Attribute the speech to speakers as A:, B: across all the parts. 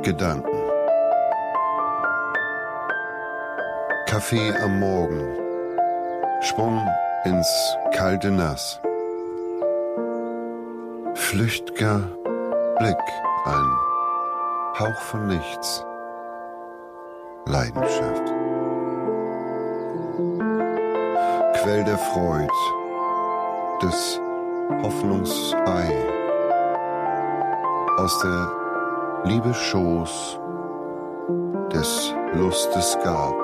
A: Gedanken. Kaffee am Morgen. Sprung ins kalte Nass. Flücht'ger Blick, ein Hauch von nichts. Leidenschaft. Quell der Freud, des Hoffnungsei. Aus der Liebe Schoß, des Lustes Garten.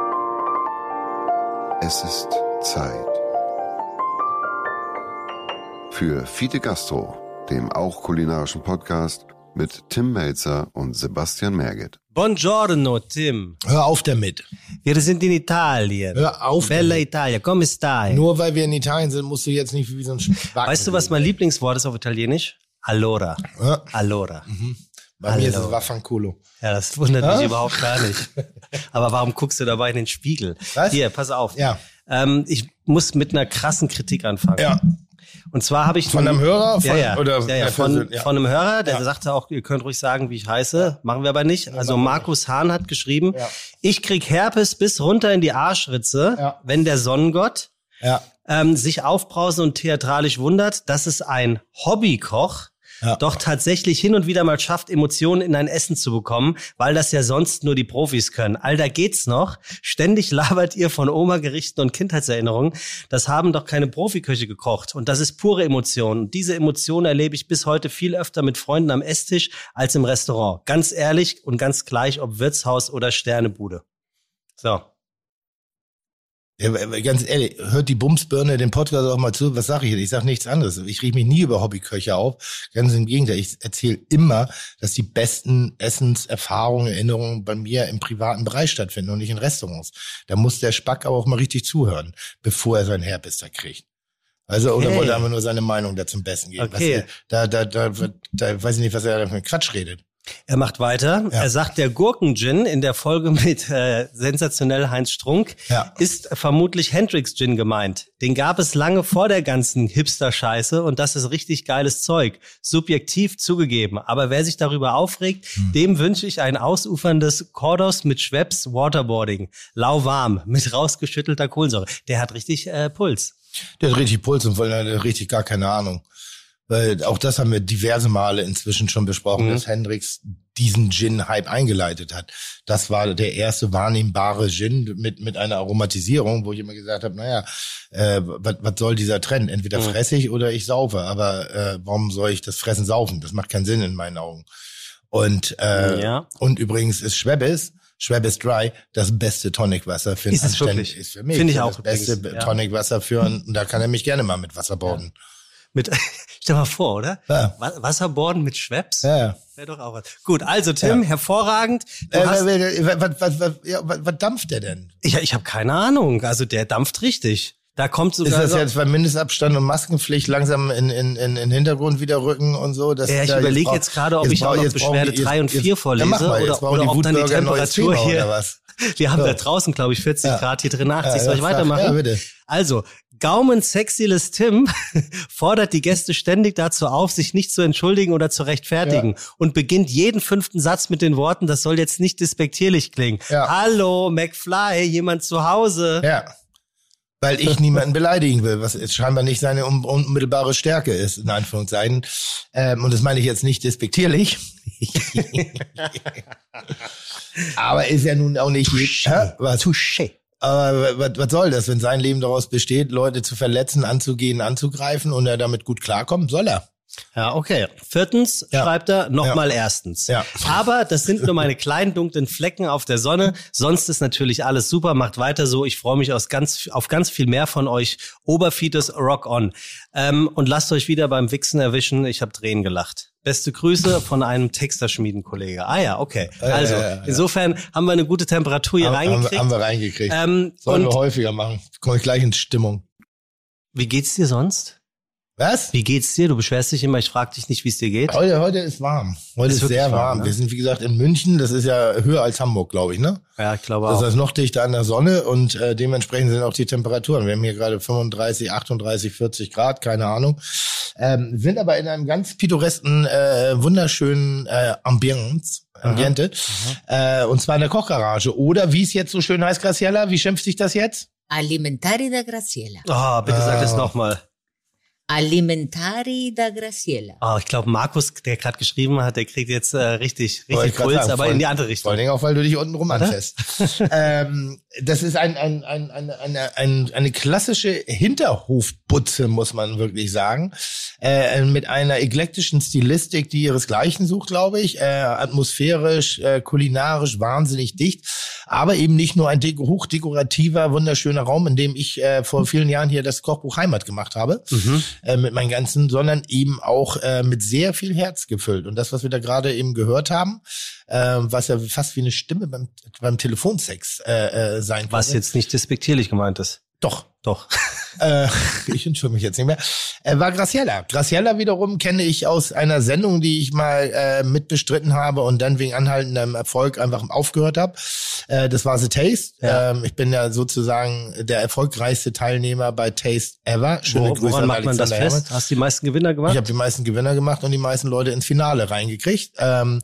A: Es ist Zeit. Für Fide Gastro, dem auch kulinarischen Podcast mit Tim Melzer und Sebastian Merget.
B: Buongiorno, Tim.
C: Hör auf damit.
B: Wir sind in Italien.
C: Hör auf
B: Bella
C: damit.
B: Italia, come stai?
C: Nur weil wir in Italien sind, musst du jetzt nicht wie so ein Spacken.
B: Weißt du, was mein Lieblingswort ist auf Italienisch? Allora.
C: Ja.
B: Allora.
C: Bei mir ist es Vaffanculo.
B: Ja, das wundert mich überhaupt gar nicht. Aber warum guckst du dabei in den Spiegel?
C: Was?
B: Hier, pass auf.
C: Ja.
B: Ich muss mit einer krassen Kritik anfangen.
C: Ja.
B: Und zwar habe ich...
C: Von einem Hörer?
B: Von
C: Von
B: einem Hörer, der sagte auch, ihr könnt ruhig sagen, wie ich heiße. Machen wir aber nicht. Also Markus Hahn hat geschrieben, ich krieg Herpes bis runter in die Arschritze, wenn der Sonnengott sich aufbrausend und theatralisch wundert, dass es ein Hobbykoch doch tatsächlich hin und wieder mal schafft, Emotionen in ein Essen zu bekommen, weil das ja sonst nur die Profis können. Alter, geht's noch? Ständig labert ihr von Oma-Gerichten und Kindheitserinnerungen. Das haben doch keine Profiköche gekocht. Und das ist pure Emotion. Und diese Emotion erlebe ich bis heute viel öfter mit Freunden am Esstisch als im Restaurant. Ganz ehrlich und ganz gleich, ob Wirtshaus oder Sternebude. So.
C: Ja, ganz ehrlich, hört die Bumsbirne den Podcast auch mal zu. Was sage ich jetzt? Ich sage nichts anderes. Ich rieche mich nie über Hobbyköche auf. Ganz im Gegenteil. Ich erzähle immer, dass die besten Essenserfahrungen, Erinnerungen bei mir im privaten Bereich stattfinden und nicht in Restaurants. Da muss der Spack aber auch mal richtig zuhören, bevor er seinen Herpes da kriegt. Also, oder wollte er einfach nur seine Meinung da zum Besten geben?
B: Okay.
C: Da weiß ich nicht, was er da für einen Quatsch redet.
B: Er macht weiter. Ja. Er sagt, der Gurken-Gin in der Folge mit sensationell Heinz Strunk ist vermutlich Hendrix-Gin gemeint. Den gab es lange vor der ganzen Hipster-Scheiße und das ist richtig geiles Zeug. Subjektiv zugegeben. Aber wer sich darüber aufregt, dem wünsche ich ein ausuferndes Cordos mit Schweppes Waterboarding. Lauwarm mit rausgeschüttelter Kohlensäure. Der hat richtig Puls.
C: Der hat richtig Puls und der hat richtig gar keine Ahnung. Weil auch das haben wir diverse Male inzwischen schon besprochen, dass Hendrix diesen Gin-Hype eingeleitet hat. Das war der erste wahrnehmbare Gin mit einer Aromatisierung, wo ich immer gesagt habe, was soll dieser Trend? Entweder fresse ich oder ich saufe. Aber warum soll ich das Fressen saufen? Das macht keinen Sinn in meinen Augen. Und übrigens ist Schweppes Dry das beste Tonicwasser für ein
B: Anständiges.
C: Ist für mich
B: Finde ich auch
C: das beste Tonicwasser für und da kann er mich gerne mal mit Wasser baden.
B: Stell mal vor, oder?
C: Ja.
B: Wasserborden mit Schweppes?
C: Ja.
B: Wäre doch auch was. Gut, also Tim, hervorragend.
C: Was dampft der denn?
B: Ich habe keine Ahnung. Also der dampft richtig. Da kommt sogar...
C: Ist das jetzt bei Mindestabstand und Maskenpflicht langsam in Hintergrund wieder rücken und so?
B: Ich überlege jetzt gerade, ob ich auch noch Beschwerde 3 und 4 vorlese oder ob dann die Temperatur hier...
C: Oder was?
B: Wir haben da draußen, glaube ich, 40 Grad, hier drin 80. Soll ich weitermachen?
C: Ja, bitte.
B: Also, Gaumen-Sexyless Tim fordert die Gäste ständig dazu auf, sich nicht zu entschuldigen oder zu rechtfertigen und beginnt jeden 5. Satz mit den Worten, das soll jetzt nicht despektierlich klingen. Ja. Hallo, McFly, jemand zu Hause?
C: Ja. Weil ich niemanden beleidigen will, was jetzt scheinbar nicht seine unmittelbare Stärke ist, in Anführungszeichen. Und das meine ich jetzt nicht despektierlich. Aber ist ja nun auch nicht... Touché. Aber was soll das, wenn sein Leben daraus besteht, Leute zu verletzen, anzugehen, anzugreifen und er damit gut klarkommt? Soll er.
B: Ja, okay. 4. schreibt er nochmal 1. Ja. Aber das sind nur meine kleinen dunklen Flecken auf der Sonne. Sonst ist natürlich alles super. Macht weiter so. Ich freue mich auf ganz viel mehr von euch. Oberfietes Rock On. Und lasst euch wieder beim Wichsen erwischen. Ich habe Tränen gelacht. Beste Grüße von einem Texterschmiedenkollege. Ah ja, okay. Also, insofern haben wir eine gute Temperatur hier reingekriegt.
C: Haben wir reingekriegt. Sollen wir häufiger machen. Komme ich gleich in Stimmung.
B: Wie geht's dir sonst?
C: Was?
B: Wie geht's dir? Du beschwerst dich immer, ich frage dich nicht, wie es dir geht.
C: Heute ist warm. Heute ist sehr warm. Ne? Wir sind, wie gesagt, in München. Das ist ja höher als Hamburg, glaube ich, ne?
B: Ja, ich glaube auch.
C: Das ist noch dichter an der Sonne und dementsprechend sind auch die Temperaturen. Wir haben hier gerade 35, 38, 40 Grad, keine Ahnung. Sind aber in einem ganz pittoresken, wunderschönen Ambiente. Und zwar in der Kochgarage. Oder wie es jetzt so schön heißt, Graciela, wie schimpft sich das jetzt?
D: Alimentari da Graciela.
B: Oh, bitte sag das nochmal.
D: Alimentari da Graciela.
B: Oh, ich glaube, Markus, der gerade geschrieben hat, der kriegt jetzt richtig Puls, aber in die andere Richtung.
C: Vor allen Dingen auch, weil du dich unten rum anfasst. Das ist eine klassische Hinterhofbutze, muss man wirklich sagen. Mit einer eklektischen Stilistik, die ihresgleichen sucht, glaube ich. Atmosphärisch, kulinarisch wahnsinnig dicht. Aber eben nicht nur ein hochdekorativer, wunderschöner Raum, in dem ich vor vielen Jahren hier das Kochbuch Heimat gemacht habe. Mit meinen ganzen, sondern eben auch mit sehr viel Herz gefüllt. Und das, was wir da gerade eben gehört haben, was ja fast wie eine Stimme beim Telefonsex sein kann.
B: Was jetzt nicht despektierlich gemeint ist.
C: Doch.
B: Doch.
C: Ich entschuldige mich jetzt nicht mehr. War Graciela. Graciela wiederum kenne ich aus einer Sendung, die ich mal mitbestritten habe und dann wegen anhaltendem Erfolg einfach aufgehört habe. Das war The Taste. Ja. Ich bin ja sozusagen der erfolgreichste Teilnehmer bei Taste Ever. Schöne Grüße
B: woran
C: an
B: macht man das
C: Alexander
B: fest?
C: Hermann.
B: Hast du die meisten Gewinner gemacht?
C: Ich habe die meisten Gewinner gemacht und die meisten Leute ins Finale reingekriegt.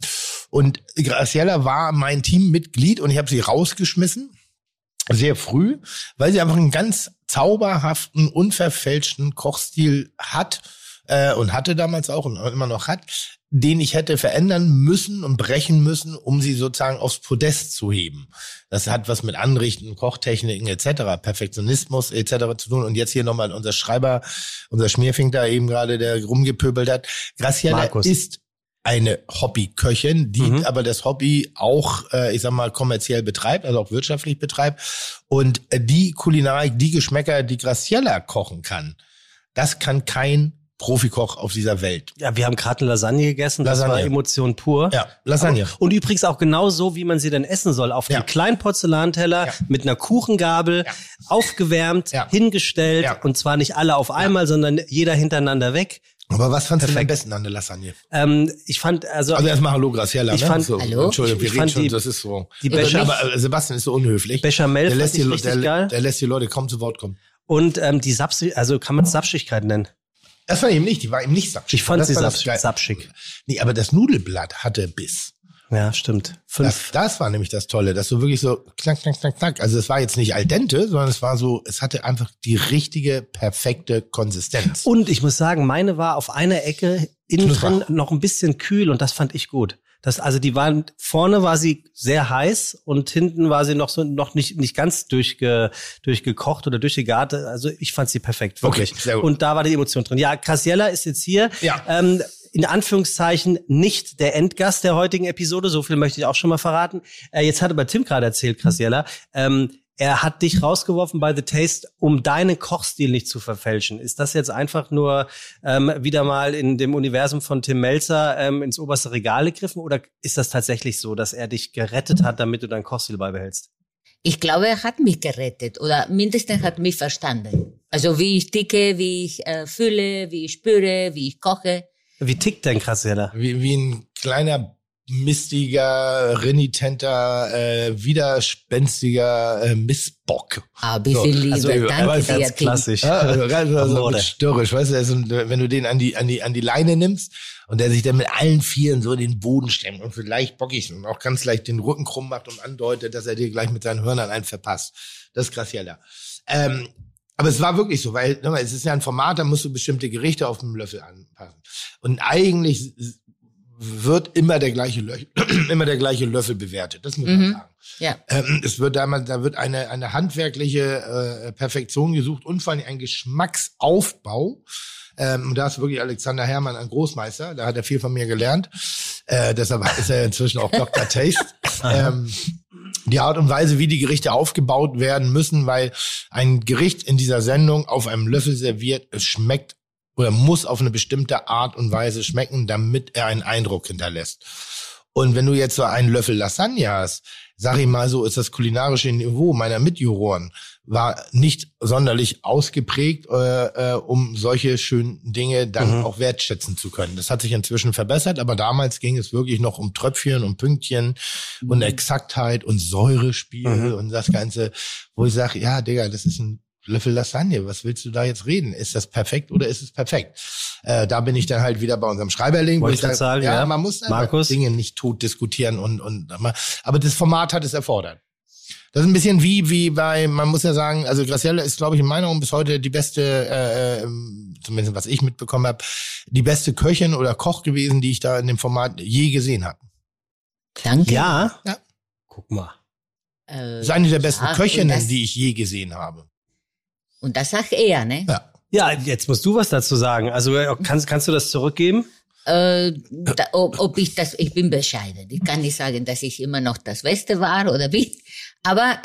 C: Und Graciela war mein Teammitglied und ich habe sie rausgeschmissen. Sehr früh, weil sie einfach einen ganz zauberhaften, unverfälschten Kochstil hat und hatte damals auch und immer noch hat, den ich hätte verändern müssen und brechen müssen, um sie sozusagen aufs Podest zu heben. Das hat was mit Anrichten, Kochtechniken etc., Perfektionismus etc. zu tun. Und jetzt hier nochmal unser Schreiber, unser Schmierfink da eben gerade, der rumgepöbelt hat. Graciela
B: Markus
C: ist eine Hobbyköchin, die aber das Hobby auch, ich sag mal, kommerziell betreibt, also auch wirtschaftlich betreibt. Und die Kulinarik, die Geschmäcker, die Graciela kochen kann, das kann kein Profikoch auf dieser Welt.
B: Ja, wir haben gerade eine Lasagne gegessen, das war Emotion pur.
C: Ja, Lasagne.
B: Und übrigens auch genau so, wie man sie denn essen soll. Auf einem kleinen Porzellanteller mit einer Kuchengabel, aufgewärmt, hingestellt und zwar nicht alle auf einmal, sondern jeder hintereinander weg.
C: Aber was fandst du am besten an der Lasagne?
B: Ich fand, also
C: erstmal Hallo Graciela,
B: ich fand,
C: so,
D: Hallo?
C: Entschuldigung, wir reden schon, das ist so. Aber Sebastian ist so unhöflich.
B: Bechamel fand ich richtig geil.
C: Der lässt die Leute kaum zu Wort kommen.
B: Und die also kann man es Sapschigkeit nennen?
C: Das war eben nicht, die war eben nicht sapschig.
B: Ich fand sie sapschig.
C: Nee, aber das Nudelblatt hatte Biss.
B: Ja, stimmt.
C: Das war nämlich das Tolle, dass du wirklich so knack, knack, knack, knack. Also es war jetzt nicht al dente, sondern es war so, es hatte einfach die richtige, perfekte Konsistenz.
B: Und ich muss sagen, meine war auf einer Ecke innen drin noch ein bisschen kühl und das fand ich gut. Vorne war sie sehr heiß und hinten war sie noch nicht ganz durchgekocht oder durchgegart. Also ich fand sie perfekt, wirklich.
C: Okay, sehr gut.
B: Und da war die Emotion drin. Ja, Graciela ist jetzt hier. Ja. In Anführungszeichen nicht der Endgast der heutigen Episode, so viel möchte ich auch schon mal verraten. Jetzt hat aber Tim gerade erzählt, Graciela, er hat dich rausgeworfen bei The Taste, um deinen Kochstil nicht zu verfälschen. Ist das jetzt einfach nur wieder mal in dem Universum von Tim Mälzer ins oberste Regal gegriffen oder ist das tatsächlich so, dass er dich gerettet hat, damit du deinen Kochstil beibehältst?
D: Ich glaube, er hat mich gerettet oder mindestens hat mich verstanden. Also wie ich ticke, wie ich fühle, wie ich spüre, wie ich koche.
B: Wie tickt denn Graciela?
C: Wie ein kleiner, mistiger, renitenter, widerspenstiger Missbock.
D: Ah, wie viel Liebe,
C: also,
D: danke
B: dir,
D: Tim.
B: Klassisch.
C: Also störrisch, weißt du, also, wenn du den an die Leine nimmst und der sich dann mit allen Vieren so in den Boden stemmt und vielleicht bockig und auch ganz leicht den Rücken krumm macht und andeutet, dass er dir gleich mit seinen Hörnern einen verpasst. Das ist Graciela. Aber es war wirklich so, weil es ist ja ein Format, da musst du bestimmte Gerichte auf dem Löffel anpassen. Und eigentlich wird immer der gleiche Löffel bewertet. Das muss man sagen. Ja. Da wird eine handwerkliche Perfektion gesucht und vor allem ein Geschmacksaufbau. Und da ist wirklich Alexander Hermann ein Großmeister. Da hat er viel von mir gelernt. Deshalb ist er inzwischen auch Dr. Taste. Die Art und Weise, wie die Gerichte aufgebaut werden müssen, weil ein Gericht in dieser Sendung auf einem Löffel serviert, es schmeckt oder muss auf eine bestimmte Art und Weise schmecken, damit er einen Eindruck hinterlässt. Und wenn du jetzt so einen Löffel Lasagne hast, sag ich mal so, ist das kulinarische Niveau meiner Mitjuroren war nicht sonderlich ausgeprägt, um solche schönen Dinge dann auch wertschätzen zu können. Das hat sich inzwischen verbessert, aber damals ging es wirklich noch um Tröpfchen und Pünktchen und Exaktheit und Säurespiel und das Ganze, wo ich sage, ja, Digga, das ist ein Löffel Lasagne, was willst du da jetzt reden? Ist das perfekt oder ist es perfekt? Da bin ich dann halt wieder bei unserem Schreiberling.
B: Wollte ich sagen, ja,
C: man muss Dinge nicht tot diskutieren aber das Format hat es erfordert. Das ist ein bisschen wie bei, man muss ja sagen, also Graciela ist, glaube ich, in meiner Meinung bis heute die beste, zumindest was ich mitbekommen habe, die beste Köchin oder Koch gewesen, die ich da in dem Format je gesehen habe.
D: Danke.
B: Ja? Guck mal.
C: Das ist eine der besten Köchinnen, die ich je gesehen habe.
D: Und das sagt er, ne?
B: Ja, jetzt musst du was dazu sagen. Also kannst du das zurückgeben?
D: Ich bin bescheiden. Ich kann nicht sagen, dass ich immer noch das Beste war oder wie. Aber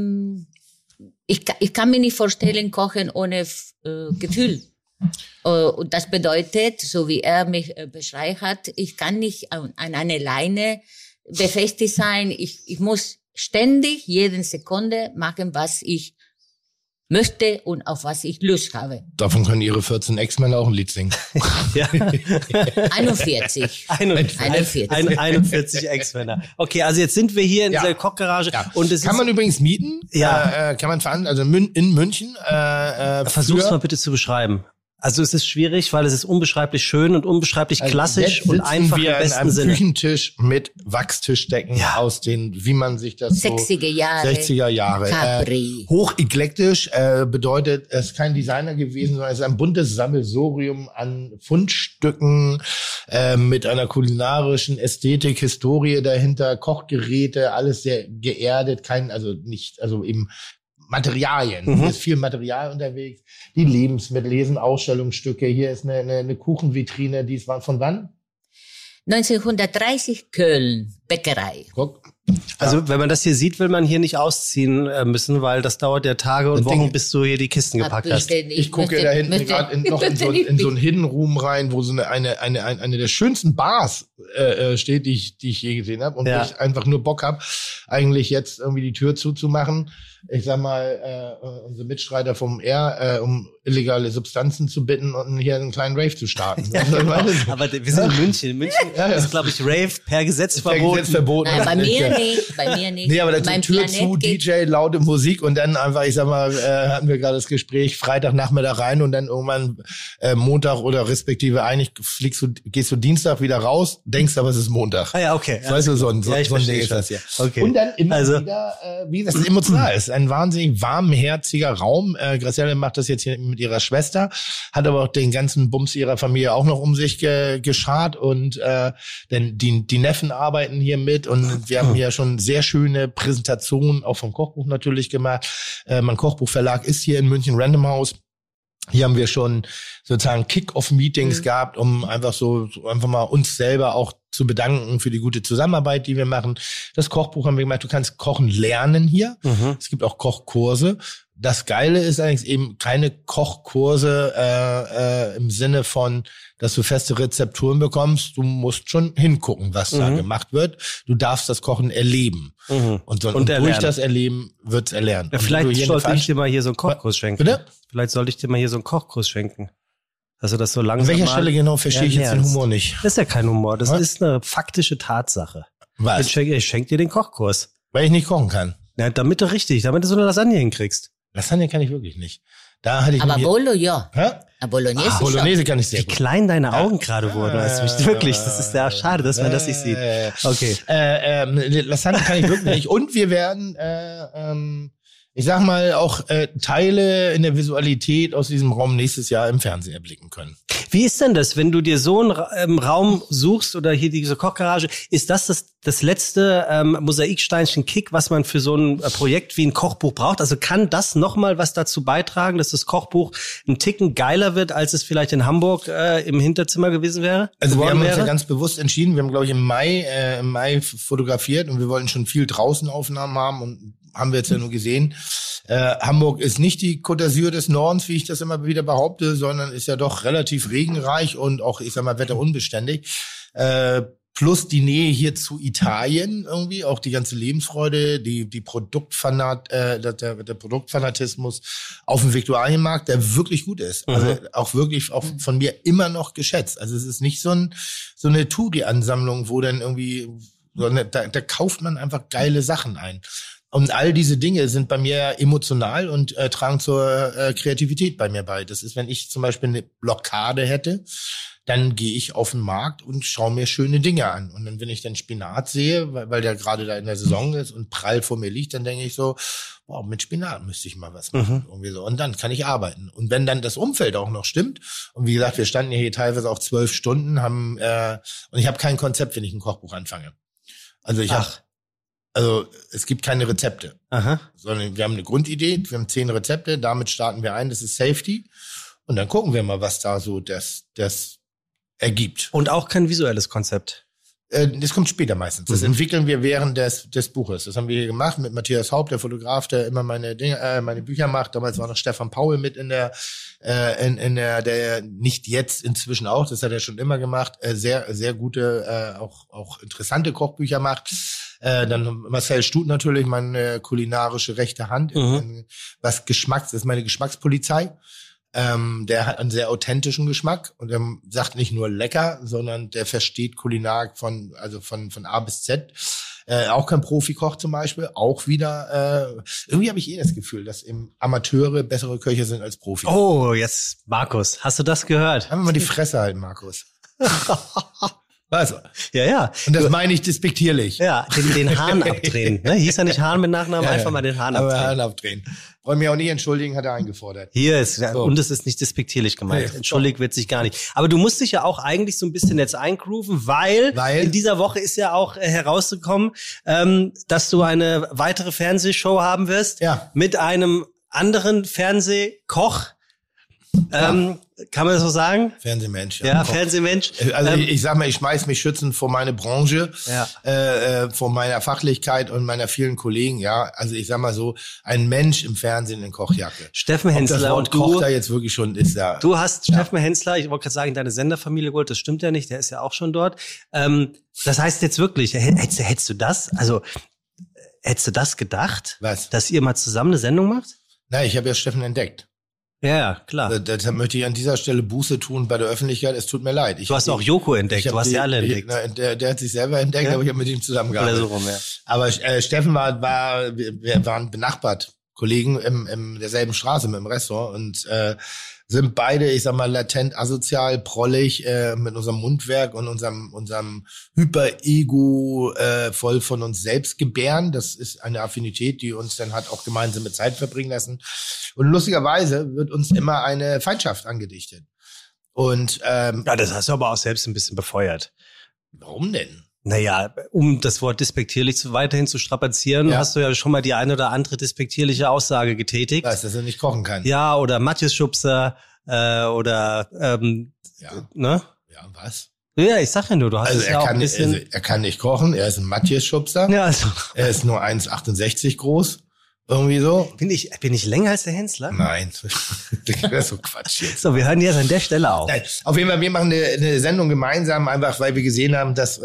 D: ich kann mir nicht vorstellen, kochen ohne Gefühl. Und das bedeutet, so wie er mich beschreibt hat, ich kann nicht an einer Leine befestigt sein. Ich muss ständig, jede Sekunde machen, was ich möchte und auf was ich Lust habe.
C: Davon können Ihre 14 Ex-Männer auch ein Lied singen.
B: Ja.
D: 41.
B: 41 Ex-Männer. Okay, also jetzt sind wir hier in dieser Kochgarage.
C: Ja.
B: Und es
C: kann man übrigens mieten.
B: Ja.
C: Kann man fahren, also in München.
B: Versuch's mal bitte zu beschreiben. Also es ist schwierig, weil es ist unbeschreiblich schön und unbeschreiblich klassisch und einfach im besten Sinne.
C: Küchentisch mit Wachstischdecken aus den, wie man sich das 60er Jahre.
D: Capri.
C: Hoch eklektisch bedeutet, es ist kein Designer gewesen, sondern es ist ein buntes Sammelsurium an Fundstücken mit einer kulinarischen Ästhetik, Historie dahinter, Kochgeräte, alles sehr geerdet, eben Materialien. Hier ist viel Material unterwegs. Die Lebensmittel, hier sind Ausstellungsstücke. Hier ist eine Kuchenvitrine. Die war von wann?
D: 1930 Köln, Bäckerei.
C: Guck.
B: Also wenn man das hier sieht, will man hier nicht ausziehen müssen, weil das dauert ja Tage und Wochen, bis du hier die Kisten gepackt hast.
C: Ich gucke da hinten gerade in so einen Hidden Room rein, wo so eine der schönsten Bars steht, die ich je gesehen habe und wo ich einfach nur Bock habe, eigentlich jetzt irgendwie die Tür zuzumachen. Ich sag mal, unsere Mitstreiter vom R, um illegale Substanzen zu bitten und hier einen kleinen Rave zu starten.
B: Ja, genau. Aber wir sind in München. In München ist, glaube ich, Rave per Gesetz verboten.
D: Nein, bei mir nicht.
C: Nee, aber dann Tür zu, DJ, laute Musik und dann einfach, ich sag mal, hatten wir gerade das Gespräch, Freitagnachmittag rein und dann irgendwann Montag oder respektive eigentlich gehst du Dienstag wieder raus, denkst aber es ist Montag.
B: Ah ja, okay.
C: Weißt du, so ein Ding ist das. Ja. Okay. Und dann immer wieder, wie das emotional ist. Ein wahnsinnig warmherziger Raum. Graciela macht das jetzt hier mit ihrer Schwester, hat aber auch den ganzen Bums ihrer Familie auch noch um sich geschart und denn die Neffen arbeiten hier mit und wir haben hier schon sehr schöne Präsentationen, auch vom Kochbuch natürlich gemacht. Mein Kochbuchverlag ist hier in München, Random House. Hier haben wir schon sozusagen Kick-Off-Meetings gehabt, um einfach mal uns selber auch zu bedanken für die gute Zusammenarbeit, die wir machen. Das Kochbuch haben wir gemacht, du kannst kochen lernen hier. Es gibt auch Kochkurse. Das Geile ist eigentlich eben keine Kochkurse im Sinne von, dass du feste Rezepturen bekommst. Du musst schon hingucken, was da gemacht wird. Du darfst das Kochen erleben. Und durch das Erleben wird's erlernt.
B: Ja, vielleicht sollte ich dir mal hier so einen Kochkurs schenken.
C: Bitte?
B: Vielleicht sollte ich dir mal hier so einen Kochkurs schenken. Dass du das so langsam
C: An welcher Stelle genau verstehe ich jetzt den Humor nicht?
B: Das ist ja kein Humor. Das ist eine faktische Tatsache.
C: Was?
B: Ich schenke dir den Kochkurs.
C: Weil ich nicht kochen kann.
B: Ja, damit du so eine Lasagne hinkriegst.
C: Lasagne kann ich wirklich nicht. Da hatte ich
D: aber Bolo, ja.
C: Hä?
D: Bolognese,
C: Bolognese kann ich sehr
B: gut. Wie klein deine Augen gerade wurden. Wirklich, das ist ja schade, dass man das nicht sieht. Okay.
C: Lasagne kann ich wirklich nicht. Und wir werden, ich sag mal, auch Teile in der Visualität aus diesem Raum nächstes Jahr im Fernsehen erblicken können.
B: Wie ist denn das, wenn du dir so einen Raum suchst oder hier diese Kochgarage, ist das letzte Mosaiksteinchen Kick, was man für so ein Projekt wie ein Kochbuch braucht? Also kann das nochmal was dazu beitragen, dass das Kochbuch einen Ticken geiler wird, als es vielleicht in Hamburg im Hinterzimmer gewesen wäre?
C: Also wir haben uns ja ganz bewusst entschieden, wir haben, glaube ich, im Mai fotografiert und wir wollten schon viel draußen Aufnahmen haben und haben wir jetzt ja nur gesehen. Hamburg ist nicht die Côte d'Azur des Nordens, wie ich das immer wieder behaupte, sondern ist ja doch relativ regenreich und auch, ich sag mal, wetterunbeständig. Plus die Nähe hier zu Italien irgendwie, auch die ganze Lebensfreude, der Produktfanatismus auf dem Viktualienmarkt, der wirklich gut ist. Also auch wirklich auch von mir immer noch geschätzt. Also es ist nicht so eine Touri-Ansammlung, wo dann irgendwie, sondern da kauft man einfach geile Sachen ein. Und all diese Dinge sind bei mir emotional und tragen zur Kreativität bei mir bei. Das ist, wenn ich zum Beispiel eine Blockade hätte, dann gehe ich auf den Markt und schaue mir schöne Dinge an. Und dann, wenn ich dann Spinat sehe, weil der gerade da in der Saison ist und prall vor mir liegt, dann denke ich so, wow, mit Spinat müsste ich mal was machen. Irgendwie so. Und dann kann ich arbeiten. Und wenn dann das Umfeld auch noch stimmt, und wie gesagt, wir standen hier teilweise auch 12 Stunden, und ich habe kein Konzept, wenn ich ein Kochbuch anfange. Also es gibt keine Rezepte, sondern wir haben eine Grundidee, wir haben 10 Rezepte, damit starten wir ein, das ist Safety. Und dann gucken wir mal, was da so das ergibt.
B: Und auch kein visuelles Konzept.
C: Das kommt später meistens. Das entwickeln wir während des Buches. Das haben wir hier gemacht mit Matthias Haupt, der Fotograf, der immer meine Bücher macht. Damals war noch Stefan Paul mit in der, der nicht jetzt inzwischen auch, das hat er schon immer gemacht, sehr, sehr gute, auch interessante Kochbücher macht. Dann Marcel Stut natürlich, meine kulinarische rechte Hand, was Geschmacks, das ist meine Geschmackspolizei. Der hat einen sehr authentischen Geschmack und er sagt nicht nur lecker, sondern der versteht Kulinarik von A bis Z. Auch kein Profikoch zum Beispiel, auch wieder, irgendwie habe ich das Gefühl, dass im Amateure bessere Köche sind als Profis.
B: Oh, jetzt, Markus, hast du das gehört?
C: Haben wir mal die Fresse halten, Markus. Also.
B: Ja.
C: Und das meine ich despektierlich.
B: Ja, den Hahn abdrehen. Ne? Hieß er nicht Hahn mit Nachnamen? Ja, einfach mal den Hahn abdrehen.
C: Hahn abdrehen. Wollen mich auch nicht entschuldigen, hat er eingefordert.
B: Hier ist, so. Und es ist nicht despektierlich gemeint. Nee, entschuldigt wird sich gar nicht. Aber du musst dich ja auch eigentlich so ein bisschen jetzt eingrooven, weil in dieser Woche ist ja auch herausgekommen, dass du eine weitere Fernsehshow haben wirst. Ja. Mit einem anderen Fernsehkoch. Kann man das so sagen?
C: Fernsehmensch.
B: Ja, Fernsehmensch.
C: Also ich sag mal, ich schmeiß mich schützend vor meine Branche, vor meiner Fachlichkeit und meiner vielen Kollegen. Ja, also ich sag mal so, ein Mensch im Fernsehen in Kochjacke.
B: Steffen Hensler
C: und Koch da jetzt wirklich schon ist da.
B: Du hast Steffen Hensler, ich wollte gerade sagen, deine Senderfamilie geholt. Das stimmt ja nicht, der ist ja auch schon dort. Das heißt jetzt wirklich, hättest du das gedacht, dass ihr mal zusammen eine Sendung macht?
C: Nein, ich habe ja Steffen entdeckt.
B: Ja, klar.
C: Deshalb möchte ich an dieser Stelle Buße tun bei der Öffentlichkeit. Es tut mir leid.
B: Du hast auch Joko entdeckt. Du hast sie alle entdeckt.
C: Der hat sich selber entdeckt, aber ich habe mit ihm zusammengearbeitet. Aber Steffen wir waren benachbart, Kollegen in derselben Straße mit dem Restaurant und sind beide, ich sag mal, latent asozial, prollig, mit unserem Mundwerk und unserem Hyper-Ego voll von uns selbst gebären. Das ist eine Affinität, die uns dann hat auch gemeinsame Zeit verbringen lassen. Und lustigerweise wird uns immer eine Feindschaft angedichtet. Und
B: ja, das hast du aber auch selbst ein bisschen befeuert.
C: Warum denn?
B: Naja, um das Wort despektierlich weiterhin zu strapazieren, hast du ja schon mal die eine oder andere despektierliche Aussage getätigt.
C: Weißt, dass er nicht kochen kann.
B: Ja, oder Matthias Schubser oder ne?
C: Ja, was?
B: Ja, ich sag ja nur, du hast es ja auch ein bisschen...
C: er kann nicht kochen, er ist ein Matthias Schubser.
B: Ja, also.
C: Er ist nur 1,68 groß. Irgendwie so.
B: Bin ich länger als der Hensler?
C: Nein. Das ist so Quatsch jetzt.
B: So, wir hören jetzt an der Stelle auf.
C: Nein, auf jeden Fall, wir machen eine Sendung gemeinsam, einfach weil wir gesehen haben, dass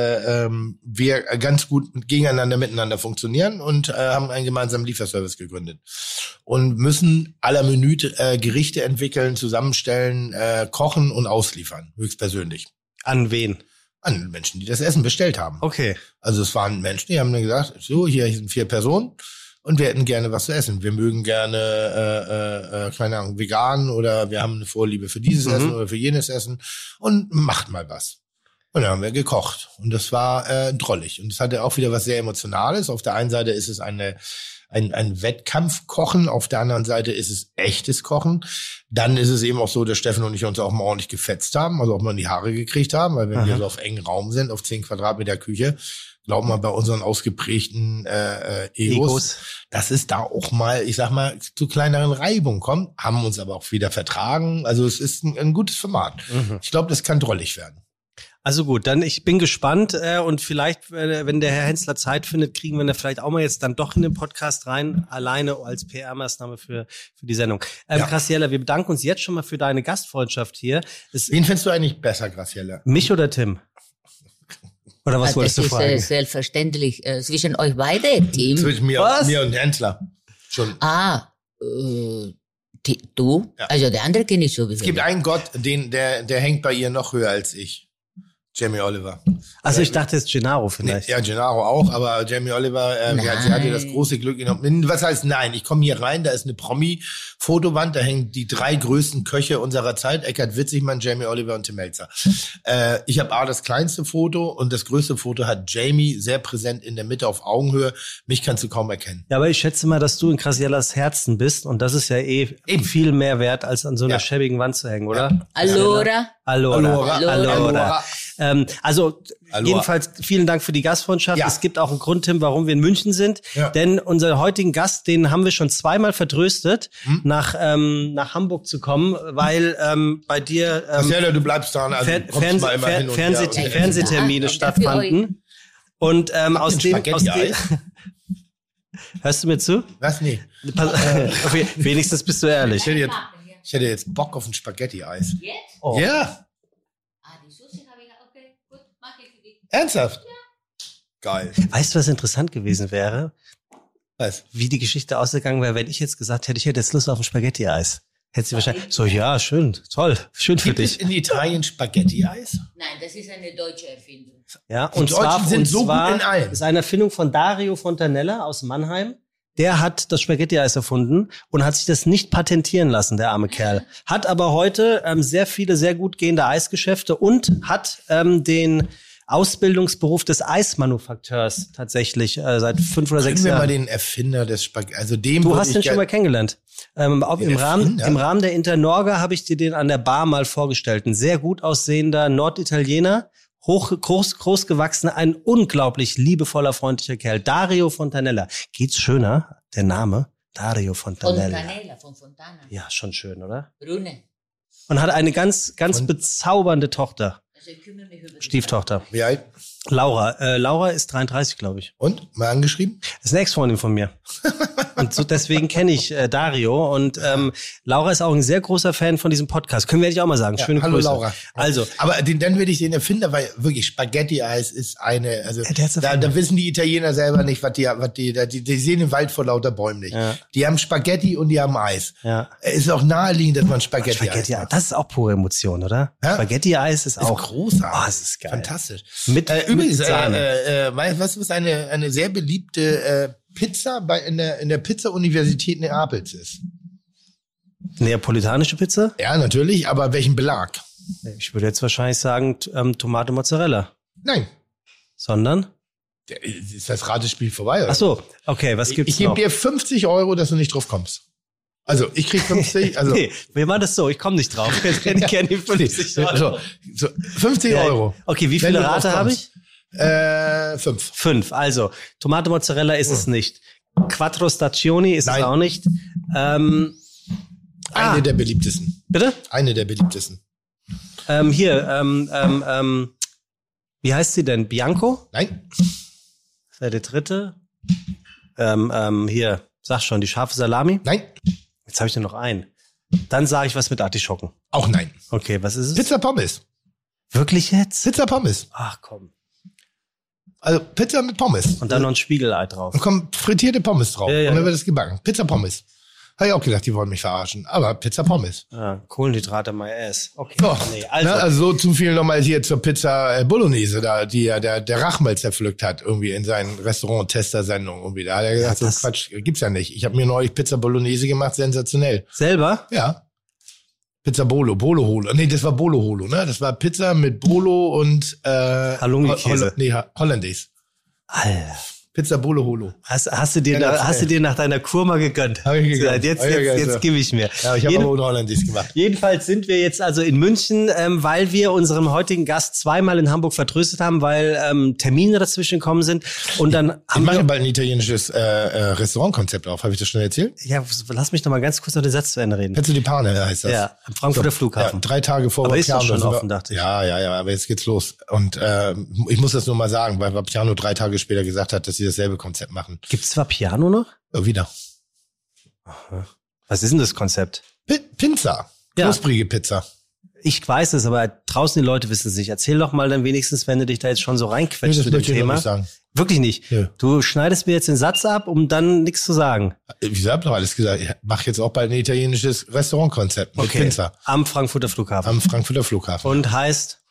C: wir ganz gut miteinander funktionieren und haben einen gemeinsamen Lieferservice gegründet. Und müssen à la Minute Gerichte entwickeln, zusammenstellen, kochen und ausliefern, höchstpersönlich.
B: An wen?
C: An Menschen, die das Essen bestellt haben.
B: Okay.
C: Also es waren Menschen, die haben dann gesagt, so, hier sind 4 Personen. Und wir hätten gerne was zu essen. Wir mögen gerne, keine Ahnung, vegan oder wir haben eine Vorliebe für dieses Essen oder für jenes Essen und macht mal was. Und dann haben wir gekocht. Und das war drollig. Und es hatte auch wieder was sehr Emotionales. Auf der einen Seite ist es ein Wettkampfkochen, auf der anderen Seite ist es echtes Kochen. Dann ist es eben auch so, dass Steffen und ich uns auch mal ordentlich gefetzt haben, also auch mal in die Haare gekriegt haben, weil wenn wir so auf engen Raum sind, auf 10 Quadratmeter Küche, glauben wir bei unseren ausgeprägten Egos, dass es da auch mal, ich sag mal, zu kleineren Reibungen kommt, haben uns aber auch wieder vertragen. Also es ist ein gutes Format. Ich glaube, das kann drollig werden.
B: Also gut, dann ich bin gespannt und vielleicht, wenn der Herr Hensler Zeit findet, kriegen wir da vielleicht auch mal jetzt dann doch in den Podcast rein, alleine als PR-Maßnahme für die Sendung. Graciela, wir bedanken uns jetzt schon mal für deine Gastfreundschaft hier.
C: Wen findest du eigentlich besser, Graciela?
B: Mich oder Tim? Oder was wolltest du fragen?
D: Das ist selbstverständlich zwischen euch beide, Tim.
C: Zwischen mir und Hensler. Schon.
D: Du? Ja. Also der andere kenne ich sowieso.
C: Es gibt einen Gott, der hängt bei ihr noch höher als ich. Jamie Oliver.
B: Also ich dachte jetzt Gennaro vielleicht.
C: Ja, Gennaro auch, aber Jamie Oliver, sie hatte das große Glück. Was heißt nein? Ich komme hier rein, da ist eine Promi-Fotowand, da hängen die 3 größten Köche unserer Zeit, Eckhard Witzigmann, Jamie Oliver und Tim Melzer. Ich habe das kleinste Foto und das größte Foto hat Jamie sehr präsent in der Mitte auf Augenhöhe. Mich kannst du kaum erkennen.
B: Ja, aber ich schätze mal, dass du in Gracielas Herzen bist und das ist ja eben viel mehr wert, als an so einer schäbigen Wand zu hängen, oder?
D: Ja. Allora.
B: Also jedenfalls vielen Dank für die Gastfreundschaft. Ja. Es gibt auch einen Grund, Tim, warum wir in München sind. Ja. Denn unseren heutigen Gast, den haben wir schon zweimal vertröstet, nach Hamburg zu kommen, weil bei dir
C: du bleibst dran, also
B: Fernsehtermine stattfanden. Und aus dem hörst du mir zu?
C: Was? Nee.
B: Okay, wenigstens bist du ehrlich.
C: Ich hätte jetzt Bock auf ein Spaghetti-Eis.
D: Jetzt?
C: Oh. Ja.
D: Die Sushi habe ich, okay, gut, mach ich für dich.
C: Ernsthaft?
D: Ja.
C: Geil.
B: Weißt du, was interessant gewesen wäre?
C: Was?
B: Wie die Geschichte ausgegangen wäre, wenn ich jetzt gesagt hätte, ich hätte jetzt Lust auf ein Spaghetti-Eis. Hätte sie wahrscheinlich so, ja, schön, toll, schön für dich.
C: Gibt es in Italien Spaghetti-Eis?
D: Nein, das ist eine deutsche Erfindung.
B: Ja, und zwar
C: sind so gut in allem.
B: Das ist eine Erfindung von Dario Fontanella aus Mannheim. Der hat das Spaghetti-Eis erfunden und hat sich das nicht patentieren lassen, der arme Kerl. Hat aber heute sehr viele sehr gut gehende Eisgeschäfte und hat den Ausbildungsberuf des Eismanufakteurs tatsächlich seit 5 oder 6 Jahren.
C: Können wir mal den Erfinder des Spaghetti, also
B: Du hast den schon mal kennengelernt. Im Rahmen der Internorga habe ich dir den an der Bar mal vorgestellt. Ein sehr gut aussehender Norditaliener, groß gewachsen, ein unglaublich liebevoller, freundlicher Kerl. Dario Fontanella. Geht's schöner, der Name? Dario Fontanella.
D: Fontanella, von Fontana.
B: Ja, schon schön, oder?
D: Brune.
B: Und hat eine ganz bezaubernde Tochter.
D: Also ich kümmere mich über
B: Stieftochter.
C: Wie alt?
B: Laura. Laura ist 33, glaube ich.
C: Und? Mal angeschrieben?
B: Das ist eine Ex-Freundin von mir. Und so deswegen kenne ich Dario. Und Laura ist auch ein sehr großer Fan von diesem Podcast. Können wir eigentlich auch mal sagen. Schöne
C: hallo
B: Grüße.
C: Laura.
B: Also.
C: Aber dann würde ich den Erfinder, weil wirklich Spaghetti-Eis ist eine, also da wissen die Italiener selber nicht, was die sehen den Wald vor lauter Bäumen nicht. Ja. Die haben Spaghetti und die haben Eis. Ja. Es ist auch naheliegend, dass man Spaghetti-Eis macht.
B: Das ist auch pure Emotion, oder? Ja? Spaghetti-Eis ist auch
C: großartig.
B: Oh, das ist geil.
C: Fantastisch.
B: Übrigens,
C: weißt du, was eine sehr beliebte Pizza in der Pizza-Universität Neapels ist?
B: Neapolitanische Pizza?
C: Ja, natürlich, aber welchen Belag?
B: Ich würde jetzt wahrscheinlich sagen Tomate Mozzarella.
C: Nein.
B: Sondern?
C: Ist das Ratespiel vorbei? Oder?
B: Ach so, okay, was gibt's noch?
C: Ich gebe dir 50 €, dass du nicht drauf kommst. Also, ich krieg 50, also.
B: Nee, wir machen das so, ich komme nicht drauf. Jetzt kenne ich die 50 €.
C: So 50 €.
B: Okay, wie viele Rate habe ich?
C: 5.
B: 5, also, Tomate Mozzarella ist es nicht. Quattro Stagioni ist es auch nicht.
C: Eine der beliebtesten.
B: Bitte?
C: Eine der beliebtesten.
B: Wie heißt sie denn? Bianco?
C: Nein.
B: Das wäre der dritte. Hier, sag schon, die scharfe Salami?
C: Nein.
B: Jetzt habe ich nur noch einen. Dann sage ich was mit Artischocken.
C: Auch nein.
B: Okay, was ist es?
C: Pizza Pommes.
B: Wirklich jetzt?
C: Pizza Pommes.
B: Ach komm.
C: Also Pizza mit Pommes.
B: Und dann noch ein Spiegelei drauf.
C: Und kommen frittierte Pommes drauf.
B: Ja.
C: Und dann wird es gebacken. Pizza Pommes. Habe ich auch gedacht, die wollen mich verarschen. Aber Pizza Pommes.
B: Ja, Kohlenhydrate my ass. Okay.
C: So, nee, also so zu viel nochmal hier zur Pizza Bolognese, da, die ja der Rachmel zerpflückt hat, irgendwie in seinen Restaurant-Tester-Sendungen irgendwie. Da hat er gesagt, so Quatsch, gibt's ja nicht. Ich habe mir neulich Pizza Bolognese gemacht, sensationell.
B: Selber?
C: Ja. Pizza Bolo Holo. Nee, das war Bolo Holo, ne? Das war Pizza mit Bolo und
B: Halloumi-Käse.
C: Hollandaise.
B: Alter.
C: Pizza Bolo Holo.
B: Hast du dir nach deiner Kur mal gegönnt?
C: Hab ich gegönnt.
B: Jetzt gebe ich mir.
C: Ja, ich habe aber ohne Hollandaise gemacht.
B: Jedenfalls sind wir jetzt also in München, weil wir unserem heutigen Gast zweimal in Hamburg vertröstet haben, weil Termine dazwischen gekommen sind. Und dann
C: ich mache bald ein italienisches Restaurantkonzept auf. Habe ich das schon erzählt?
B: Ja, lass mich noch mal ganz kurz noch den Satz zu Ende reden.
C: Pezzo di Pane heißt das.
B: Ja, am Frankfurter Flughafen.
C: Ja, 3 Tage vor
B: aber
C: Vapiano.
B: Ist doch schon offen, dachte ich.
C: Ja, aber jetzt geht's los. Und ich muss das nur mal sagen, weil Vapiano 3 Tage später gesagt hat, dass sie dasselbe Konzept machen.
B: Gibt's Vapiano noch?
C: Ja, wieder.
B: Aha. Was ist denn das Konzept?
C: Pizza. Knusprige Pizza.
B: Ich weiß es, aber draußen die Leute wissen es nicht. Erzähl doch mal dann wenigstens, wenn du dich da jetzt schon so reinquetscht zu dem Thema.
C: Nicht sagen.
B: Wirklich nicht?
C: Ja.
B: Du schneidest mir jetzt den Satz ab, um dann nichts zu sagen.
C: Ich hab doch alles gesagt. Ich mache jetzt auch bald ein italienisches Restaurantkonzept mit Pizza.
B: Am Frankfurter Flughafen.
C: Am Frankfurter Flughafen.
B: Und heißt?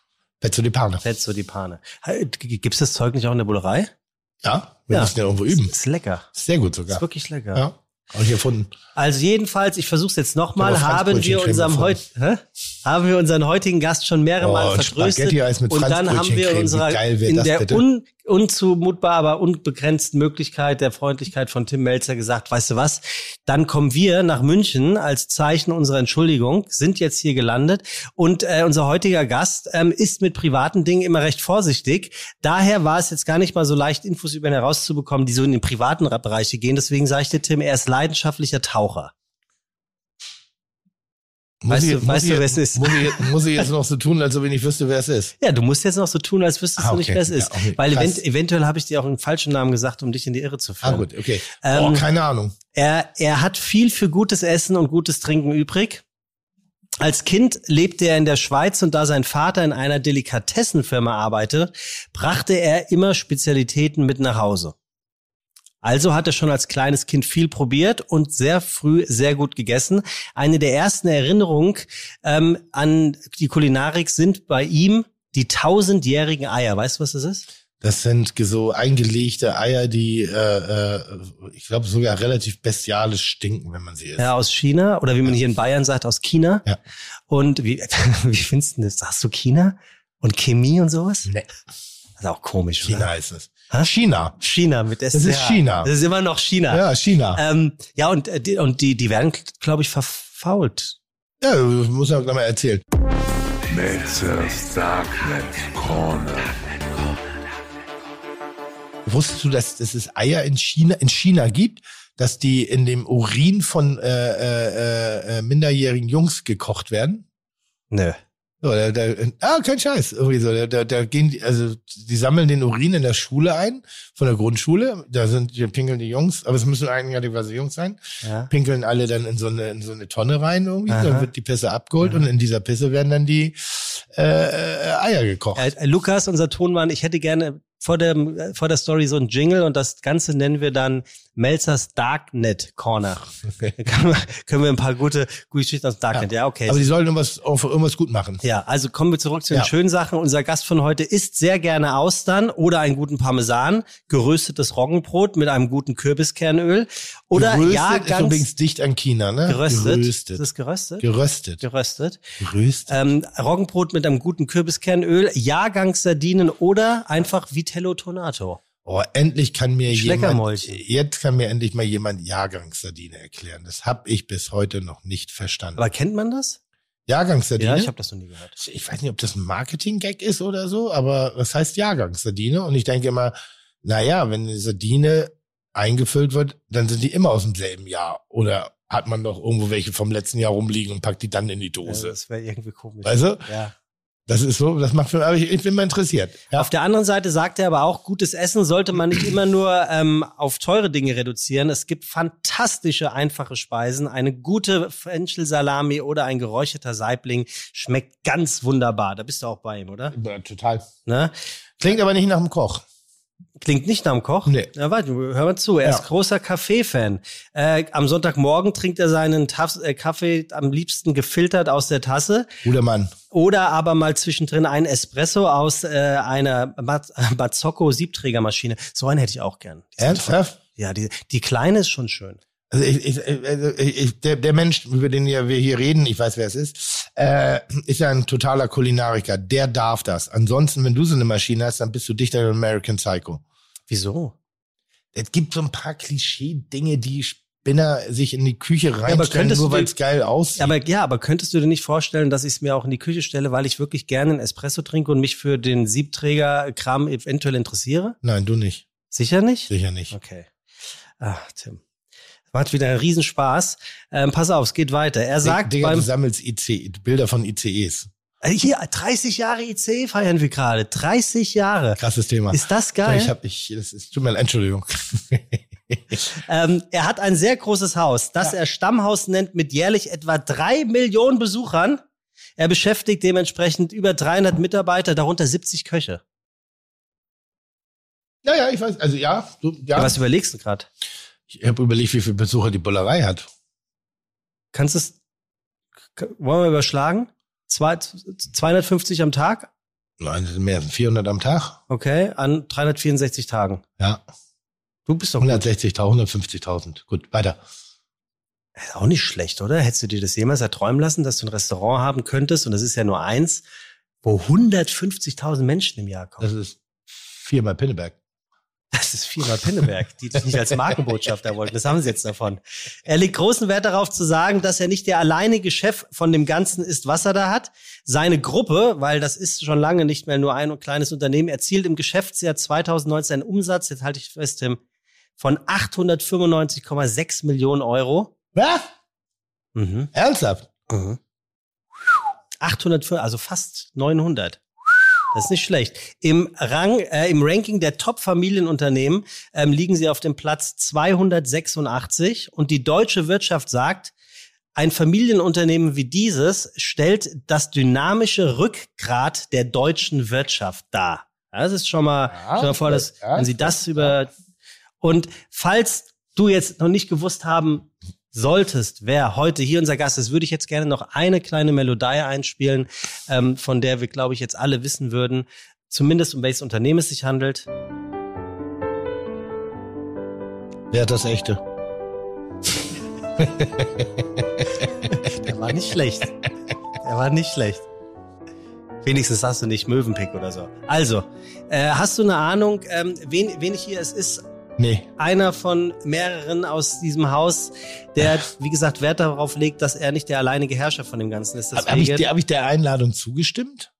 C: Pezzo di Pane.
B: Pezzo di Pane. Gibt's das Zeug nicht auch in der Bullerei?
C: Ja, wir müssen ja irgendwo üben.
B: Ist lecker.
C: Sehr gut sogar.
B: Ist wirklich lecker.
C: Ja. Auch nicht erfunden.
B: Also jedenfalls, ich versuche es jetzt nochmal, haben wir unseren heutigen Gast schon mehrere Mal vertröstet. Und dann haben wir in der unzumutbar, aber unbegrenzten Möglichkeit der Freundlichkeit von Tim Mälzer gesagt, weißt du was, dann kommen wir nach München als Zeichen unserer Entschuldigung, sind jetzt hier gelandet und unser heutiger Gast ist mit privaten Dingen immer recht vorsichtig. Daher war es jetzt gar nicht mal so leicht, Infos über ihn herauszubekommen, die so in den privaten Bereiche gehen. Deswegen sage ich dir, Tim, er ist leidenschaftlicher Taucher. Weißt du, wer es ist?
C: Muss ich jetzt noch so tun, als ob ich nicht wüsste, wer es ist?
B: Ja, du musst jetzt noch so tun, als wüsstest du nicht, wer es ist.
C: Ja, okay.
B: Weil eventuell habe ich dir auch einen falschen Namen gesagt, um dich in die Irre zu führen.
C: Gut, okay. Keine Ahnung.
B: Er hat viel für gutes Essen und gutes Trinken übrig. Als Kind lebte er in der Schweiz und da sein Vater in einer Delikatessenfirma arbeitete, brachte er immer Spezialitäten mit nach Hause. Also hat er schon als kleines Kind viel probiert und sehr früh sehr gut gegessen. Eine der ersten Erinnerungen an die Kulinarik sind bei ihm die 1000-jährigen Eier. Weißt du, was das ist?
C: Das sind so eingelegte Eier, die ich glaube sogar relativ bestialisch stinken, wenn man sie isst.
B: Ja, aus China oder wie man hier in Bayern sagt, aus China.
C: Ja.
B: Und wie findest du das? Sagst du China? Und Chemie und sowas?
C: Nee.
B: Das ist auch komisch,
C: China
B: oder?
C: heißt es. China.
B: China mit SCH.
C: Das ist China.
B: Das ist immer noch China.
C: Ja, China.
B: Ja, und die werden, glaube ich, verfault.
C: Ja, muss ja gleich mal erzählen.
E: Meltzer's Darknet Corner.
C: Wusstest du, dass es Eier in China gibt, dass die in dem Urin von minderjährigen Jungs gekocht werden?
B: Nö.
C: So, kein Scheiß. Irgendwie so. Da gehen die sammeln den Urin in der Schule ein, von der Grundschule. Da pinkeln die Jungs, aber es müssen eigentlich diverse Jungs sein. Ja. Pinkeln alle dann in so eine Tonne rein irgendwie. Aha. Dann wird die Pisse abgeholt und in dieser Pisse werden dann die Eier gekocht.
B: Lukas, unser Tonmann, ich hätte gerne vor der Story so ein Jingle und das Ganze nennen wir dann Meltzer's Darknet Corner. Können wir ein paar gute Geschichten aus dem Darknet. Ja, okay.
C: Aber die sollen irgendwas gut machen.
B: Ja, also kommen wir zurück zu den schönen Sachen. Unser Gast von heute isst sehr gerne Austern oder einen guten Parmesan, geröstetes Roggenbrot mit einem guten Kürbiskernöl oder
C: geröstet ist übrigens dicht an China, ne?
B: Geröstet. Ist das geröstet?
C: Geröstet.
B: Roggenbrot mit einem guten Kürbiskernöl, Jahrgangssardinen oder einfach Vitello Tonato.
C: Oh, endlich kann mir endlich mal jemand Jahrgangssardine erklären. Das habe ich bis heute noch nicht verstanden.
B: Aber kennt man das?
C: Jahrgangssardine?
B: Ja, ich habe das noch nie gehört.
C: Ich weiß nicht, ob das ein Marketing-Gag ist oder so, aber das heißt Jahrgangssardine. Und ich denke immer, naja, wenn eine Sardine eingefüllt wird, dann sind die immer aus demselben Jahr. Oder hat man doch irgendwo welche vom letzten Jahr rumliegen und packt die dann in die Dose?
B: Ja, das wäre irgendwie komisch.
C: Weißt du?
B: Ja.
C: Das ist so, das macht für mich, aber ich bin mal interessiert. Ja.
B: Auf der anderen Seite sagt er aber auch, gutes Essen sollte man nicht immer nur auf teure Dinge reduzieren. Es gibt fantastische, einfache Speisen. Eine gute Fenchelsalami oder ein geräucherter Saibling schmeckt ganz wunderbar. Da bist du auch bei ihm, oder?
C: Ja, total.
B: Ne?
C: Klingt aber nicht nach dem Koch.
B: Klingt nicht nach dem Koch?
C: Nee.
B: Ja, warte, hör mal zu. Er ist großer Kaffee-Fan. Am Sonntagmorgen trinkt er seinen Kaffee am liebsten gefiltert aus der Tasse.
C: Guter Mann.
B: Oder aber mal zwischendrin ein Espresso aus einer Mazzocco Siebträgermaschine. So einen hätte ich auch gern.
C: Ernsthaft?
B: Ja, die kleine ist schon schön.
C: Also der Mensch, über den wir hier reden, ich weiß, wer es ist ja ein totaler Kulinariker. Der darf das. Ansonsten, wenn du so eine Maschine hast, dann bist du dichter American Psycho.
B: Wieso?
C: Es gibt so ein paar Klischee-Dinge, die Spinner sich in die Küche reinstellen, nur weil es geil aussieht.
B: Aber könntest du dir nicht vorstellen, dass ich es mir auch in die Küche stelle, weil ich wirklich gerne einen Espresso trinke und mich für den Siebträger-Kram eventuell interessiere?
C: Nein, du nicht.
B: Sicher nicht?
C: Sicher nicht.
B: Okay. Tim. Macht wieder einen Riesenspaß. Pass auf, es geht weiter. Er sagt
C: Digga, du sammelst Bilder von ICEs.
B: Hier, 30 Jahre ICE feiern wir gerade. 30 Jahre.
C: Krasses Thema.
B: Ist das geil?
C: Tut mir leid, Entschuldigung.
B: Er hat ein sehr großes Haus, das er Stammhaus nennt, mit jährlich etwa 3 Millionen Besuchern. Er beschäftigt dementsprechend über 300 Mitarbeiter, darunter 70 Köche.
C: Ja, ich weiß, also ja.
B: Was überlegst du gerade?
C: Ich habe überlegt, wie viele Besucher die Bullerei hat.
B: Wollen wir überschlagen? 250 am Tag?
C: Nein, das sind mehr als 400 am Tag.
B: Okay, an 364 Tagen.
C: Ja.
B: Du bist doch
C: 160.000, 150.000. Gut, weiter.
B: Ist auch nicht schlecht, oder? Hättest du dir das jemals erträumen lassen, dass du ein Restaurant haben könntest, und das ist ja nur eins, wo 150.000 Menschen im Jahr kommen?
C: Das ist 4-mal Pinneberg.
B: Das ist 4-mal Pinneberg, die dich nicht als Markenbotschafter wollten. Das haben sie jetzt davon. Er legt großen Wert darauf zu sagen, dass er nicht der alleinige Chef von dem Ganzen ist, was er da hat. Seine Gruppe, weil das ist schon lange nicht mehr nur ein kleines Unternehmen, erzielt im Geschäftsjahr 2019 einen Umsatz, jetzt halte ich fest, Tim, von 895,6 Millionen Euro.
C: Was?
B: Mhm.
C: Ernsthaft?
B: Mhm. 800, also fast 900. Das ist nicht schlecht. Im Ranking der Top-Familienunternehmen liegen sie auf dem Platz 286. Und die deutsche Wirtschaft sagt, ein Familienunternehmen wie dieses stellt das dynamische Rückgrat der deutschen Wirtschaft dar. Ja, das ist schon mal vor, dass, wenn sie das über... Und falls du jetzt noch nicht gewusst haben solltest, wer heute hier unser Gast ist, würde ich jetzt gerne noch eine kleine Melodie einspielen, von der wir, glaube ich, jetzt alle wissen würden, zumindest um welches Unternehmen es sich handelt.
C: Wer hat das echte?
B: Der war nicht schlecht. Der war nicht schlecht. Wenigstens hast du nicht Mövenpick oder so. Also, hast du eine Ahnung, wen ich hier es ist?
C: Nee.
B: Einer von mehreren aus diesem Haus, der, wie gesagt, Wert darauf legt, dass er nicht der alleinige Herrscher von dem Ganzen ist.
C: Hab ich der Einladung zugestimmt?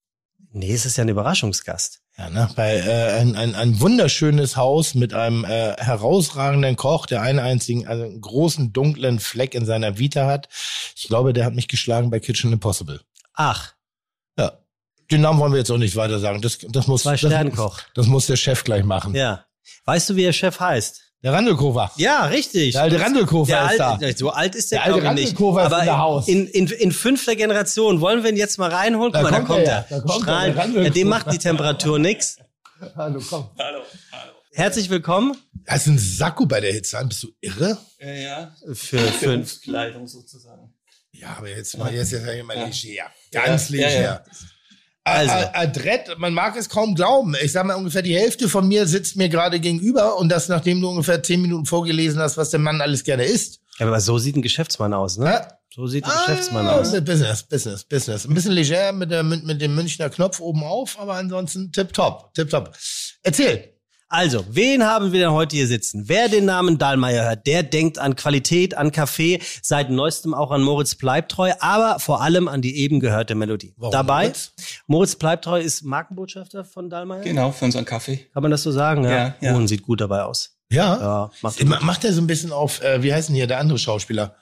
B: Nee, es ist ja ein Überraschungsgast.
C: Ja, ne? Weil ein wunderschönes Haus mit einem herausragenden Koch, der einen großen dunklen Fleck in seiner Vita hat. Ich glaube, der hat mich geschlagen bei Kitchen Impossible.
B: Ach.
C: Ja. Den Namen wollen wir jetzt auch nicht weiter sagen. Das muss
B: Zwei-Sterne-Koch.
C: Das muss der Chef gleich machen.
B: Ja. Weißt du, wie der Chef heißt?
C: Der Randelkofer.
B: Ja, richtig.
C: Der alte Randelkofer ist da.
B: So alt ist der
C: alte
B: glaube ich nicht.
C: Randelkofer ist in der Haus.
B: In 5. Generation. Wollen wir ihn jetzt mal reinholen? Guck mal, da kommt er. Strahlend. Dem macht die Temperatur nix.
C: Hallo, komm.
E: Hallo.
B: Herzlich willkommen.
C: Hast du einen Sakko bei der Hitze an? Bist du irre?
E: Ja.
B: Für
E: Kleidung sozusagen.
C: Ja, aber jetzt ja immer leger. Ganz leger.
E: Ja.
B: Also.
C: Adrett, man mag es kaum glauben. Ich sag mal, ungefähr die Hälfte von mir sitzt mir gerade gegenüber, und das, nachdem du ungefähr 10 Minuten vorgelesen hast, was der Mann alles gerne isst.
B: Ja, aber so sieht ein Geschäftsmann aus, ne?
C: Ja.
B: So sieht ein Geschäftsmann aus.
C: Business. Ein bisschen leger mit dem Münchner Knopf oben auf, aber ansonsten tipptopp. Erzähl.
B: Also, wen haben wir denn heute hier sitzen? Wer den Namen Dallmayr hört, der denkt an Qualität, an Kaffee, seit neuestem auch an Moritz Bleibtreu, aber vor allem an die eben gehörte Melodie.
C: Warum
B: dabei, Moritz Bleibtreu ist Markenbotschafter von Dallmayr.
E: Genau, für unseren Kaffee.
B: Kann man das so sagen?
E: Ja.
B: Und sieht gut dabei aus.
C: Ja.
B: Macht
C: er so ein bisschen auf, wie heißt denn hier der andere Schauspieler?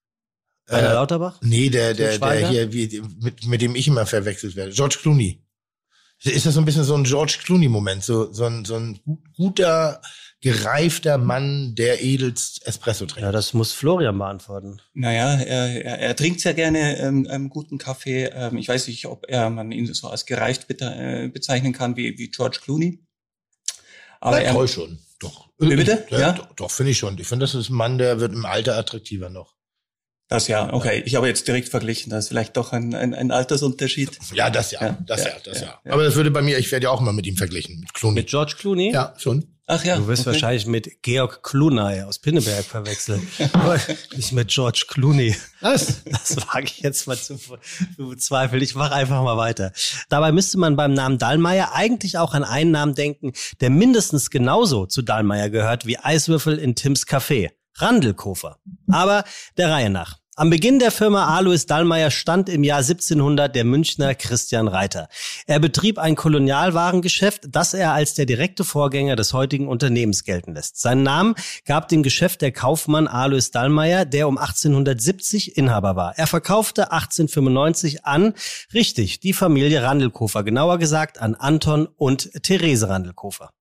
B: Rainer Lauterbach?
C: Nee, der hier, mit dem ich immer verwechselt werde. George Clooney. Ist das so ein bisschen so ein George Clooney-Moment? So ein guter, gereifter Mann, der edelst Espresso trinkt.
B: Ja, das muss Florian beantworten.
E: Naja, er trinkt sehr gerne guten Kaffee. Ich weiß nicht, ob man ihn so als gereift bezeichnen kann wie George Clooney. Aber
C: er schon. Doch.
E: Wie bitte? Ja?
C: Doch, finde ich schon. Ich finde, das ist ein Mann, der wird im Alter attraktiver noch.
E: Das ja, okay. Ich habe jetzt direkt verglichen. Das ist vielleicht doch ein Altersunterschied.
C: Ja, das ja. Aber das würde bei mir, ich werde ja auch mal mit ihm verglichen, mit Clooney.
B: Mit George Clooney?
C: Ja, schon.
E: Ach ja.
B: Du wirst wahrscheinlich mit Georg Clooney aus Pinneberg verwechseln. Nicht mit George Clooney.
C: Was?
B: Das wage ich jetzt mal zu bezweifeln. Ich mache einfach mal weiter. Dabei müsste man beim Namen Dallmayr eigentlich auch an einen Namen denken, der mindestens genauso zu Dallmayr gehört wie Eiswürfel in Tims Café. Randelkofer. Aber der Reihe nach. Am Beginn der Firma Alois Dallmayr stand im Jahr 1700 der Münchner Christian Reiter. Er betrieb ein Kolonialwarengeschäft, das er als der direkte Vorgänger des heutigen Unternehmens gelten lässt. Seinen Namen gab dem Geschäft der Kaufmann Alois Dallmayr, der um 1870 Inhaber war. Er verkaufte 1895 an, die Familie Randelkofer, genauer gesagt an Anton und Therese Randelkofer.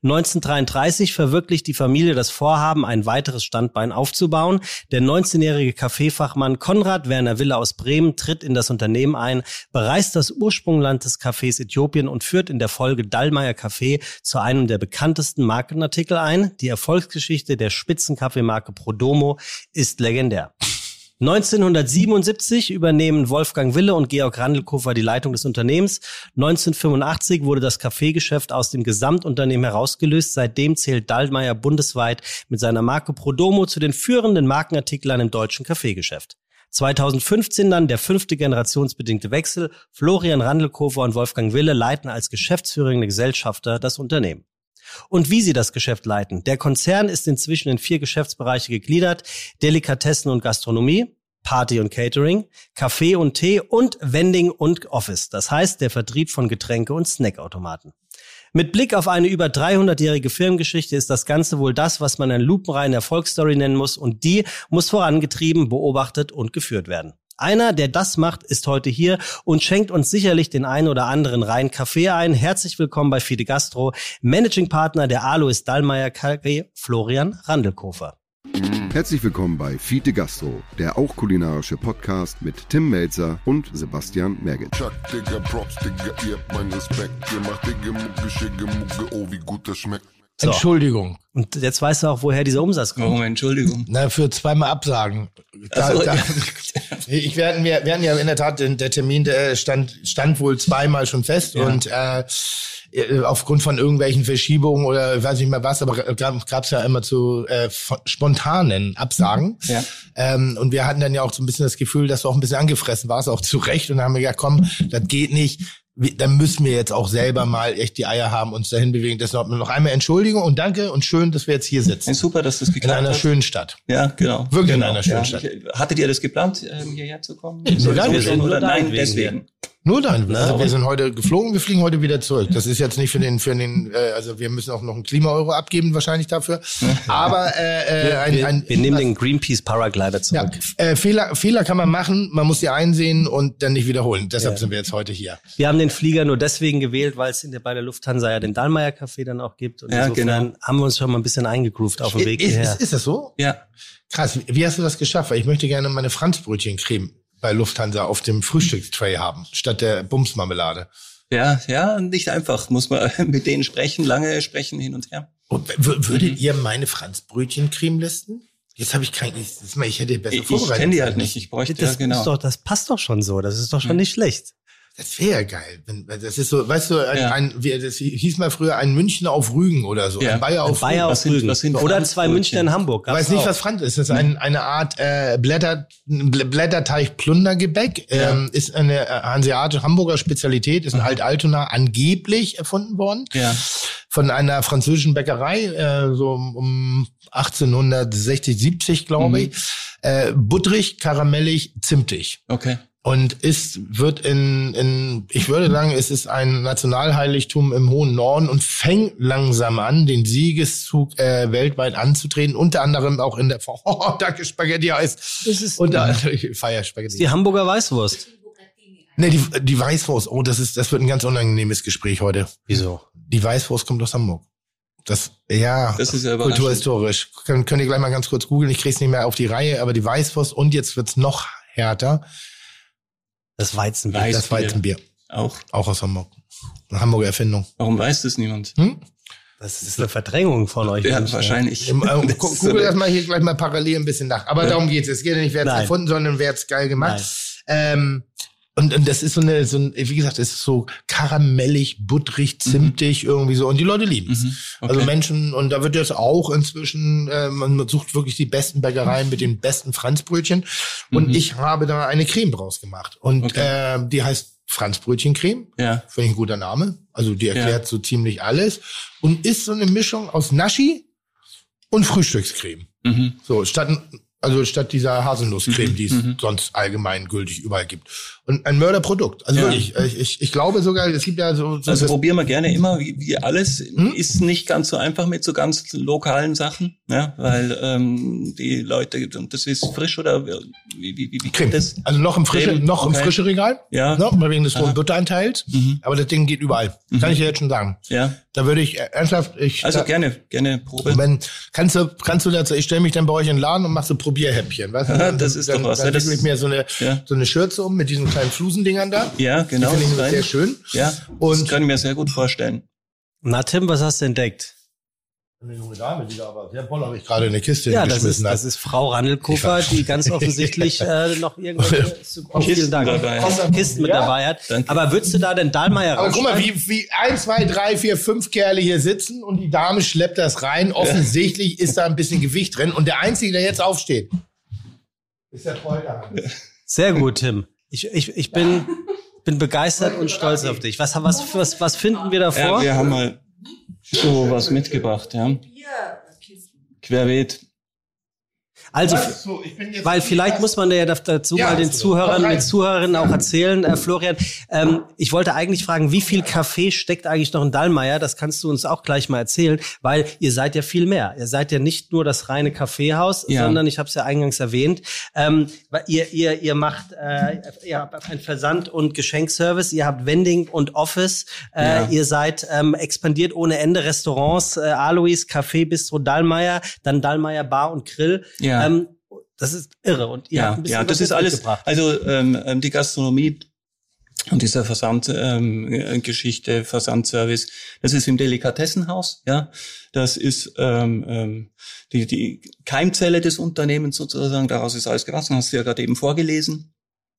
B: 1933 verwirklicht die Familie das Vorhaben, ein weiteres Standbein aufzubauen. Der 19-jährige Kaffeefachmann Konrad Werner Wille aus Bremen tritt in das Unternehmen ein, bereist das Ursprungsland des Kaffees Äthiopien und führt in der Folge Dallmayr Kaffee zu einem der bekanntesten Markenartikel ein. Die Erfolgsgeschichte der Spitzenkaffeemarke Prodomo ist legendär. 1977 übernehmen Wolfgang Wille und Georg Randelkofer die Leitung des Unternehmens. 1985 wurde das Kaffeegeschäft aus dem Gesamtunternehmen herausgelöst. Seitdem zählt Dallmayr bundesweit mit seiner Marke Prodomo zu den führenden Markenartiklern im deutschen Kaffeegeschäft. 2015 dann der 5. generationsbedingte Wechsel. Florian Randelkofer und Wolfgang Wille leiten als geschäftsführende Gesellschafter das Unternehmen. Und wie sie das Geschäft leiten. Der Konzern ist inzwischen in 4 Geschäftsbereiche gegliedert: Delikatessen und Gastronomie, Party und Catering, Kaffee und Tee und Vending und Office. Das heißt, der Vertrieb von Getränke- und Snackautomaten. Mit Blick auf eine über 300-jährige Firmengeschichte ist das Ganze wohl das, was man eine lupenreine Erfolgsstory nennen muss, und die muss vorangetrieben, beobachtet und geführt werden. Einer, der das macht, ist heute hier und schenkt uns sicherlich den einen oder anderen reinen Kaffee ein. Herzlich willkommen bei Fide Gastro, Managing Partner der Alois Dallmayr KG, Florian Randelkofer.
A: Herzlich willkommen bei Fide Gastro, der auch kulinarische Podcast mit Tim Mälzer und Sebastian Merget.
F: Chuck, Digga, Props, Digga, ihr habt meinen Respekt. Ihr macht Digga, Mucke, Schicke, Mucke, oh, wie gut das schmeckt.
C: So. Entschuldigung.
B: Und jetzt weißt du auch, woher dieser Umsatz kommt.
E: Warum Entschuldigung?
C: Na, für zweimal Absagen. Wir hatten ja in der Tat, der Termin der stand wohl zweimal schon fest, ja. Und aufgrund von irgendwelchen Verschiebungen oder weiß nicht mehr was, aber gab's ja immer zu spontanen Absagen. Ja. Und wir hatten dann ja auch so ein bisschen das Gefühl, dass du auch ein bisschen angefressen warst, auch zu Recht, und dann haben wir gesagt, komm, das geht nicht. Dann müssen wir jetzt auch selber mal echt die Eier haben, uns dahin bewegen. Das noch einmal Entschuldigung und danke und schön, dass wir jetzt hier sitzen.
E: Super, dass das geklappt hat.
C: In einer schönen Stadt.
E: Ja, genau.
C: Wirklich in einer schönen Stadt.
E: Hattet ihr das geplant, hierher zu kommen?
B: Nein,
E: deswegen.
C: Nur dann. Also wir sind heute geflogen, wir fliegen heute wieder zurück. Das ist jetzt nicht für den, also wir müssen auch noch einen Klima-Euro abgeben wahrscheinlich dafür. Aber
B: wir nehmen den Greenpeace Paraglider zurück.
C: Ja, Fehler kann man machen, man muss sie einsehen und dann nicht wiederholen. Deshalb sind wir jetzt heute hier.
B: Wir haben den Flieger nur deswegen gewählt, weil es bei der Lufthansa ja den Dallmayr Café dann auch gibt. Und insofern haben wir uns schon mal ein bisschen eingegroovt auf dem Weg hierher.
C: Ist das so?
E: Ja.
C: Krass. Wie hast du das geschafft? Weil ich möchte gerne meine Franzbrötchencreme bei Lufthansa auf dem Frühstückstray haben, statt der Bumsmarmelade.
E: Ja, nicht einfach. Muss man mit denen sprechen, lange sprechen, hin und her.
C: Und würdet ihr meine Franzbrötchencreme listen? Jetzt habe ich ich hätte besser vorbereitet.
E: Ich kenne die halt nicht. Ich bräuchte
B: das passt doch schon so. Das ist doch schon nicht schlecht.
C: Das wäre geil. Das ist so, weißt du, das hieß mal früher ein Münchner auf Rügen oder so.
B: Ja.
C: Ein Bayer auf
B: Rügen. Oder 2 Münchner in Hamburg.
C: Ich weiß nicht, was Franz ist. Das ist eine Art Blätterteig-Plundergebäck. Ja. Ist eine hanseatische Hamburger Spezialität. Ist in Alt-Altona angeblich erfunden worden. Ja. Von einer französischen Bäckerei, so um 1860, 70, glaube ich. Butterig, karamellig, zimtig.
E: Okay.
C: Und wird ich würde sagen, es ist ein Nationalheiligtum im hohen Norden und fängt langsam an, den Siegeszug weltweit anzutreten, unter anderem auch in der danke, Spaghetti Eis. Ich feiere Spaghetti.
B: Die Hamburger Weißwurst.
C: Nee, die Weißwurst. Oh, das wird ein ganz unangenehmes Gespräch heute.
B: Wieso?
C: Die Weißwurst kommt aus Hamburg. Das ist ja kulturhistorisch. Könnt ihr gleich mal ganz kurz googeln. Ich krieg's nicht mehr auf die Reihe, aber die Weißwurst, und jetzt wird's noch härter.
B: Das Weizenbier.
C: Das Weizenbier. Auch aus Hamburg. Eine Hamburger Erfindung.
E: Warum weiß das niemand?
B: Das ist eine Verdrängung von euch.
E: Ja, wahrscheinlich.
C: Google das mal hier gleich mal parallel ein bisschen nach. Aber darum geht's. Es geht ja nicht, wer hat's erfunden, sondern wer hat's geil gemacht. Und das ist wie gesagt, es ist so karamellig, butterig, zimtig, irgendwie so. Und die Leute lieben es. Okay. Also Menschen, und da wird jetzt auch inzwischen, man sucht wirklich die besten Bäckereien mit den besten Franzbrötchen. Und ich habe da eine Creme draus gemacht. Und die heißt Franzbrötchencreme. Ja. Finde ich ein guter Name. Also die erklärt so ziemlich alles. Und ist so eine Mischung aus Naschi und Frühstückscreme. So, statt dieser Haselnusscreme, die es sonst allgemein gültig überall gibt. Und ein Mörderprodukt. Also wirklich, ich glaube sogar, es gibt ja so
E: also probieren wir gerne immer, wie alles. Ist nicht ganz so einfach mit so ganz lokalen Sachen, ja, weil die Leute, das ist frisch oder wie
C: Creme. Das? Also noch im frischen Regal. Ja. Mal wegen des hohen Butteranteils. Aber das Ding geht überall. Kann ich dir jetzt schon sagen. Ja. Da würde ich ernsthaft,
E: gerne Probe.
C: Kannst du dazu, ich stelle mich dann bei euch in den Laden und mach so Probierhäppchen, weißt du?
E: Das ist doch was.
C: Dann wickel ich mir so eine Schürze um mit diesen kleinen Flusendingern da.
E: Ja, genau.
C: Die finde ich sehr schön.
E: Ja, und das kann ich mir sehr gut vorstellen.
B: Na Tim, was hast du entdeckt?
C: Eine junge Dame, die da aber sehr voll habe ich gerade eine Kiste hingeschmissen.
B: Das ist Frau Randelkofer, die ganz offensichtlich noch irgendwelche Kisten mit dabei hat. Danke. Aber würdest du da denn Dahlmeier
C: Aber guck mal, wie 1, 2, 3, 4, 5 Kerle hier sitzen und die Dame schleppt das rein. Offensichtlich ist da ein bisschen Gewicht drin. Und der Einzige, der jetzt aufsteht, ist der Treuhand.
B: Sehr gut, Tim. Ich bin begeistert und stolz auf dich. Was finden wir davor?
E: Ja, wir haben mal so was mitgebracht, ja. Querbeet.
B: Also, weil vielleicht muss man ja dazu mal den Zuhörern und den Zuhörerinnen auch erzählen, Florian, ich wollte eigentlich fragen, wie viel Kaffee steckt eigentlich noch in Dahlmeier? Das kannst du uns auch gleich mal erzählen, weil ihr seid ja viel mehr. Ihr seid ja nicht nur das reine Kaffeehaus, sondern, ich habe es ja eingangs erwähnt, ihr macht ihr habt einen Versand- und Geschenkservice, ihr habt Vending und Office, ihr seid expandiert ohne Ende, Restaurants, Alois, Café, Bistro, Dahlmeier, dann Dahlmeier Bar und Grill.
E: Ja.
B: Das ist irre. Und ihr habt ein bisschen
E: das ist alles. Also die Gastronomie und dieser Versandgeschichte, Versandservice, das ist im Delikatessenhaus. Ja, das ist die Keimzelle des Unternehmens sozusagen. Daraus ist alles gewachsen. Hast du ja gerade eben vorgelesen.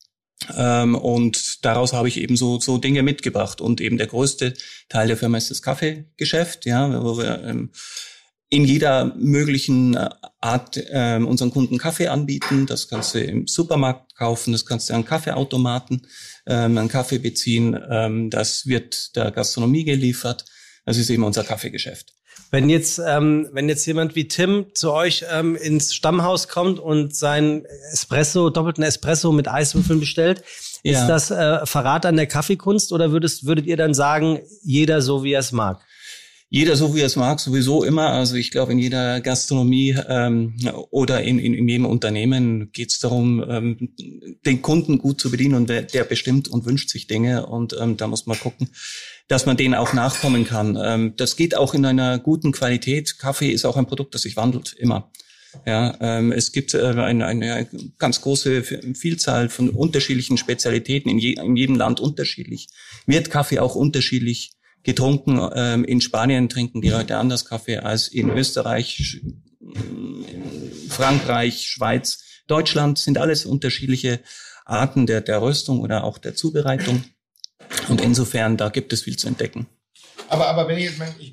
E: Und daraus habe ich eben so Dinge mitgebracht. Und eben der größte Teil der Firma ist das Kaffeegeschäft. Ja, wo wir in jeder möglichen Art unseren Kunden Kaffee anbieten. Das kannst du im Supermarkt kaufen, das kannst du an Kaffeeautomaten, einen Kaffee beziehen. Das wird der Gastronomie geliefert. Das ist eben unser Kaffeegeschäft.
B: Wenn jetzt jemand wie Tim zu euch ins Stammhaus kommt und seinen doppelten Espresso mit Eiswürfeln bestellt, ist das Verrat an der Kaffeekunst oder würdet ihr dann sagen, jeder so wie er es mag?
E: Jeder so, wie er es mag, sowieso immer. Also ich glaube, in jeder Gastronomie oder in jedem Unternehmen geht es darum, den Kunden gut zu bedienen. Und der bestimmt und wünscht sich Dinge. Und da muss man gucken, dass man denen auch nachkommen kann. Das geht auch in einer guten Qualität. Kaffee ist auch ein Produkt, das sich wandelt, immer. Ja, es gibt eine ganz große Vielzahl von unterschiedlichen Spezialitäten, in jedem Land unterschiedlich. Wird Kaffee auch unterschiedlich getrunken. In Spanien trinken die Leute anders Kaffee als in Österreich, Frankreich, Schweiz, Deutschland. Sind alles unterschiedliche Arten der Röstung oder auch der Zubereitung. Und insofern, da gibt es viel zu entdecken.
C: Aber wenn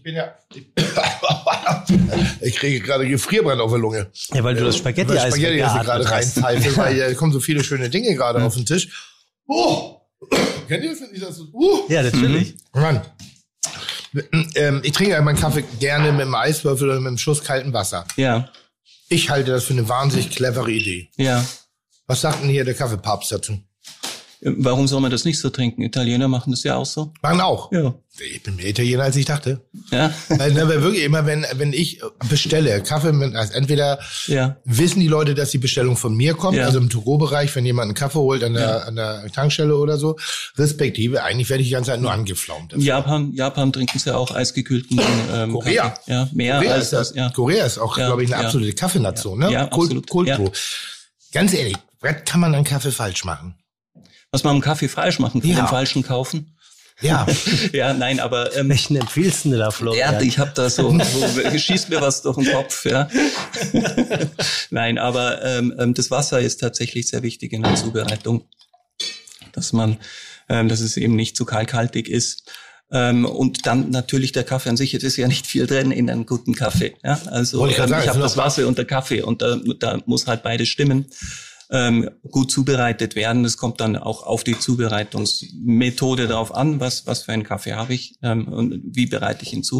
C: ich kriege gerade Gefrierbrand auf der Lunge.
B: Ja, weil du das Spaghetti-Eis
C: gerade reinpfeife, weil hier kommen so viele schöne Dinge gerade auf den Tisch. Kennt ihr das?
B: Ja, natürlich.
C: Mann. Ich trinke meinen Kaffee gerne mit einem Eiswürfel oder mit einem Schuss kaltem Wasser.
E: Ja.
C: Ich halte das für eine wahnsinnig clevere Idee.
E: Ja.
C: Was sagt denn hier der Kaffeepapst dazu?
E: Warum soll man das nicht so trinken? Italiener machen das ja auch so.
C: Machen auch?
E: Ja.
C: Ich bin mehr Italiener, als ich dachte.
E: Ja.
C: Weil wirklich immer, wenn ich bestelle, Kaffee, also entweder wissen die Leute, dass die Bestellung von mir kommt, also im To-Go-Bereich, wenn jemand einen Kaffee holt an der Tankstelle oder so, respektive, eigentlich werde ich die ganze Zeit nur angeflaumt.
E: In Japan trinken sie auch eisgekühlten
C: Korea.
E: Kaffee. Ja, mehr
C: Korea
E: als das. Ja.
C: Korea ist auch, glaube ich, eine absolute Kaffeenation, ne?
E: Ja, absolut.
C: Kultur. Ja. Ganz ehrlich, was kann man an Kaffee falsch machen?
E: Was man am Kaffee falsch machen kann, den falschen kaufen.
C: Ja.
E: Ja, nein, aber
B: welchen empfiehlst du da, Florian?
E: Ja, ich habe da so schießt mir was durch den Kopf, ja. Nein, aber das Wasser ist tatsächlich sehr wichtig in der Zubereitung, dass es eben nicht zu kalkhaltig ist. Und dann natürlich der Kaffee an sich, es ist ja nicht viel drin in einem guten Kaffee. Ja? Also ich habe das Wasser und der Kaffee und da muss halt beides stimmen. Gut zubereitet werden. Das kommt dann auch auf die Zubereitungsmethode drauf an, was für einen Kaffee habe ich und wie bereite ich ihn zu.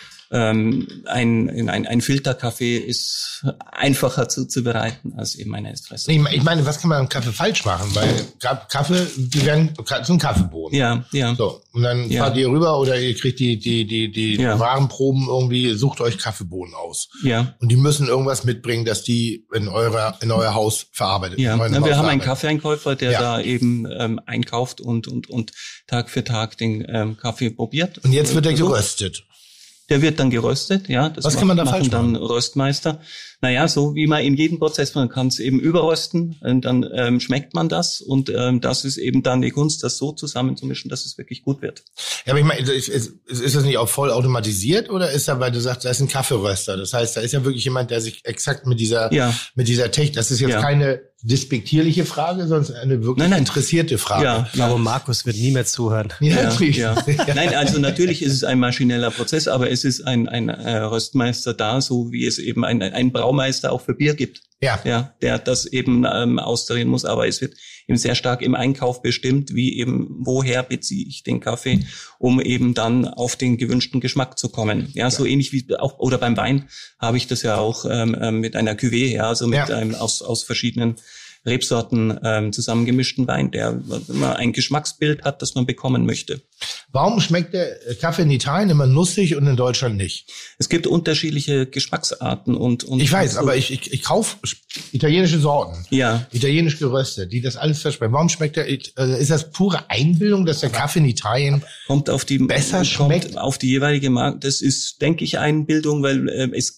E: Ein Filterkaffee ist einfacher zuzubereiten als eben ein Espresso.
C: Ich meine, was kann man am Kaffee falsch machen? Weil Kaffee, die werden zum Kaffeebohnen.
E: Ja.
C: So. Und dann fahrt ihr rüber oder ihr kriegt die Warenproben irgendwie, sucht euch Kaffeebohnen aus.
E: Ja.
C: Und die müssen irgendwas mitbringen, dass die in euer Haus verarbeitet
E: werden. Ja. Wir haben einen Kaffeeeinkäufer, der da eben einkauft und Tag für Tag den Kaffee probiert.
C: Und jetzt wird er geröstet.
E: Der wird dann geröstet, ja.
C: Was kann man da falsch machen?
E: Dann Röstmeister. Naja, so wie man in jedem Prozess, man kann es eben überrösten, und dann schmeckt man das und das ist eben dann die Kunst, das so zusammenzumischen, dass es wirklich gut wird.
C: Ja, aber ich meine, ist das nicht auch voll automatisiert oder ist da, weil du sagst, da ist ein Kaffeeröster, das heißt, da ist ja wirklich jemand, der sich exakt mit dieser Technik, das ist jetzt keine despektierliche Frage, sondern eine wirklich interessierte Frage.
B: Ja, aber Markus wird nie mehr zuhören.
E: Nein, also natürlich ist es ein maschineller Prozess, aber es ist ein Röstmeister da, so wie es eben ein Braumeister auch für Bier gibt. Ja, der das eben austarieren muss, aber es wird eben sehr stark im Einkauf bestimmt, wie eben, woher beziehe ich den Kaffee, um eben dann auf den gewünschten Geschmack zu kommen. Ja, so ähnlich wie auch, oder beim Wein habe ich das ja auch mit einer Cuvée, also mit einem aus verschiedenen Rebsorten zusammengemischten Wein, der immer ein Geschmacksbild hat, das man bekommen möchte.
C: Warum schmeckt der Kaffee in Italien immer nussig und in Deutschland nicht?
E: Es gibt unterschiedliche Geschmacksarten und
C: ich weiß, aber ich kaufe italienische Sorten, italienisch geröstet, die das alles versprechen. Warum schmeckt der? Ist das pure Einbildung, dass der Kaffee in Italien besser schmeckt?
E: Kommt auf die jeweilige Marke. Das ist, denke ich, Einbildung, weil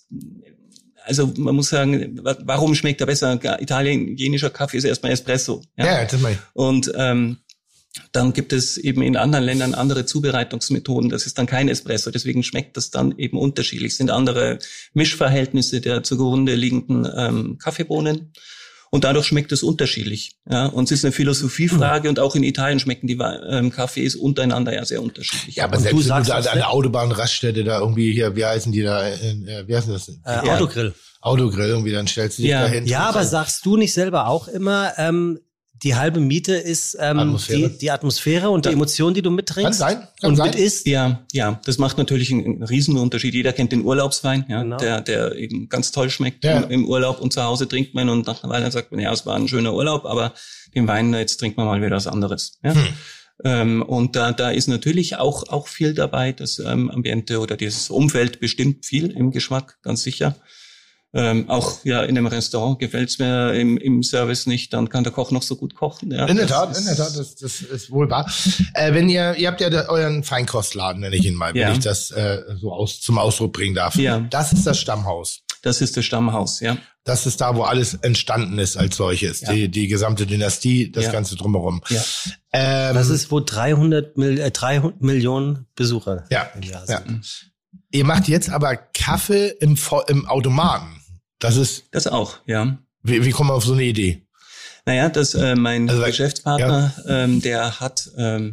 E: also man muss sagen, warum schmeckt er besser? Italienischer Kaffee ist erstmal Espresso.
C: Ja, das meine ich.
E: Und dann gibt es eben in anderen Ländern andere Zubereitungsmethoden. Das ist dann kein Espresso. Deswegen schmeckt das dann eben unterschiedlich. Es sind andere Mischverhältnisse der zugrunde liegenden Kaffeebohnen. Und dadurch schmeckt es unterschiedlich. Ja, und es ist eine Philosophiefrage und auch in Italien schmecken die Kaffees untereinander ja sehr unterschiedlich.
C: Ja, aber und selbst wenn du da an der Autobahnraststätte da irgendwie hier, wie heißen die da, wie heißen das? Autogrill, irgendwie, dann stellst du dich da hin.
B: Ja, aber sagst du nicht selber auch immer, die halbe Miete ist die Atmosphäre und die Emotion, die du mittrinkst?
C: Kann sein.
B: Mit isst?
E: Ja, das macht natürlich einen Riesenunterschied. Jeder kennt den Urlaubswein, der eben ganz toll schmeckt im Urlaub, und zu Hause trinkt man und nach einer Weile sagt man, es war ein schöner Urlaub, aber den Wein, jetzt trinkt man mal wieder was anderes. Ja? Und da ist natürlich auch viel dabei, das Ambiente oder dieses Umfeld bestimmt viel im Geschmack, ganz sicher. Auch in einem Restaurant gefällt's mir im Service nicht, dann kann der Koch noch so gut kochen. Ja.
C: In der Tat, das ist wohl wahr. Wenn ihr habt ja euren Feinkostladen, nenne ich ihn mal, wenn ich das zum Ausdruck bringen darf. Ja. Das ist das Stammhaus.
E: Das ist das Stammhaus, ja.
C: Das ist da, wo alles entstanden ist als solches. Ja. Die gesamte Dynastie, das Ganze drumherum.
B: Ja. Das ist, wo 300 Millionen Besucher im Jahr sind.
C: Ja. Ihr macht jetzt aber Kaffee im Automaten. Das auch, ja. Wie kommen wir auf so eine Idee?
E: Naja, mein Geschäftspartner, der hat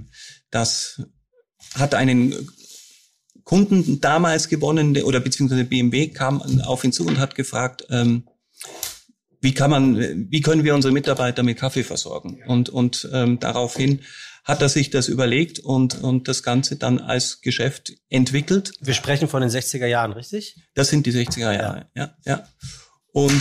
E: einen Kunden damals gewonnen, oder beziehungsweise BMW kam auf ihn zu und hat gefragt, wie können wir unsere Mitarbeiter mit Kaffee versorgen? Und daraufhin hat er sich das überlegt und das Ganze dann als Geschäft entwickelt.
B: Wir sprechen von den 60er Jahren, richtig?
E: Das sind die 60er Jahre, ja. Und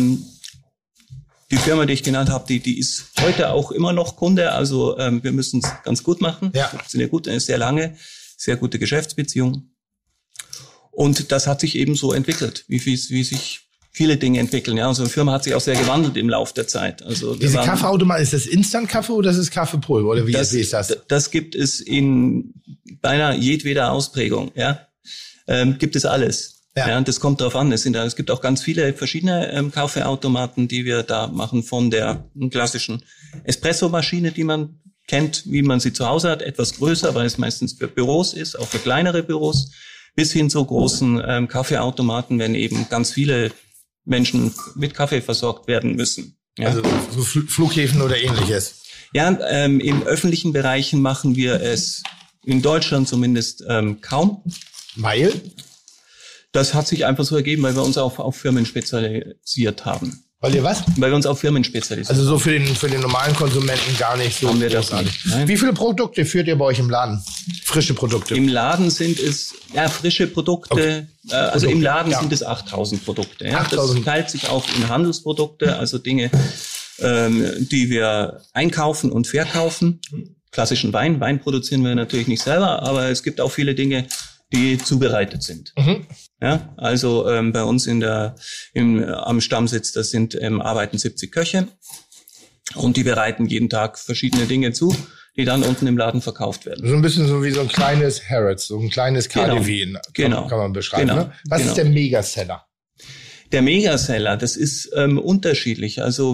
E: die Firma, die ich genannt habe, die ist heute auch immer noch Kunde. Also wir müssen es ganz gut machen. Ja. Eine sehr lange, sehr gute Geschäftsbeziehung. Und das hat sich eben so entwickelt, wie sich viele Dinge entwickeln. Ja, unsere Firma hat sich auch sehr gewandelt im Laufe der Zeit. Also
C: diese Kaffeeautomaten, ist das Instant-Kaffee oder ist es Kaffeepulver? Oder wie ist das?
E: Das gibt es in beinahe jedweder Ausprägung. Ja, gibt es alles. Ja, das kommt darauf an. Es gibt auch ganz viele verschiedene Kaffeeautomaten, die wir da machen, von der klassischen Espresso-Maschine, die man kennt, wie man sie zu Hause hat, etwas größer, weil es meistens für Büros ist, auch für kleinere Büros, bis hin zu großen Kaffeeautomaten, wenn eben ganz viele Menschen mit Kaffee versorgt werden müssen. Ja.
C: Also so Flughäfen oder ähnliches.
E: Ja, in öffentlichen Bereichen machen wir es in Deutschland zumindest kaum.
C: Weil?
E: Das hat sich einfach so ergeben, weil wir uns auf Firmen spezialisiert haben.
C: Weil ihr was?
E: Weil wir uns auf Firmen spezialisiert haben.
C: Also so für den normalen Konsumenten gar nicht so.
E: Haben wir das nicht.
C: Nein. Wie viele Produkte führt ihr bei euch im Laden? Frische Produkte?
E: Im Laden sind es frische Produkte. Okay. Also im Laden sind es 8.000 Produkte. Ja. 8.000. Das teilt sich auf in Handelsprodukte, also Dinge, die wir einkaufen und verkaufen. Klassischen Wein produzieren wir natürlich nicht selber, aber es gibt auch viele Dinge, die zubereitet sind. Mhm. Ja, also bei uns am Stammsitz, das arbeiten 70 Köche und die bereiten jeden Tag verschiedene Dinge zu, die dann unten im Laden verkauft werden.
C: So ein bisschen so wie so ein kleines Harrods, so ein kleines KaDeWe, kann man beschreiben. Genau. Ne? Was ist der Megaseller?
E: Der Megaseller, das ist unterschiedlich. Also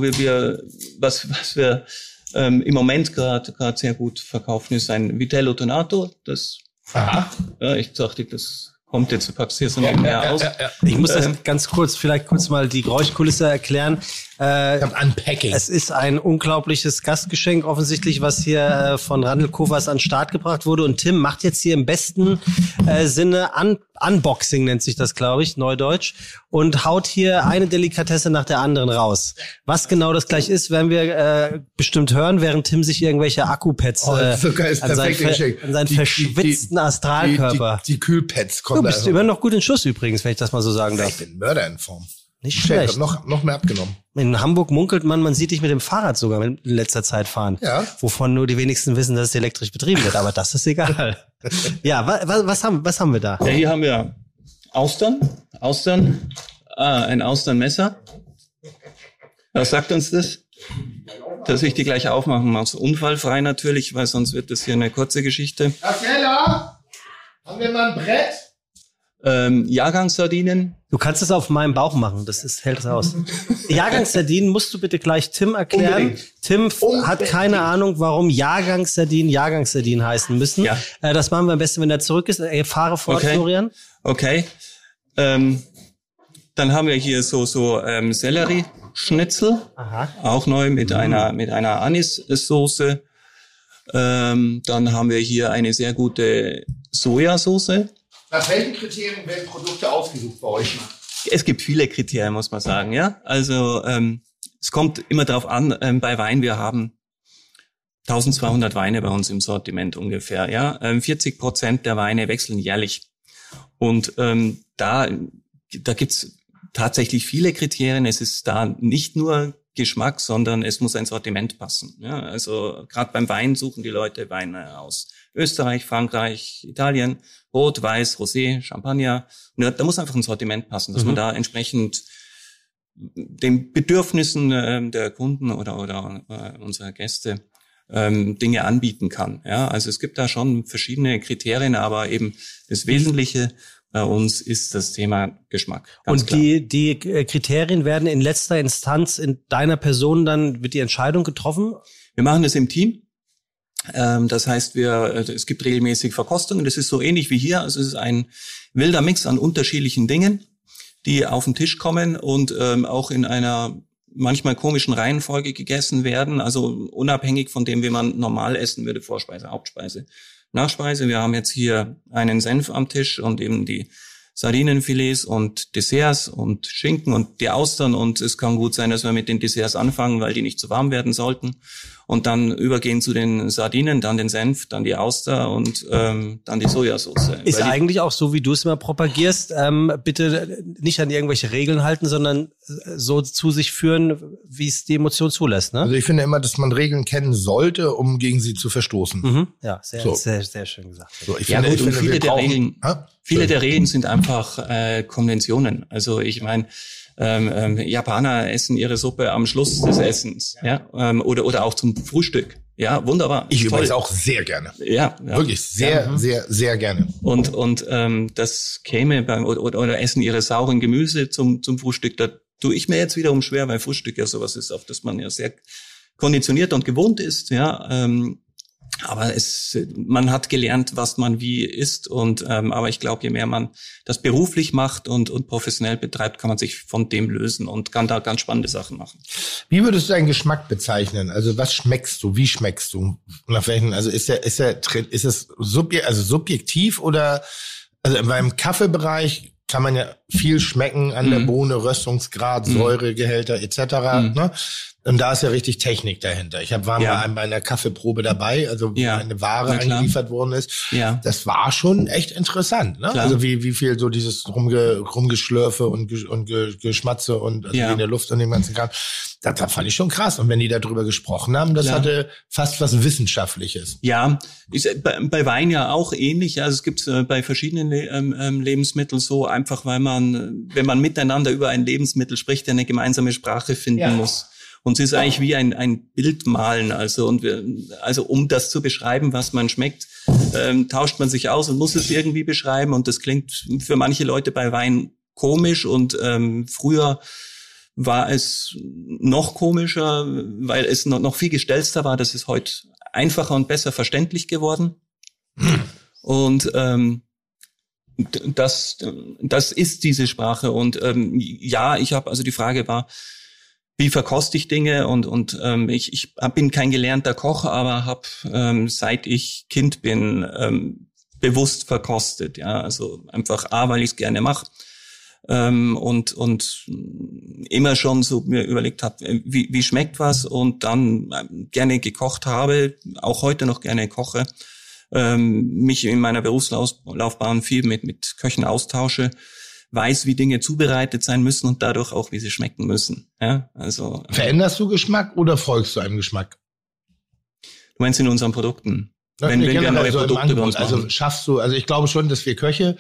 E: was wir im Moment gerade sehr gut verkaufen, ist ein Vitello Tonato. Das, ich dachte, das kommt jetzt, du packst hier so nebenher aus.
B: Ich muss das ganz kurz mal die Geräuschkulisse erklären.
C: Unpacking.
B: Es ist ein unglaubliches Gastgeschenk offensichtlich, was hier von Randl Kofas an den Start gebracht wurde. Und Tim macht jetzt hier im besten Sinne Unboxing, nennt sich das, glaube ich, Neudeutsch, und haut hier eine Delikatesse nach der anderen raus. Was genau das gleich ist, werden wir bestimmt hören, während Tim sich irgendwelche Akkupads an seinen verschwitzten Astralkörper.
C: Die Kühlpads kommen.
B: Du bist immer noch gut in Schuss übrigens, wenn ich das mal so sagen darf.
C: Ich bin Mörder in Form.
B: Nicht schlecht.
C: Ich hab noch mehr abgenommen.
B: In Hamburg munkelt man sieht dich mit dem Fahrrad sogar in letzter Zeit fahren. Ja. Wovon nur die wenigsten wissen, dass es elektrisch betrieben wird. Aber das ist egal. Ja, was haben wir da?
E: Ja, hier haben wir Austern. Ein Austernmesser. Was sagt uns das? Dass ich die gleich aufmachen muss. Unfallfrei natürlich, weil sonst wird das hier eine kurze Geschichte.
C: Herr Keller, haben wir mal ein Brett?
E: Jahrgangssardinen.
B: Du kannst es auf meinem Bauch machen, hält es aus. Jahrgangssardinen musst du bitte gleich Tim erklären. Unbedingt. Tim hat keine Ahnung, warum Jahrgangssardinen heißen müssen. Ja. Das machen wir am besten, wenn er zurück ist. Fahre fort, Florian.
E: Okay. Dann haben wir hier so Sellerie-Schnitzel. Auch neu mit einer Anissoße. Dann haben wir hier eine sehr gute Sojasauce.
C: Nach welchen Kriterien werden Produkte ausgesucht bei euch?
E: Es gibt viele Kriterien, muss man sagen, ja. Also es kommt immer darauf an, bei Wein, wir haben 1200 Weine bei uns im Sortiment ungefähr, ja. 40% der Weine wechseln jährlich. Und da gibt's tatsächlich viele Kriterien. Es ist da nicht nur Geschmack, sondern es muss ein Sortiment passen. Ja, also gerade beim Wein suchen die Leute Weine aus Österreich, Frankreich, Italien, Rot, Weiß, Rosé, Champagner. Und da muss einfach ein Sortiment passen, dass man da entsprechend den Bedürfnissen der Kunden oder unserer Gäste Dinge anbieten kann. Ja, also es gibt da schon verschiedene Kriterien, aber eben das Wesentliche bei uns ist das Thema Geschmack.
B: Und die Kriterien werden in letzter Instanz in deiner Person wird die Entscheidung getroffen?
E: Wir machen das im Team. Das heißt, es gibt regelmäßig Verkostungen. Das ist so ähnlich wie hier. Also es ist ein wilder Mix an unterschiedlichen Dingen, die auf den Tisch kommen und auch in einer manchmal komischen Reihenfolge gegessen werden. Also unabhängig von dem, wie man normal essen würde, Vorspeise, Hauptspeise, Nachspeise. Wir haben jetzt hier einen Senf am Tisch und eben die Sardinenfilets und Desserts und Schinken und die Austern. Und es kann gut sein, dass wir mit den Desserts anfangen, weil die nicht zu warm werden sollten. Und dann übergehen zu den Sardinen, dann den Senf, dann die Auster und dann die Sojasauce.
B: Ist eigentlich auch so, wie du es immer propagierst, bitte nicht an irgendwelche Regeln halten, sondern so zu sich führen, wie es die Emotion zulässt. Ne?
C: Also ich finde immer, dass man Regeln kennen sollte, um gegen sie zu verstoßen.
B: Mhm. Ja, sehr, sehr schön gesagt.
C: So,
E: viele der Regeln sind einfach Konventionen. Also ich meine, Japaner essen ihre Suppe am Schluss des Essens, ja, oder auch zum Frühstück. Ja, wunderbar.
C: Ich übrigens auch sehr gerne.
E: Ja.
C: Wirklich sehr, sehr, sehr gerne.
E: Und das käme oder essen ihre sauren Gemüse zum Frühstück. Da tue ich mir jetzt wiederum schwer, weil Frühstück ja sowas ist, auf das man ja sehr konditioniert und gewohnt ist, ja. Aber man hat gelernt, was man wie isst aber ich glaube, je mehr man das beruflich macht und professionell betreibt, kann man sich von dem lösen und kann da ganz spannende Sachen machen.
C: Wie würdest du deinen Geschmack bezeichnen? Also was schmeckst du? Wie schmeckst du? Nach welchen? Also ist es subjektiv oder also beim Kaffeebereich kann man ja viel schmecken an der Bohne, Röstungsgrad, Säuregehälter etc. Ne? Und da ist ja richtig Technik dahinter. War mal bei einer Kaffeeprobe dabei, also wo eine Ware eingeliefert worden ist. Ja. Das war schon echt interessant. Ne? Also wie viel so dieses Rumgeschlürfe und Geschmatze und also wie in der Luft und dem ganzen Kram. Das fand ich schon krass. Und wenn die darüber gesprochen haben, das hatte fast was Wissenschaftliches.
E: Ja, ist bei Wein ja auch ähnlich. Also es gibt bei verschiedenen Lebensmitteln so, einfach weil man, wenn man miteinander über ein Lebensmittel spricht, eine gemeinsame Sprache finden muss. Und es ist eigentlich wie ein Bild malen. Also um das zu beschreiben, was man schmeckt, tauscht man sich aus und muss es irgendwie beschreiben. Und das klingt für manche Leute bei Wein komisch und früher war es noch komischer, weil es noch viel gestelzter war. Das ist heute einfacher und besser verständlich geworden. Und das ist diese Sprache. Und ja, die Frage war, wie verkoste ich Dinge? Und ich bin kein gelernter Koch, aber habe seit ich Kind bin bewusst verkostet. Ja, also einfach weil ich es gerne mache. Und immer schon so mir überlegt habe, wie schmeckt was, und dann gerne gekocht habe, auch heute noch gerne koche, mich in meiner Berufslaufbahn viel mit Köchen austausche, weiß, wie Dinge zubereitet sein müssen und dadurch auch, wie sie schmecken müssen. Ja, also
C: veränderst du Geschmack oder folgst du einem Geschmack?
E: Du meinst in unseren Produkten? Wenn wir neue Produkte bei uns machen.
C: Also schaffst du, also ich glaube schon, dass wir Köche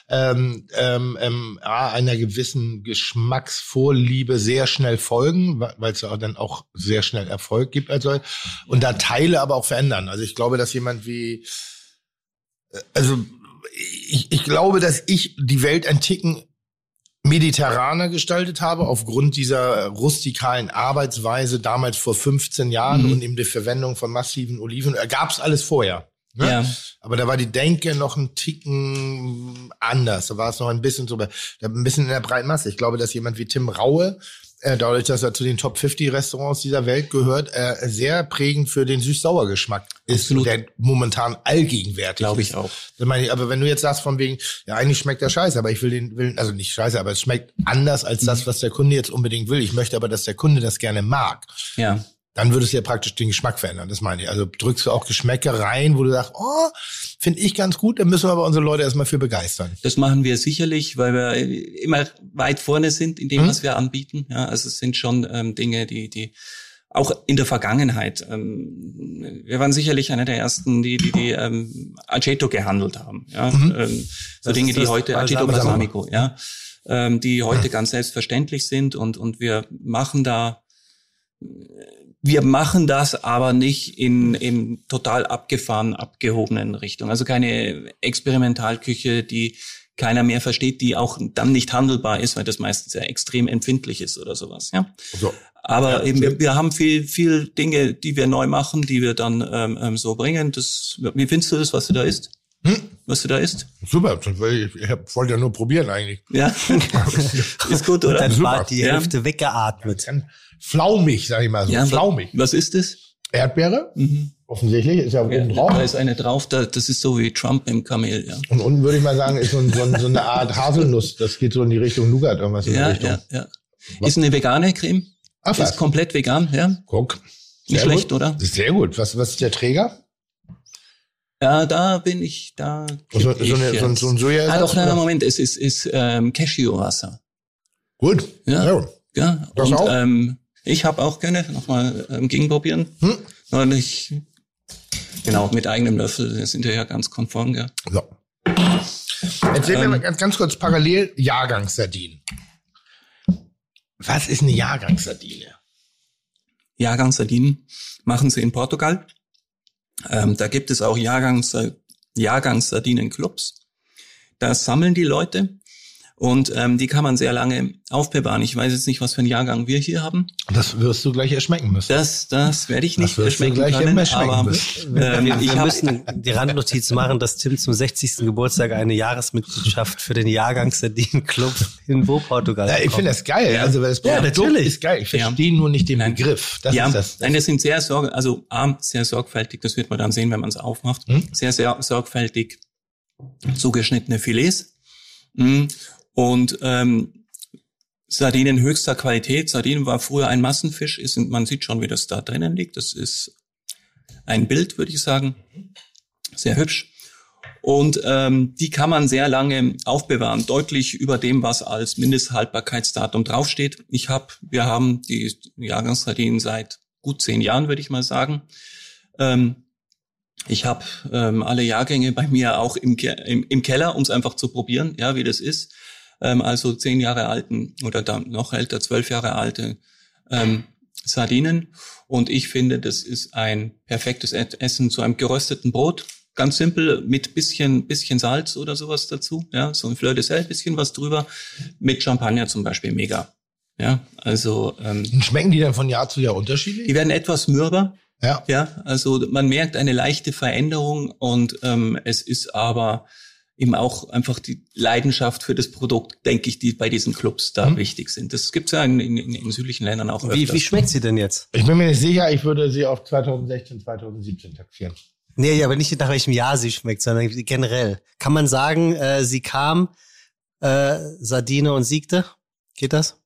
C: einer gewissen Geschmacksvorliebe sehr schnell folgen, weil es ja dann auch sehr schnell Erfolg gibt, also, und da Teile aber auch verändern. Also ich glaube, dass jemand wie, also ich glaube, dass ich die Welt ein Ticken mediterraner gestaltet habe, aufgrund dieser rustikalen Arbeitsweise damals vor 15 Jahren und eben die Verwendung von massiven Oliven. Gab's alles vorher. Ne? Ja. Aber da war die Denke noch ein Ticken anders. Da war es noch ein bisschen so, ein bisschen in der breiten Masse. Ich glaube, dass jemand wie Tim Raue, dadurch, dass er zu den Top 50 Restaurants dieser Welt gehört, sehr prägend für den Süß-Sauer-Geschmack ist, der momentan allgegenwärtig
E: glaube ich auch.
C: Aber wenn du jetzt sagst von wegen, ja, eigentlich schmeckt der scheiße, aber ich will also nicht scheiße, aber es schmeckt anders als das, was der Kunde jetzt unbedingt will. Ich möchte aber, dass der Kunde das gerne mag.
E: Ja.
C: Dann würdest du ja praktisch den Geschmack verändern, das meine ich. Also drückst du auch Geschmäcker rein, wo du sagst, oh, finde ich ganz gut, dann müssen wir aber unsere Leute erstmal für begeistern.
E: Das machen wir sicherlich, weil wir immer weit vorne sind in dem, was wir anbieten. Ja, also es sind schon Dinge, die auch in der Vergangenheit, wir waren sicherlich einer der ersten, die Aceto gehandelt haben. Ja, so Dinge, die heute, Aceto Balsamico, ja, die heute ganz selbstverständlich sind, und wir machen das aber nicht in total abgehobenen Richtung. Also keine Experimentalküche, die keiner mehr versteht, die auch dann nicht handelbar ist, weil das meistens ja extrem empfindlich ist oder sowas. Ja. So. Aber eben, wir haben viel Dinge, die wir neu machen, die wir dann so bringen. Wie findest du das, was du da isst? Was du da isst?
C: Super, ich wollte ja nur probieren eigentlich.
E: Ja, ist gut, oder?
B: Dann war die Hälfte weggeatmet.
C: Flaumig, sag ich mal so. Ja, flaumig.
E: Was ist das?
C: Erdbeere. Offensichtlich, ist ja oben drauf.
E: Da ist eine drauf, das ist so wie Trump im Kamel, ja.
C: Und unten würde ich mal sagen, ist so eine Art Haselnuss. Das geht so in die Richtung Nougat, irgendwas in der Richtung.
E: Ja. Ist eine vegane Creme.
C: Ach, was?
E: Ist komplett vegan, ja.
C: Guck.
E: Nicht schlecht, oder?
C: Sehr gut. Was ist der Träger?
E: Ja, da bin ich, da.
C: So ein Soja.
E: Doch, nein, Moment, es ist Cashewwasser.
C: Gut.
E: Ja.
C: Das
E: und
C: auch?
E: ich habe auch gerne nochmal gegenprobieren. Und genau, mit eigenem Löffel, das sind ja ganz konform, gell?
C: So. Erzähl mir mal ganz kurz parallel Jahrgangssardinen. Was ist eine Jahrgangssardine?
E: Jahrgangssardinen machen sie in Portugal. Da gibt es auch Jahrgangssardinen-Clubs. Da sammeln die Leute und die kann man sehr lange aufbewahren. Ich weiß jetzt nicht, was für einen Jahrgang wir hier haben.
C: Das wirst du gleich erschmecken müssen.
E: Das werde ich nicht erschmecken können. Aber
B: wir müssen die Randnotiz machen, dass Tim zum 60. Geburtstag eine Jahresmitgliedschaft für den Jahrgangssardinen-Club in Portugal
C: bekommt. Ich finde das geil. Ja. Also, weil das
B: natürlich
C: ist geil. Ich verstehe nur nicht den Begriff. Das ist das.
E: Nein, das sind sehr sorgfältig. Das wird man dann sehen, wenn man es aufmacht. Sehr, sehr sorgfältig zugeschnittene Filets. Und Sardinen höchster Qualität. Sardinen war früher ein Massenfisch. Man sieht schon, wie das da drinnen liegt. Das ist ein Bild, würde ich sagen. Sehr hübsch. Und die kann man sehr lange aufbewahren. Deutlich über dem, was als Mindesthaltbarkeitsdatum draufsteht. Wir haben die Jahrgangssardinen seit gut 10 Jahren, würde ich mal sagen. Ich habe alle Jahrgänge bei mir auch im Keller, um es einfach zu probieren, ja, wie das ist. Also 10 Jahre alten oder dann noch älter, 12 Jahre alte Sardinen. Und ich finde, das ist ein perfektes Essen zu einem gerösteten Brot. ganz simpel mit bisschen Salz oder sowas dazu, ja, so ein Fleur de Sel, bisschen was drüber, mit Champagner zum Beispiel, mega. Ja, also
C: und schmecken die dann von Jahr zu Jahr unterschiedlich?
E: Die werden etwas mürber.
C: Ja,
E: also man merkt eine leichte Veränderung und es ist aber eben auch einfach die Leidenschaft für das Produkt, denke ich, die bei diesen Clubs da wichtig sind. Das gibt's ja in südlichen Ländern auch öfters.
B: Wie schmeckt sie denn jetzt?
C: Ich bin mir nicht sicher, ich würde sie auf 2016, 2017 taxieren.
B: Nee, aber nicht nach welchem Jahr sie schmeckt, sondern generell. Kann man sagen, sie kam, Sardine und siegte? Geht das?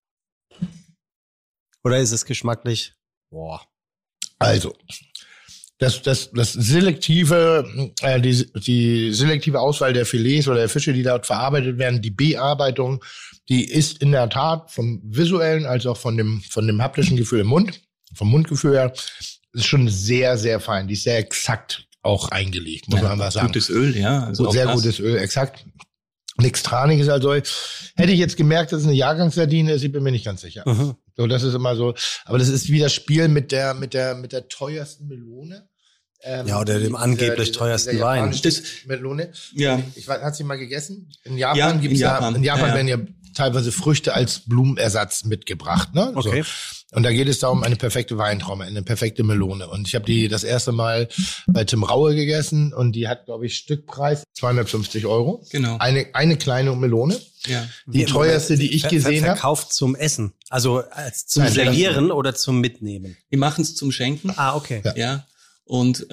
B: Oder ist es geschmacklich? Boah.
C: Also, das selektive, die selektive Auswahl der Filets oder der Fische, die dort verarbeitet werden, die Bearbeitung, die ist in der Tat vom visuellen als auch von dem haptischen Gefühl im Mund, vom Mundgefühl her, ist schon sehr, sehr fein. Die ist sehr exakt auch eingelegt, muss man einfach sagen.
E: Gutes Öl, ja. Also
C: sehr gutes Öl, exakt. Nichts Traniges, also hätte ich jetzt gemerkt, dass es eine Jahrgangssardine ist, ich bin mir nicht ganz sicher. So, das ist immer so, aber das ist wie das Spiel mit der teuersten Melone.
B: Oder dem angeblich teuersten Wein.
C: Das Melone.
E: Ja.
C: Hat sie mal gegessen? In Japan werden ja teilweise Früchte als Blumenersatz mitgebracht, ne?
B: Okay.
C: So. Und da geht es darum, eine perfekte Weintraube, eine perfekte Melone. Und ich habe die das erste Mal bei Tim Raue gegessen und die hat, glaube ich, Stückpreis 250 €.
E: Genau.
C: Eine kleine Melone.
E: Ja.
C: Die teuerste, die ich gesehen habe.
B: Verkauft zum Essen. Also zum Servieren oder zum Mitnehmen?
E: Wir machen es zum Schenken.
B: Ah, okay.
E: Ja. Und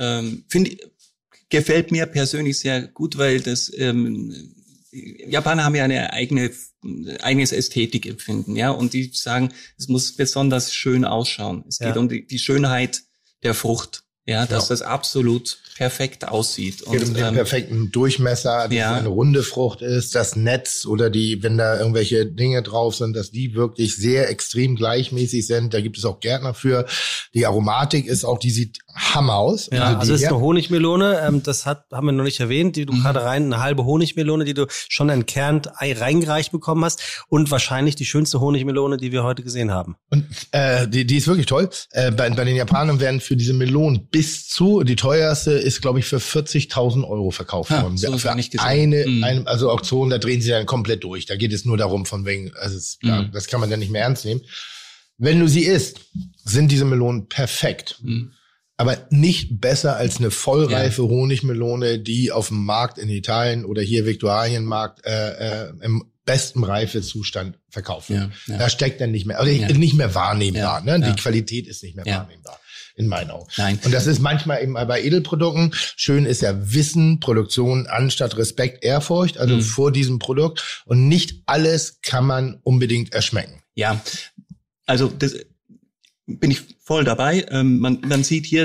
E: gefällt mir persönlich sehr gut, weil das Japaner haben ja eine eigenes Ästhetikempfinden, ja, und die sagen, es muss besonders schön ausschauen. Es geht um die Schönheit der Frucht, ja, dass das absolut perfekt aussieht.
C: Es geht um den perfekten Durchmesser, dass es eine runde Frucht ist, das Netz oder wenn da irgendwelche Dinge drauf sind, dass die wirklich sehr extrem gleichmäßig sind. Da gibt es auch Gärtner für. Die Aromatik ist auch, die sieht Hammer aus.
B: Ja, also ist eine Honigmelone, das haben wir noch nicht erwähnt, die du gerade eine halbe Honigmelone, die du schon entkernt reingereicht bekommen hast und wahrscheinlich die schönste Honigmelone, die wir heute gesehen haben.
C: Und die ist wirklich toll. Bei den Japanern werden für diese Melonen die teuerste ist, glaube ich, für 40.000 € verkauft worden.
E: So
C: für also Auktion, da drehen sie dann komplett durch. Da geht es nur darum, von wegen, also das kann man dann nicht mehr ernst nehmen. Wenn du sie isst, sind diese Melonen perfekt. Aber nicht besser als eine vollreife Honigmelone, die auf dem Markt in Italien oder hier Viktualienmarkt im besten Reifezustand verkauft wird. Da steckt dann nicht mehr, also nicht mehr wahrnehmbar. Ne? Die Qualität ist nicht mehr wahrnehmbar. In meinen Augen.
E: Nein.
C: Und das ist manchmal eben bei Edelprodukten. Schön ist ja Wissen, Produktion anstatt Respekt, Ehrfurcht, also vor diesem Produkt. Und nicht alles kann man unbedingt erschmecken.
E: Ja, also das bin ich voll dabei. Man sieht hier,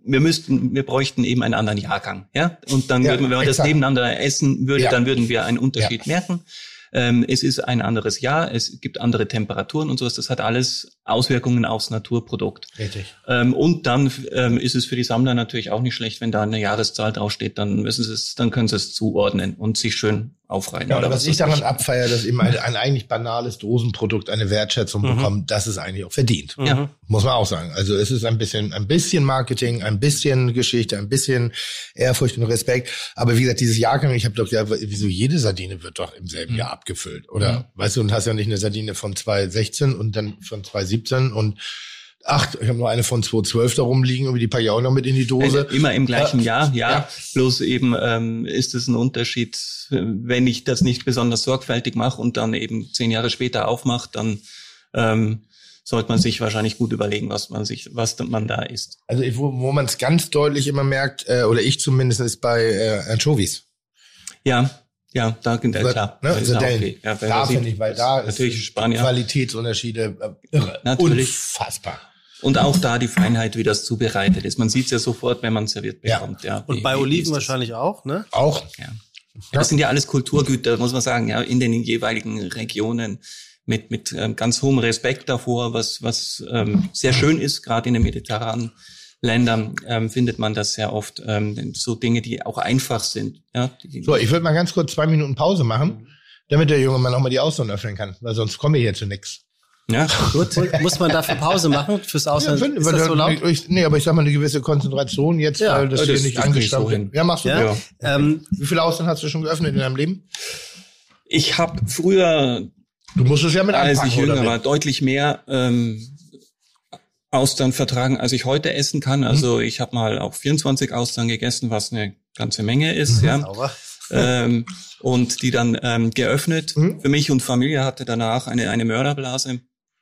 E: wir bräuchten eben einen anderen Jahrgang, ja. Und dann wenn man das nebeneinander essen würde, dann würden wir einen Unterschied merken. Es ist ein anderes Jahr, es gibt andere Temperaturen und sowas. Das hat alles Auswirkungen aufs Naturprodukt.
C: Richtig.
E: Und dann ist es für die Sammler natürlich auch nicht schlecht, wenn da eine Jahreszahl draufsteht, dann können sie es zuordnen und sich schön aufreihen.
C: Ja, oder was ich daran abfeiere, dass eben ein eigentlich banales Dosenprodukt eine Wertschätzung bekommt, das ist eigentlich auch verdient.
E: Ja.
C: Muss man auch sagen. Also es ist ein bisschen Marketing, ein bisschen Geschichte, ein bisschen Ehrfurcht und Respekt. Aber wie gesagt, dieses Jahrgang, ich habe doch gesagt, wieso jede Sardine wird doch im selben Jahr abgefüllt, oder? Weißt du, und hast ja nicht eine Sardine von 2016 und dann von 2017 und ich habe nur eine von 2012 da rumliegen, irgendwie die packe ich auch noch mit in die Dose.
E: Immer im gleichen Jahr, ja. Bloß eben ist es ein Unterschied, wenn ich das nicht besonders sorgfältig mache und dann eben 10 Jahre später aufmache, dann sollte man sich wahrscheinlich gut überlegen, was man da isst.
C: Also wo man es ganz deutlich immer merkt, oder ich zumindest, ist bei Anchovies.
E: Ja, da klar.
C: Ne? Also
E: okay.
C: Da finde ich, weil da
E: natürlich
C: ist
E: Spanier.
C: Qualitätsunterschiede irre.
E: Natürlich.
C: Unfassbar.
E: Und auch da die Feinheit, wie das zubereitet ist. Man sieht es ja sofort, wenn man es serviert bekommt. Ja.
B: Und bei Oliven wahrscheinlich auch, ne?
C: Auch.
E: Ja. Das sind ja alles Kulturgüter, muss man sagen, ja, in den jeweiligen Regionen mit ganz hohem Respekt davor, was sehr schön ist, gerade in den mediterranen Ländern findet man das sehr oft, so Dinge, die auch einfach sind. Ja,
C: so, ich würde mal ganz kurz 2 Minuten Pause machen, damit der junge Mann auch mal die Austern öffnen kann, weil sonst komme ich hier zu nix.
E: Ja, gut.
B: Muss man dafür Pause machen fürs Ausland?
C: Ist das so laut? Nee, aber ich sag mal, eine gewisse Konzentration jetzt, weil das hier nicht angestaubt ist. Ja, machst du. Ja. Wie viele Ausland hast du schon geöffnet in deinem Leben?
E: Ich habe früher,
C: du musst es ja mit anpacken,
E: als ich jünger war, deutlich mehr Austern vertragen, als ich heute essen kann. Also ich habe mal auch 24 Austern gegessen, was eine ganze Menge ist. Und die dann geöffnet. Für mich und Familie hatte danach eine Mörderblase.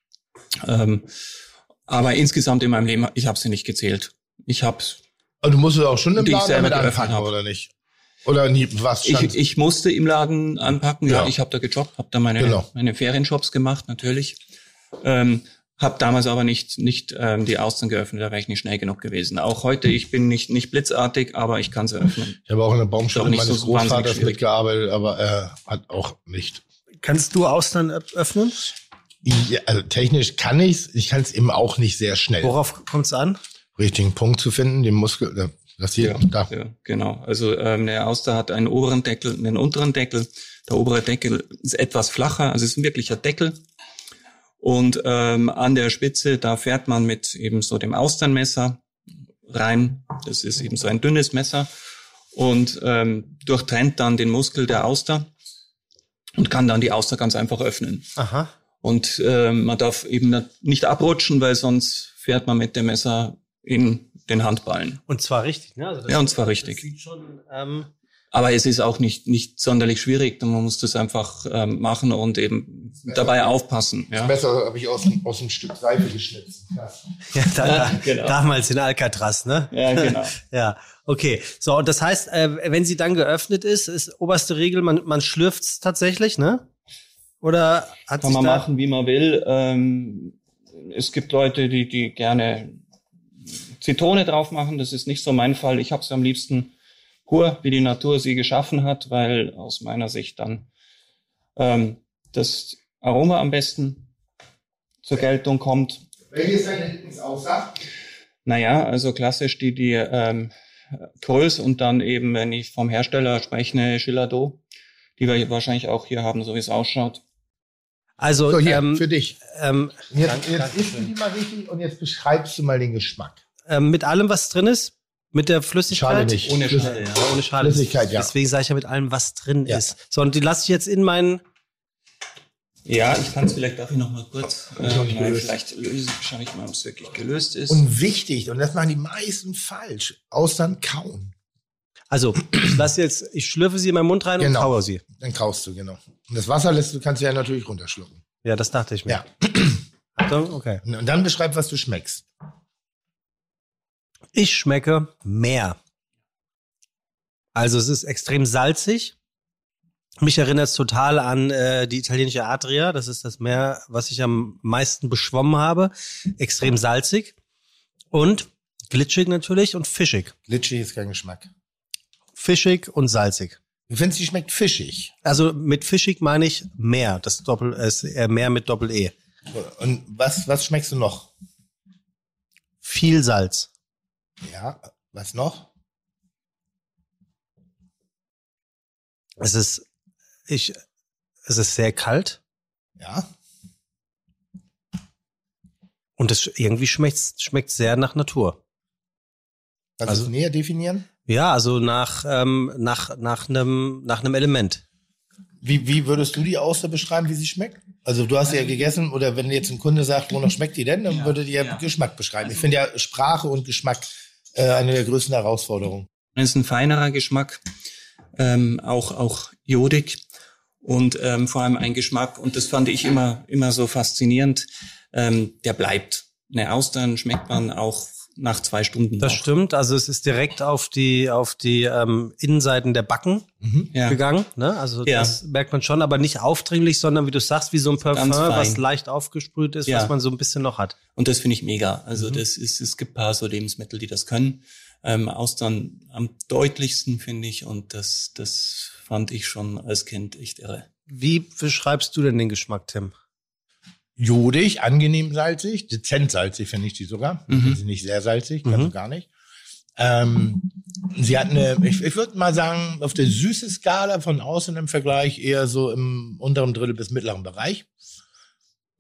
E: Aber insgesamt in meinem Leben, ich habe sie nicht gezählt.
C: Aber du musst es auch schon im Laden damit anpacken, oder nicht? Oder nie, was stand?
E: Ich musste im Laden anpacken, ja. Ich habe da gejobbt, habe da meine Ferienjobs gemacht, natürlich. Habe damals aber nicht die Austern geöffnet, da wäre ich nicht schnell genug gewesen. Auch heute, ich bin nicht blitzartig, aber ich kann sie öffnen.
C: Ich habe auch in der Baumschule meines Großvaters mitgearbeitet, aber er hat auch nicht.
B: Kannst du Austern öffnen?
C: Ja, also technisch kann ich's. Ich kann es eben auch nicht sehr schnell.
B: Worauf kommt es an?
C: Richtigen Punkt zu finden, den Muskel, das hier, da.
E: Ja, genau. Also eine Auster hat einen oberen Deckel, einen unteren Deckel. Der obere Deckel ist etwas flacher, also es ist ein wirklicher Deckel. Und an der Spitze, da fährt man mit eben so dem Austernmesser rein. Das ist eben so ein dünnes Messer und durchtrennt dann den Muskel der Auster und kann dann die Auster ganz einfach öffnen. Aha. Und man darf eben nicht abrutschen, weil sonst fährt man mit dem Messer in den Handballen.
B: Und zwar richtig, ne? Also
E: ja, und zwar richtig.
B: Das sieht schon,
E: aber es ist auch nicht sonderlich schwierig. Man muss das einfach machen und eben dabei aufpassen. Ja?
C: Das Messer habe ich aus dem Stück Seife geschnitzt.
B: Ja, genau. Damals in Alcatraz, ne?
E: Ja, genau.
B: Ja, okay. So, und das heißt, wenn sie dann geöffnet ist oberste Regel, man schlürft es tatsächlich, ne? Oder
E: kann man machen, wie man will. Es gibt Leute, die gerne Zitrone drauf machen. Das ist nicht so mein Fall. Ich habe es am liebsten pur, wie die Natur sie geschaffen hat, weil aus meiner Sicht dann das Aroma am besten zur Geltung kommt.
C: Welches ist deine Lieblingsaussage?
E: Naja, also klassisch die Größe und dann eben, wenn ich vom Hersteller spreche, eine Chillardeau, die wir wahrscheinlich auch hier haben, so wie es ausschaut.
B: Also
C: so, hier, für dich. Jetzt isst du die mal richtig und jetzt beschreibst du mal den Geschmack.
B: Mit allem, was drin ist? Mit der Flüssigkeit?
C: Schale nicht.
E: Ohne Schale, ja.
B: Ohne Schale.
C: Flüssigkeit, ja.
B: Deswegen sage ich ja mit allem, was drin ist. So, und die lasse ich jetzt in meinen...
E: Ja, ich kann es vielleicht, darf ich noch mal kurz vielleicht lösen, schaue ich mal, ob es wirklich gelöst ist.
C: Und wichtig, und das machen die meisten falsch, Austern kauen.
B: Also, ich schlürfe sie in meinen Mund rein und kaue sie.
C: Dann kaust du, genau. Und das Wasser kannst du ja natürlich runterschlucken.
B: Ja, das dachte ich mir.
C: Ja.
B: Achtung, okay.
C: Und dann beschreib, was du schmeckst.
B: Ich schmecke Meer. Also es ist extrem salzig. Mich erinnert es total an die italienische Adria. Das ist das Meer, was ich am meisten beschwommen habe. Extrem salzig und glitschig natürlich und fischig.
C: Glitschig ist kein Geschmack.
B: Fischig und salzig.
C: Du findest, die schmeckt fischig?
B: Also mit fischig meine ich Meer. Das ist Meer mit Doppel-E.
C: Und was schmeckst du noch?
B: Viel Salz.
C: Ja, was noch?
B: Es ist sehr kalt.
C: Ja.
B: Und irgendwie schmeckt sehr nach Natur.
C: Kannst du es näher definieren?
B: Ja, also nach einem Element.
C: Wie würdest du die Auster beschreiben, wie sie schmeckt? Also du hast ja gegessen, oder wenn jetzt ein Kunde sagt, wonach schmeckt die denn, dann würde die ja Geschmack beschreiben. Ich finde ja Sprache und Geschmack eine der größten Herausforderungen.
E: Es ist ein feinerer Geschmack, auch jodig und vor allem ein Geschmack, und das fand ich immer so faszinierend, der bleibt. Eine Austern schmeckt man auch nach 2 Stunden.
B: Das stimmt, also es ist direkt auf die Innenseiten der Backen gegangen, ne? Also das merkt man schon, aber nicht aufdringlich, sondern wie du sagst, wie so ein Parfum, was leicht aufgesprüht ist, was man so ein bisschen noch hat.
E: Und das finde ich mega. Also es gibt ein paar so Lebensmittel, die das können. Austern am deutlichsten, finde ich, und das fand ich schon als Kind echt irre.
B: Wie beschreibst du denn den Geschmack, Tim?
C: Jodig, angenehm salzig, dezent salzig finde ich die sogar. Sie sind nicht sehr salzig, also gar nicht. Sie hat ich würde mal sagen, auf der süße Skala von außen im Vergleich eher so im unteren Drittel bis mittleren Bereich. So,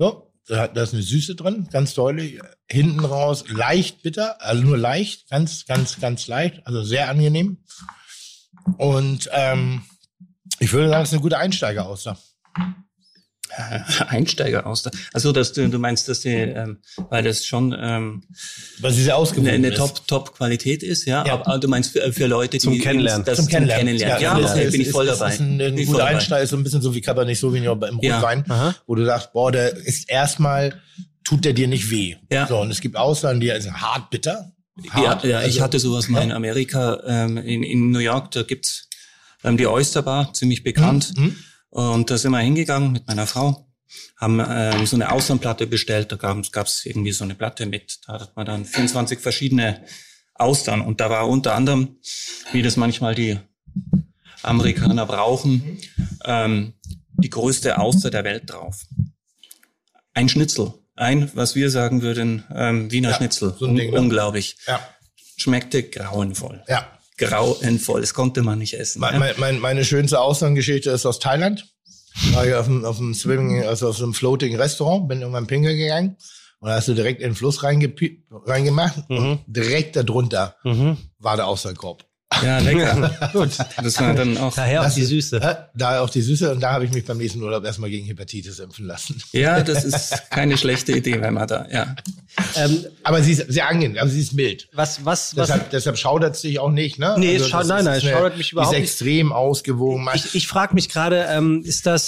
C: Da ist eine Süße drin, ganz deutlich. Hinten raus leicht bitter, also nur leicht, ganz, ganz, ganz leicht, also sehr angenehm. Und ich würde sagen, es ist eine gute Einsteiger-Auster.
E: Einsteiger-Auster. Also du meinst, dass die, weil das schon
C: weil sie sehr ausgewogen
E: eine
C: ist.
E: Top-Qualität ist, ja. Aber du meinst für Leute, die
B: zum Kennenlernen.
E: Zum Kennenlernen. Ja, bin ich voll dabei.
C: Das ist ein guter Einsteiger, ist so ein bisschen so wie Cabernet Sauvignon im Rotwein, wo du sagst, boah, der ist erstmal, tut der dir nicht weh. Ja. So, und es gibt Austern, die sind hart bitter.
E: Hart, ja, ich hatte sowas mal in Amerika, in New York, da gibt's die Oyster Bar, ziemlich bekannt. Und da sind wir hingegangen mit meiner Frau, haben so eine Austernplatte bestellt. Da gab's irgendwie so eine Platte mit. Da hat man dann 24 verschiedene Austern. Und da war unter anderem, wie das manchmal die Amerikaner brauchen, die größte Auster der Welt drauf. Ein Schnitzel. Was wir sagen würden, Wiener Schnitzel. So ein Ding, unglaublich. Ja. Schmeckte grauenvoll. Ja. Grauenvoll. Das konnte man nicht essen.
C: Meine schönste Austerngeschichte ist aus Thailand. War ich auf dem Swimming, also auf so einem Floating Restaurant, bin irgendwann pinkeln gegangen und da hast du direkt in den Fluss reingemacht und direkt darunter war der Austernkorb.
E: Ja, lecker. Gut. Das war dann auch.
B: Daher auch die Süße.
C: Daher auch die Süße und da habe ich mich beim nächsten Urlaub erstmal gegen Hepatitis impfen lassen.
E: Ja, das ist keine schlechte Idee, wenn man da, ja.
C: Aber sie ist sehr angenehm, aber sie ist mild.
B: Deshalb
C: schaudert es dich auch nicht, ne?
B: Nee, es schaudert mich überhaupt nicht.
C: Ist extrem ausgewogen.
B: Ich frage mich gerade,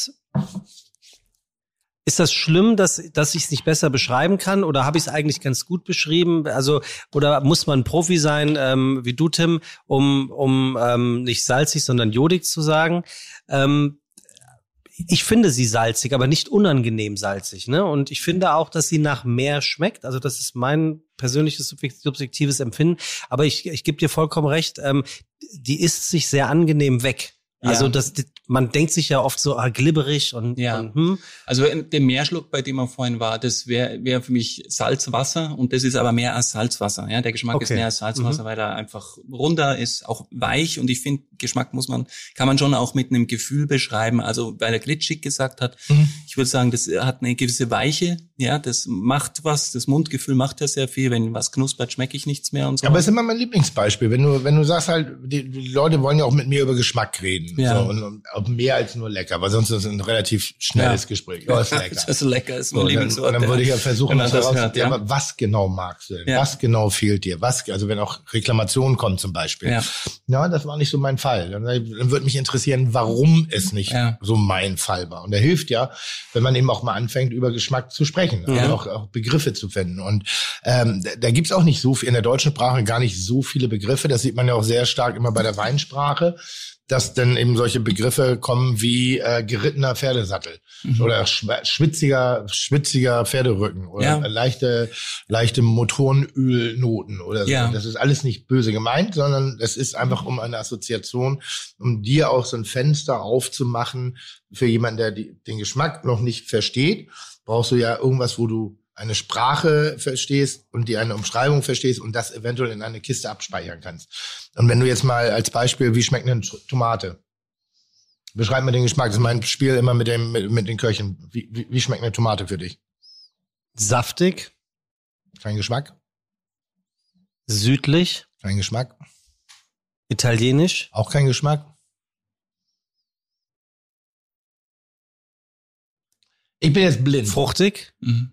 B: ist das schlimm, dass ich es nicht besser beschreiben kann oder habe ich es eigentlich ganz gut beschrieben? Also oder muss man Profi sein wie du, Tim, um nicht salzig, sondern jodig zu sagen? Ich finde sie salzig, aber nicht unangenehm salzig, ne? Und ich finde auch, dass sie nach mehr schmeckt. Also das ist mein persönliches subjektives Empfinden. Aber ich gebe dir vollkommen recht. Die isst sich sehr angenehm weg. Ja. Also man denkt sich ja oft so glibberig und
E: Also der Meerschluck, bei dem man vorhin war, das wäre für mich Salzwasser und das ist aber mehr als Salzwasser. Ja, der Geschmack ist mehr als Salzwasser, weil er einfach runder ist, auch weich und ich finde, Geschmack kann man schon auch mit einem Gefühl beschreiben. Also weil er glitschig gesagt hat, ich würde sagen, das hat eine gewisse Weiche. Ja, das macht was. Das Mundgefühl macht ja sehr viel. Wenn was knuspert, schmecke ich nichts mehr und so.
C: Aber es ist immer mein Lieblingsbeispiel. Wenn du sagst halt, die Leute wollen ja auch mit mir über Geschmack reden. Ja. So, und auch mehr als nur lecker, weil sonst ist es ein relativ schnelles Gespräch. Oh, ist lecker.
E: Das ist lecker, ist mein Lieblingswort.
C: Und dann würde ich ja versuchen, aber was genau magst du denn? Ja. Was genau fehlt dir? Also wenn auch Reklamationen kommen zum Beispiel. Ja, das war nicht so mein Fall. Dann würde mich interessieren, warum es nicht so mein Fall war. Und da hilft ja, wenn man eben auch mal anfängt, über Geschmack zu sprechen. Also auch Begriffe zu finden. Und da gibt's auch nicht so viel, in der deutschen Sprache gar nicht so viele Begriffe. Das sieht man ja auch sehr stark immer bei der Weinsprache, dass dann eben solche Begriffe kommen wie gerittener Pferdesattel oder schwitziger Pferderücken oder leichte Motorenölnoten oder so. Das ist alles nicht böse gemeint, sondern es ist einfach um eine Assoziation, um dir auch so ein Fenster aufzumachen für jemanden, der den Geschmack noch nicht versteht. Brauchst du ja irgendwas, wo du eine Sprache verstehst und die eine Umschreibung verstehst und das eventuell in eine Kiste abspeichern kannst. Und wenn du jetzt mal als Beispiel, wie schmeckt eine Tomate? Beschreib mir den Geschmack. Das ist mein Spiel immer mit den Köchen. Wie schmeckt eine Tomate für dich?
B: Saftig.
C: Kein Geschmack.
B: Südlich.
C: Kein Geschmack.
B: Italienisch.
C: Auch kein Geschmack. Ich bin jetzt blind.
B: Fruchtig.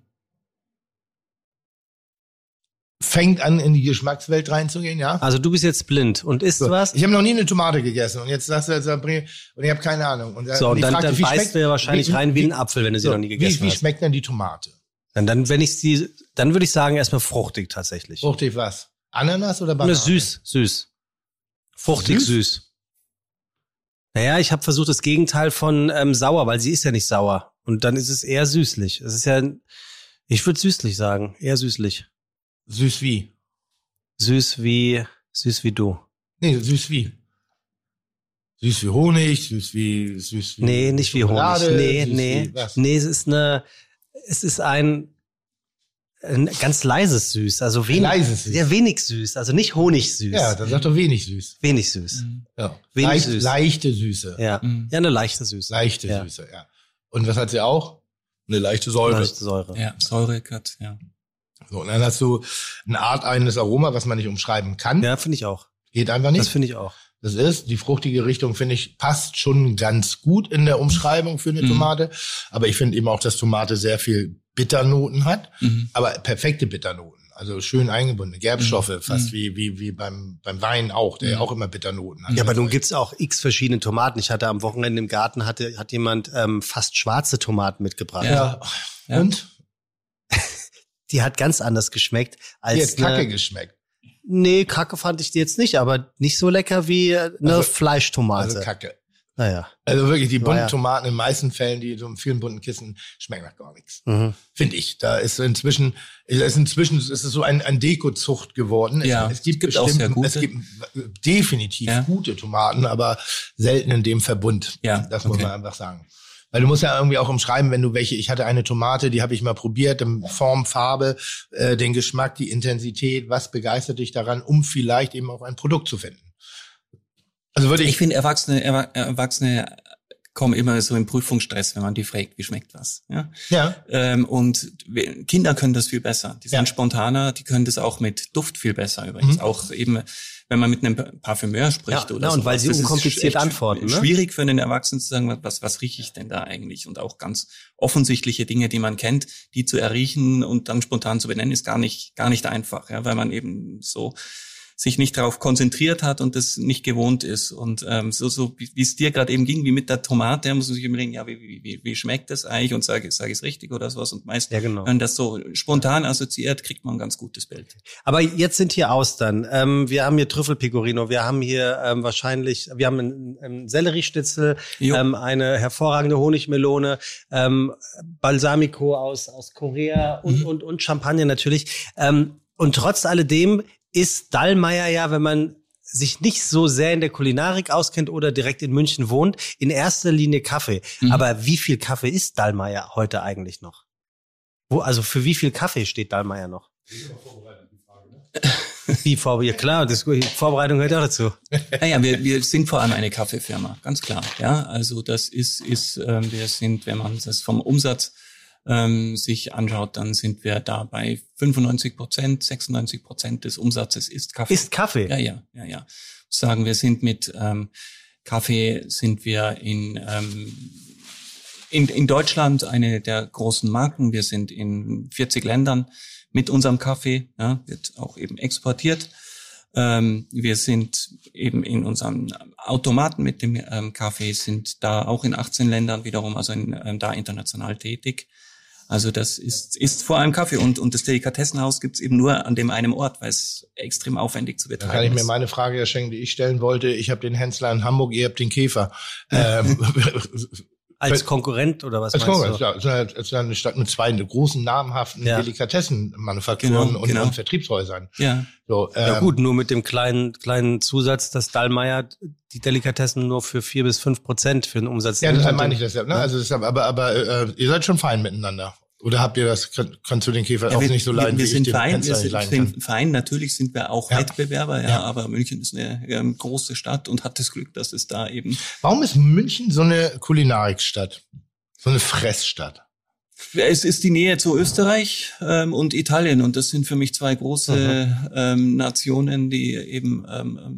C: Fängt an, in die Geschmackswelt reinzugehen, ja?
B: Also du bist jetzt blind und isst was?
C: Ich habe noch nie eine Tomate gegessen und jetzt sagst du und ich habe keine Ahnung. Und
B: so, und dann beißt du ja wahrscheinlich rein wie ein Apfel, wenn du sie noch nie gegessen hast.
C: Wie schmeckt denn die Tomate?
B: Dann würde ich sagen, erstmal fruchtig tatsächlich.
C: Fruchtig was? Ananas oder Banane?
B: Süß. Fruchtig süß. Naja, ich habe versucht, das Gegenteil von sauer, weil sie ist ja nicht sauer. Und dann ist es eher süßlich. Es ist ja, ich würde süßlich sagen, eher süßlich.
C: Süß wie?
B: Süß wie du.
C: Nee, süß wie? Süß wie Honig, süß wie
B: nee, nicht wie Honig. Nee, es ist ein ganz leises Süß, also wenig süß, also nicht honigsüß.
C: Ja, dann sag doch wenig süß.
B: Wenig süß.
C: Ja.
B: Süß.
C: Leichte Süße.
B: Ja, eine leichte Süße.
C: Süße, ja. Und was hat sie auch? eine leichte Säure.
E: Ja, Säure, ja.
C: So, und dann hast du eine Art eigenes Aroma, was man nicht umschreiben kann.
B: Ja, finde ich auch.
C: Geht einfach nicht.
B: Das finde ich auch.
C: Das ist, die fruchtige Richtung, finde ich, passt schon ganz gut in der Umschreibung für eine Tomate. Aber ich finde eben auch, dass Tomate sehr viel Bitternoten hat, aber perfekte Bitternoten. Also schön eingebundene Gerbstoffe, fast wie beim Wein auch, der ja auch immer Bitternoten hat.
B: Ja, aber nun gibt's auch x verschiedene Tomaten. Ich hatte am Wochenende im Garten, hat jemand fast schwarze Tomaten mitgebracht.
C: Ja. Und?
B: Die hat ganz anders geschmeckt als
C: die hat Kacke geschmeckt.
B: Nee, Kacke fand ich die jetzt nicht, aber nicht so lecker wie eine Fleischtomate.
C: Also Kacke.
B: Naja.
C: Also wirklich, die bunten Tomaten in den meisten Fällen, die so in vielen bunten Kissen, schmecken nach gar nichts. Finde ich. Da ist inzwischen ist es so ein Dekozucht geworden.
E: Ja,
C: es gibt
E: bestimmt, auch sehr gute.
C: Es gibt definitiv gute Tomaten, aber selten in dem Verbund.
E: Ja,
C: das muss man einfach sagen. Weil du musst ja irgendwie auch umschreiben, wenn du ich hatte eine Tomate, die habe ich mal probiert, Form, Farbe, den Geschmack, die Intensität, was begeistert dich daran, um vielleicht eben auch ein Produkt zu finden. Also
E: ich finde, Erwachsene kommen immer so im Prüfungsstress, wenn man die fragt, wie schmeckt was. Ja. Und Kinder können das viel besser. Die sind spontaner, die können das auch mit Duft viel besser übrigens. Auch eben, wenn man mit einem Parfümeur spricht oder so.
B: Und weil sie unkompliziert antworten.
E: Schwierig für einen Erwachsenen zu sagen, was rieche ich denn da eigentlich? Und auch ganz offensichtliche Dinge, die man kennt, die zu erriechen und dann spontan zu benennen, ist gar nicht einfach, ja, weil man eben so sich nicht darauf konzentriert hat und das nicht gewohnt ist. Und so wie es dir gerade eben ging, wie mit der Tomate, muss man sich überlegen, ja, wie schmeckt das eigentlich und sage ich es richtig oder sowas. Und meist, wenn man das so spontan assoziiert, kriegt man ein ganz gutes Bild.
B: Aber jetzt sind hier Austern. Wir haben hier Trüffelpecorino, wir haben hier wir haben einen Sellerieschnitzel, eine hervorragende Honigmelone, Balsamico aus Korea und Champagner natürlich. Und trotz alledem ist Dallmayr ja, wenn man sich nicht so sehr in der Kulinarik auskennt oder direkt in München wohnt, in erster Linie Kaffee. Aber wie viel Kaffee ist Dallmayr heute eigentlich noch? Also für wie viel Kaffee steht Dallmayr noch? Wie Vorbereitung? Ja klar, Vorbereitung gehört auch dazu.
E: Naja, wir sind vor allem eine Kaffeefirma, ganz klar. Ja, also das ist wir sind, wenn man das vom Umsatz sich anschaut, dann sind wir da bei 95%, 96% des Umsatzes ist Kaffee.
B: Ist Kaffee?
E: Ja. Sagen wir sind mit Kaffee sind wir in Deutschland eine der großen Marken. Wir sind in 40 Ländern mit unserem Kaffee, wird auch eben exportiert. Wir sind eben in unserem Automaten mit dem Kaffee, sind da auch in 18 Ländern wiederum, also da international tätig. Also das ist vor allem Kaffee und das Delikatessenhaus gibt's eben nur an dem einen Ort, weil es extrem aufwendig zu betreiben ist.
C: Da kann ich mir meine Frage erschenken, die ich stellen wollte. Ich habe den Hensler in Hamburg, ihr habt den Käfer.
B: Als Konkurrent oder was
C: als
B: meinst
C: Konkurrent, du? Ja, es ist eine Stadt mit zwei großen, namhaften Delikatessenmanufakturen und Vertriebshäusern.
E: Ja.
C: So,
B: ja gut, nur mit dem kleinen Zusatz, dass Dallmayr die Delikatessen nur für 4 bis 5% für den Umsatz.
C: Ja, deshalb meine ich das ja. Ne? Also deshalb, aber ihr seid schon fein miteinander. Oder habt ihr das? Kannst du den Käfer auch nicht so leiden?
E: Wir sind fein. Wir sind fein. Natürlich sind wir auch Wettbewerber, aber München ist eine große Stadt und hat das Glück, dass es da eben.
C: Warum ist München so eine Kulinarikstadt, so eine Fressstadt?
E: Es ist die Nähe zu Österreich und Italien und das sind für mich zwei große Nationen, die eben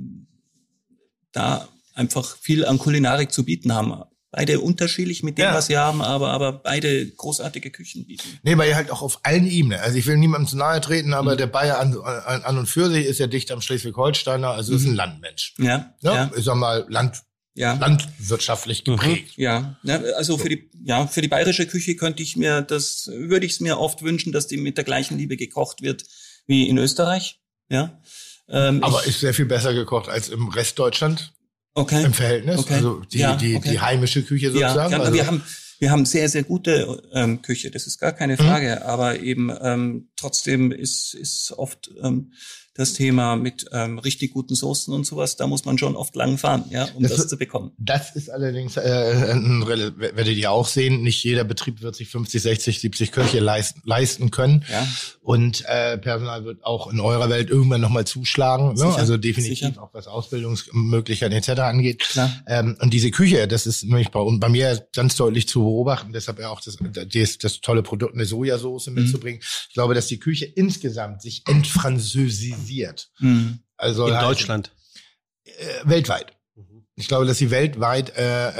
E: da einfach viel an Kulinarik zu bieten haben. Beide unterschiedlich mit dem, was sie haben, aber beide großartige Küchen bieten.
C: Nee, weil ihr halt auch auf allen Ebenen. Also ich will niemandem zu nahe treten, aber der Bayer an und für sich ist ja dicht am Schleswig-Holsteiner, also ist ein Landmensch.
E: Ja.
C: Ich sag mal, landwirtschaftlich geprägt.
E: Ja, also für die bayerische Küche würde ich es mir oft wünschen, dass die mit der gleichen Liebe gekocht wird wie in Österreich. Ja.
C: Aber ist sehr viel besser gekocht als im Rest Deutschland.
E: Okay.
C: Im Verhältnis.
E: Okay.
C: Also die heimische Küche sozusagen.
E: Ja, also wir haben sehr, sehr gute Küche, das ist gar keine Frage. Aber eben trotzdem ist oft das Thema mit richtig guten Soßen und sowas, da muss man schon oft lang fahren, ja, um das zu bekommen.
C: Das ist allerdings, werdet ihr auch sehen, nicht jeder Betrieb wird sich 50, 60, 70 Köche leisten können. Ja. Und Personal wird auch in eurer Welt irgendwann nochmal zuschlagen. Ne? Also definitiv auch was Ausbildungsmöglichkeiten etc. angeht. Klar. Und diese Küche, das ist nämlich bei mir ganz deutlich zu beobachten, deshalb ja auch das tolle Produkt, eine Sojasauce mitzubringen. Ich glaube, dass die Küche insgesamt sich entfranzösisiert. Also
B: in Deutschland?
C: Weltweit. Ich glaube, dass sie weltweit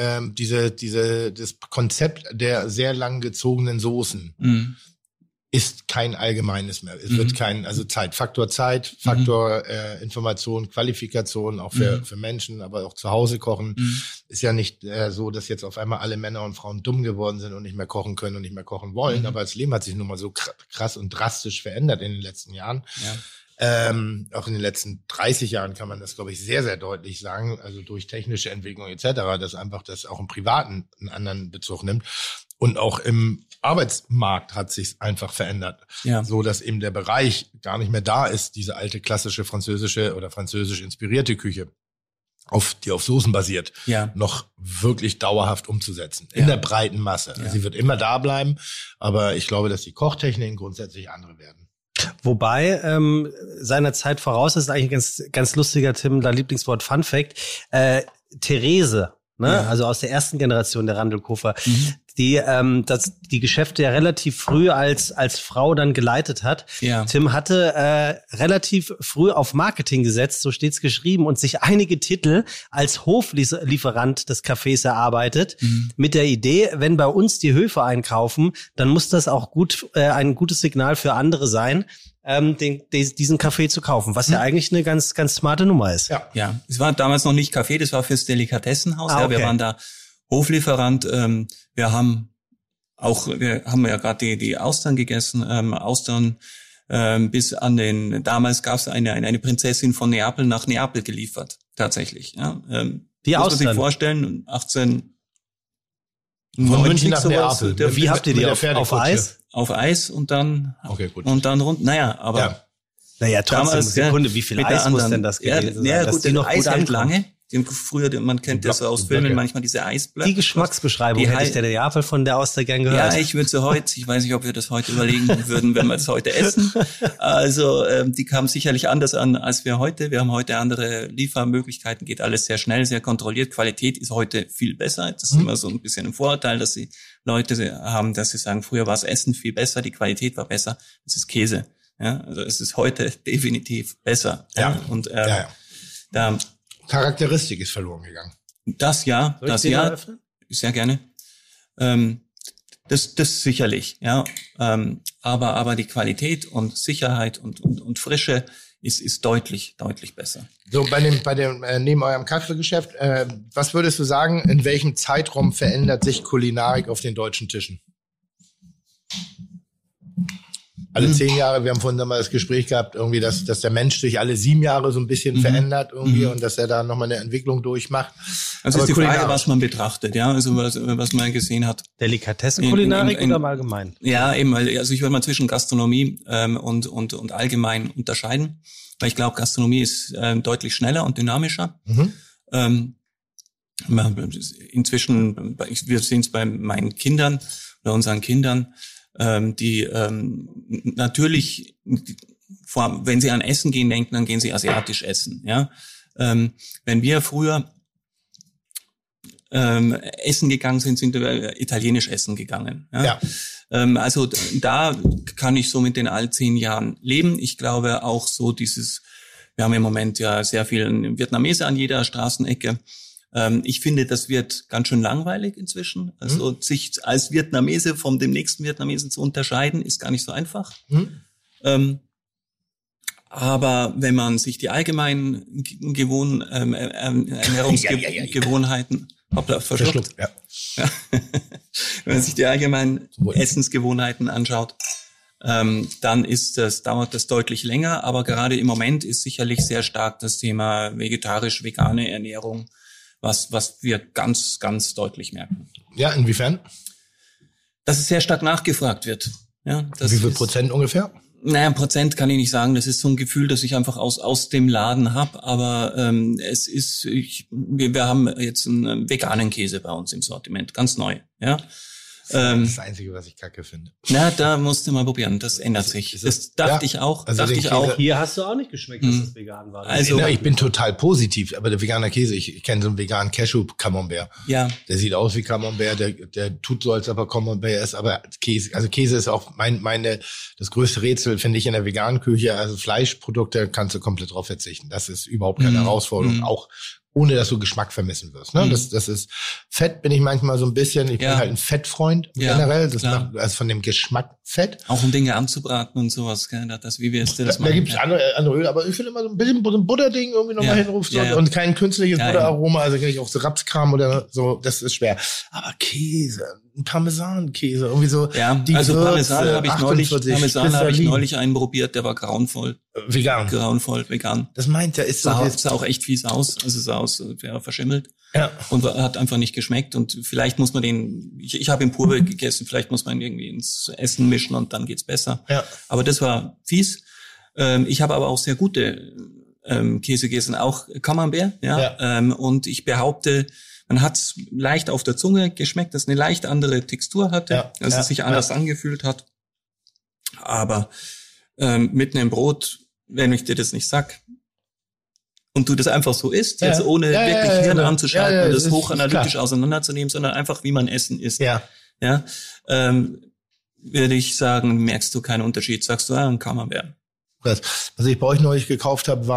C: das Konzept der sehr lang gezogenen Soßen ist kein allgemeines mehr. Es wird also Faktor Information, Qualifikation, auch für Menschen, aber auch zu Hause kochen. Ist ja nicht so, dass jetzt auf einmal alle Männer und Frauen dumm geworden sind und nicht mehr kochen können und nicht mehr kochen wollen. Aber das Leben hat sich nun mal so krass und drastisch verändert in den letzten Jahren. Ja. Auch in den letzten 30 Jahren kann man das, glaube ich, sehr, sehr deutlich sagen, also durch technische Entwicklung etc., dass einfach das auch im Privaten einen anderen Bezug nimmt. Und auch im Arbeitsmarkt hat sich einfach verändert, so dass eben der Bereich gar nicht mehr da ist, diese alte klassische französische oder französisch inspirierte Küche, die auf Soßen basiert, noch wirklich dauerhaft umzusetzen. In der breiten Masse. Ja. Sie wird immer da bleiben, aber ich glaube, dass die Kochtechniken grundsätzlich andere werden.
B: Wobei seiner Zeit voraus ist eigentlich ganz, ganz lustiger, Tim, dein Lieblingswort Fun Fact, Therese, ne? Also aus der ersten Generation der Randelkofer, die Geschäfte ja relativ früh als Frau dann geleitet hat. Ja. Tim hatte relativ früh auf Marketing gesetzt, so steht's geschrieben, und sich einige Titel als Hoflieferant des Cafés erarbeitet, mit der Idee, wenn bei uns die Höfe einkaufen, dann muss das auch ein gutes Signal für andere sein, diesen Kaffee zu kaufen, was ja eigentlich eine ganz, ganz smarte Nummer ist.
E: Ja, es war damals noch nicht Kaffee, das war fürs Delikatessenhaus. Okay. Ja, wir waren da Hoflieferant. Wir haben ja gerade die Austern gegessen, Austern bis an damals gab es eine Prinzessin von Neapel nach Neapel geliefert, tatsächlich. Ja,
B: die Austern. Muss man
E: sich vorstellen, 18
C: von München nach Neapel.
B: Wie habt ihr die auf Eis?
E: Auf Eis und dann rund. Naja, aber
B: naja, trotzdem, damals, Sekunde, wie viel Eis muss denn das gewesen sein?
E: Ja, gut, das Eis hält lange. Früher, man kennt das so aus Filmen, manchmal diese Eisblöcke.
B: Die Geschmacksbeschreibung hätte ich der Neapel von der Auster gern gehört.
E: Ja, ich weiß nicht, ob wir das heute überlegen würden, wenn wir das heute essen. Also, die kamen sicherlich anders an als wir heute. Wir haben heute andere Liefermöglichkeiten, geht alles sehr schnell, sehr kontrolliert. Qualität ist heute viel besser. Das ist immer so ein bisschen ein Vorurteil, dass die Leute haben, dass sie sagen, früher war das Essen viel besser, die Qualität war besser. Das ist Käse. Ja, also es ist heute definitiv besser.
C: Ja.
E: Und
C: da Charakteristik ist verloren gegangen.
E: Das sehr gerne. Das sicherlich, ja. Aber die Qualität und Sicherheit und Frische ist deutlich besser.
C: So, bei dem neben eurem Kaffeegeschäft, was würdest du sagen, in welchem Zeitraum verändert sich Kulinarik auf den deutschen Tischen? Alle 10 Jahre, wir haben vorhin mal das Gespräch gehabt, irgendwie, dass der Mensch sich alle 7 Jahre so ein bisschen verändert irgendwie und dass er da nochmal eine Entwicklung durchmacht.
E: Also ist die Frage, was man betrachtet, ja, also was man gesehen hat.
B: Delikatessenkulinarik oder im Allgemeinen?
E: Ja, eben, also ich würde mal zwischen Gastronomie und allgemein unterscheiden, weil ich glaube, Gastronomie ist deutlich schneller und dynamischer. Inzwischen, wir sehen es bei meinen Kindern oder unseren Kindern, die natürlich, wenn sie an Essen gehen denken, dann gehen sie asiatisch essen. Ja, wenn wir früher essen gegangen sind wir italienisch essen gegangen. Ja? Also da kann ich so mit den all 10 Jahren leben. Ich glaube auch so wir haben im Moment ja sehr viel Vietnamese an jeder Straßenecke. Ich finde, das wird ganz schön langweilig inzwischen. Also sich als Vietnamese von dem nächsten Vietnamesen zu unterscheiden, ist gar nicht so einfach. Aber wenn man sich die allgemeinen Ernährungsgewohnheiten verschluckt. Ja. Wenn man sich die allgemeinen Essensgewohnheiten anschaut, dann dauert das deutlich länger. Aber gerade im Moment ist sicherlich sehr stark das Thema vegetarisch-vegane Ernährung, was wir ganz, ganz deutlich merken.
C: Ja, inwiefern?
E: Dass es sehr stark nachgefragt wird. Ja,
C: wie viel Prozent ungefähr?
E: Naja, Prozent kann ich nicht sagen. Das ist so ein Gefühl, das ich einfach aus dem Laden habe. Aber es ist, wir haben jetzt einen veganen Käse bei uns im Sortiment, ganz neu. Ja.
C: Das ist das Einzige, was ich kacke finde.
E: Na, da musst du mal probieren. Das ändert sich. Das dachte ich auch.
B: Hier hast du auch nicht geschmeckt, dass das vegan war.
C: Also ich bin total positiv, aber der vegane Käse, ich kenne so einen veganen Cashew-Camembert. Ja. Der sieht aus wie Camembert, der tut so, als ob er Camembert ist, aber Käse. Also Käse ist auch das größte Rätsel, finde ich, in der veganen Küche. Also Fleischprodukte kannst du komplett drauf verzichten. Das ist überhaupt keine Herausforderung. Auch ohne dass du Geschmack vermissen wirst. Ne? Das ist Fett bin ich manchmal so ein bisschen, ich bin halt ein Fettfreund generell, also von dem Geschmack Fett.
E: Auch um Dinge anzubraten und sowas, gell? Wie wir es das machen.
C: Da gibt's andere Öl, aber ich finde immer so ein bisschen so ein Butterding irgendwie nochmal hinruft und kein künstliches Butteraroma, also kann ich auch so Rapskram oder so, das ist schwer. Aber Käse, ein Parmesankäse, irgendwie so.
E: Ja, also Parmesan habe ich neulich einen probiert, der war grauenvoll.
C: Vegan.
E: Grauenvoll, vegan.
C: Das meint er, ist so.
E: Sah auch echt fies aus, also sah aus, wäre verschimmelt. Ja. Und hat einfach nicht geschmeckt und vielleicht muss man ich habe ihn pur gegessen, vielleicht muss man ihn irgendwie ins Essen mischen und dann geht's besser. Ja. Aber das war fies. Ich habe aber auch sehr gute Käse gegessen, auch Camembert, und ich behaupte, man hat's leicht auf der Zunge geschmeckt, dass es eine leicht andere Textur hatte, dass es sich anders angefühlt hat. Aber mit einem Brot, wenn ich dir das nicht sag, und du das einfach so isst, jetzt ohne wirklich Hirn anzuschalten und das hochanalytisch auseinanderzunehmen, sondern einfach, wie man Essen isst. Würde ich sagen, merkst du keinen Unterschied. Sagst du, ein Camembert.
C: Was ich bei euch neulich gekauft habe,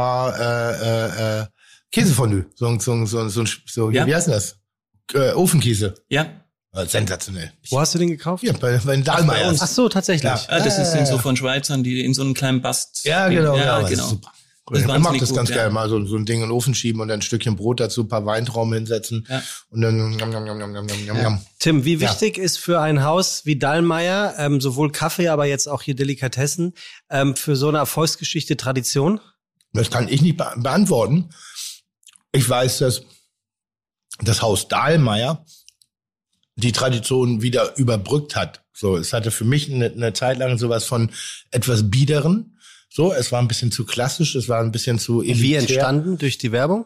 C: war Käsefondue. So, wie heißt das? Ofenkäse.
E: Ja.
C: Sensationell.
B: Wo hast du den gekauft?
C: Ja, bei den Dahlmeiers.
B: Ach so, tatsächlich.
E: Ja, das sind so von Schweizern, die in so einem kleinen Bast.
C: Ja, genau.
E: Das
C: ist super. Ich mag das ganz geil, mal so ein Ding in den Ofen schieben und dann ein Stückchen Brot dazu, ein paar Weintrauben hinsetzen und dann
B: Tim, wie wichtig ist für ein Haus wie Dallmayr, sowohl Kaffee, aber jetzt auch hier Delikatessen, für so eine Erfolgsgeschichte Tradition?
C: Das kann ich nicht beantworten. Ich weiß, dass das Haus Dallmayr die Tradition wieder überbrückt hat. So, es hatte für mich eine Zeit lang sowas von etwas Biederen. So, es war ein bisschen zu klassisch, es war ein bisschen zu elitär.
B: Wie entstanden? Durch die Werbung?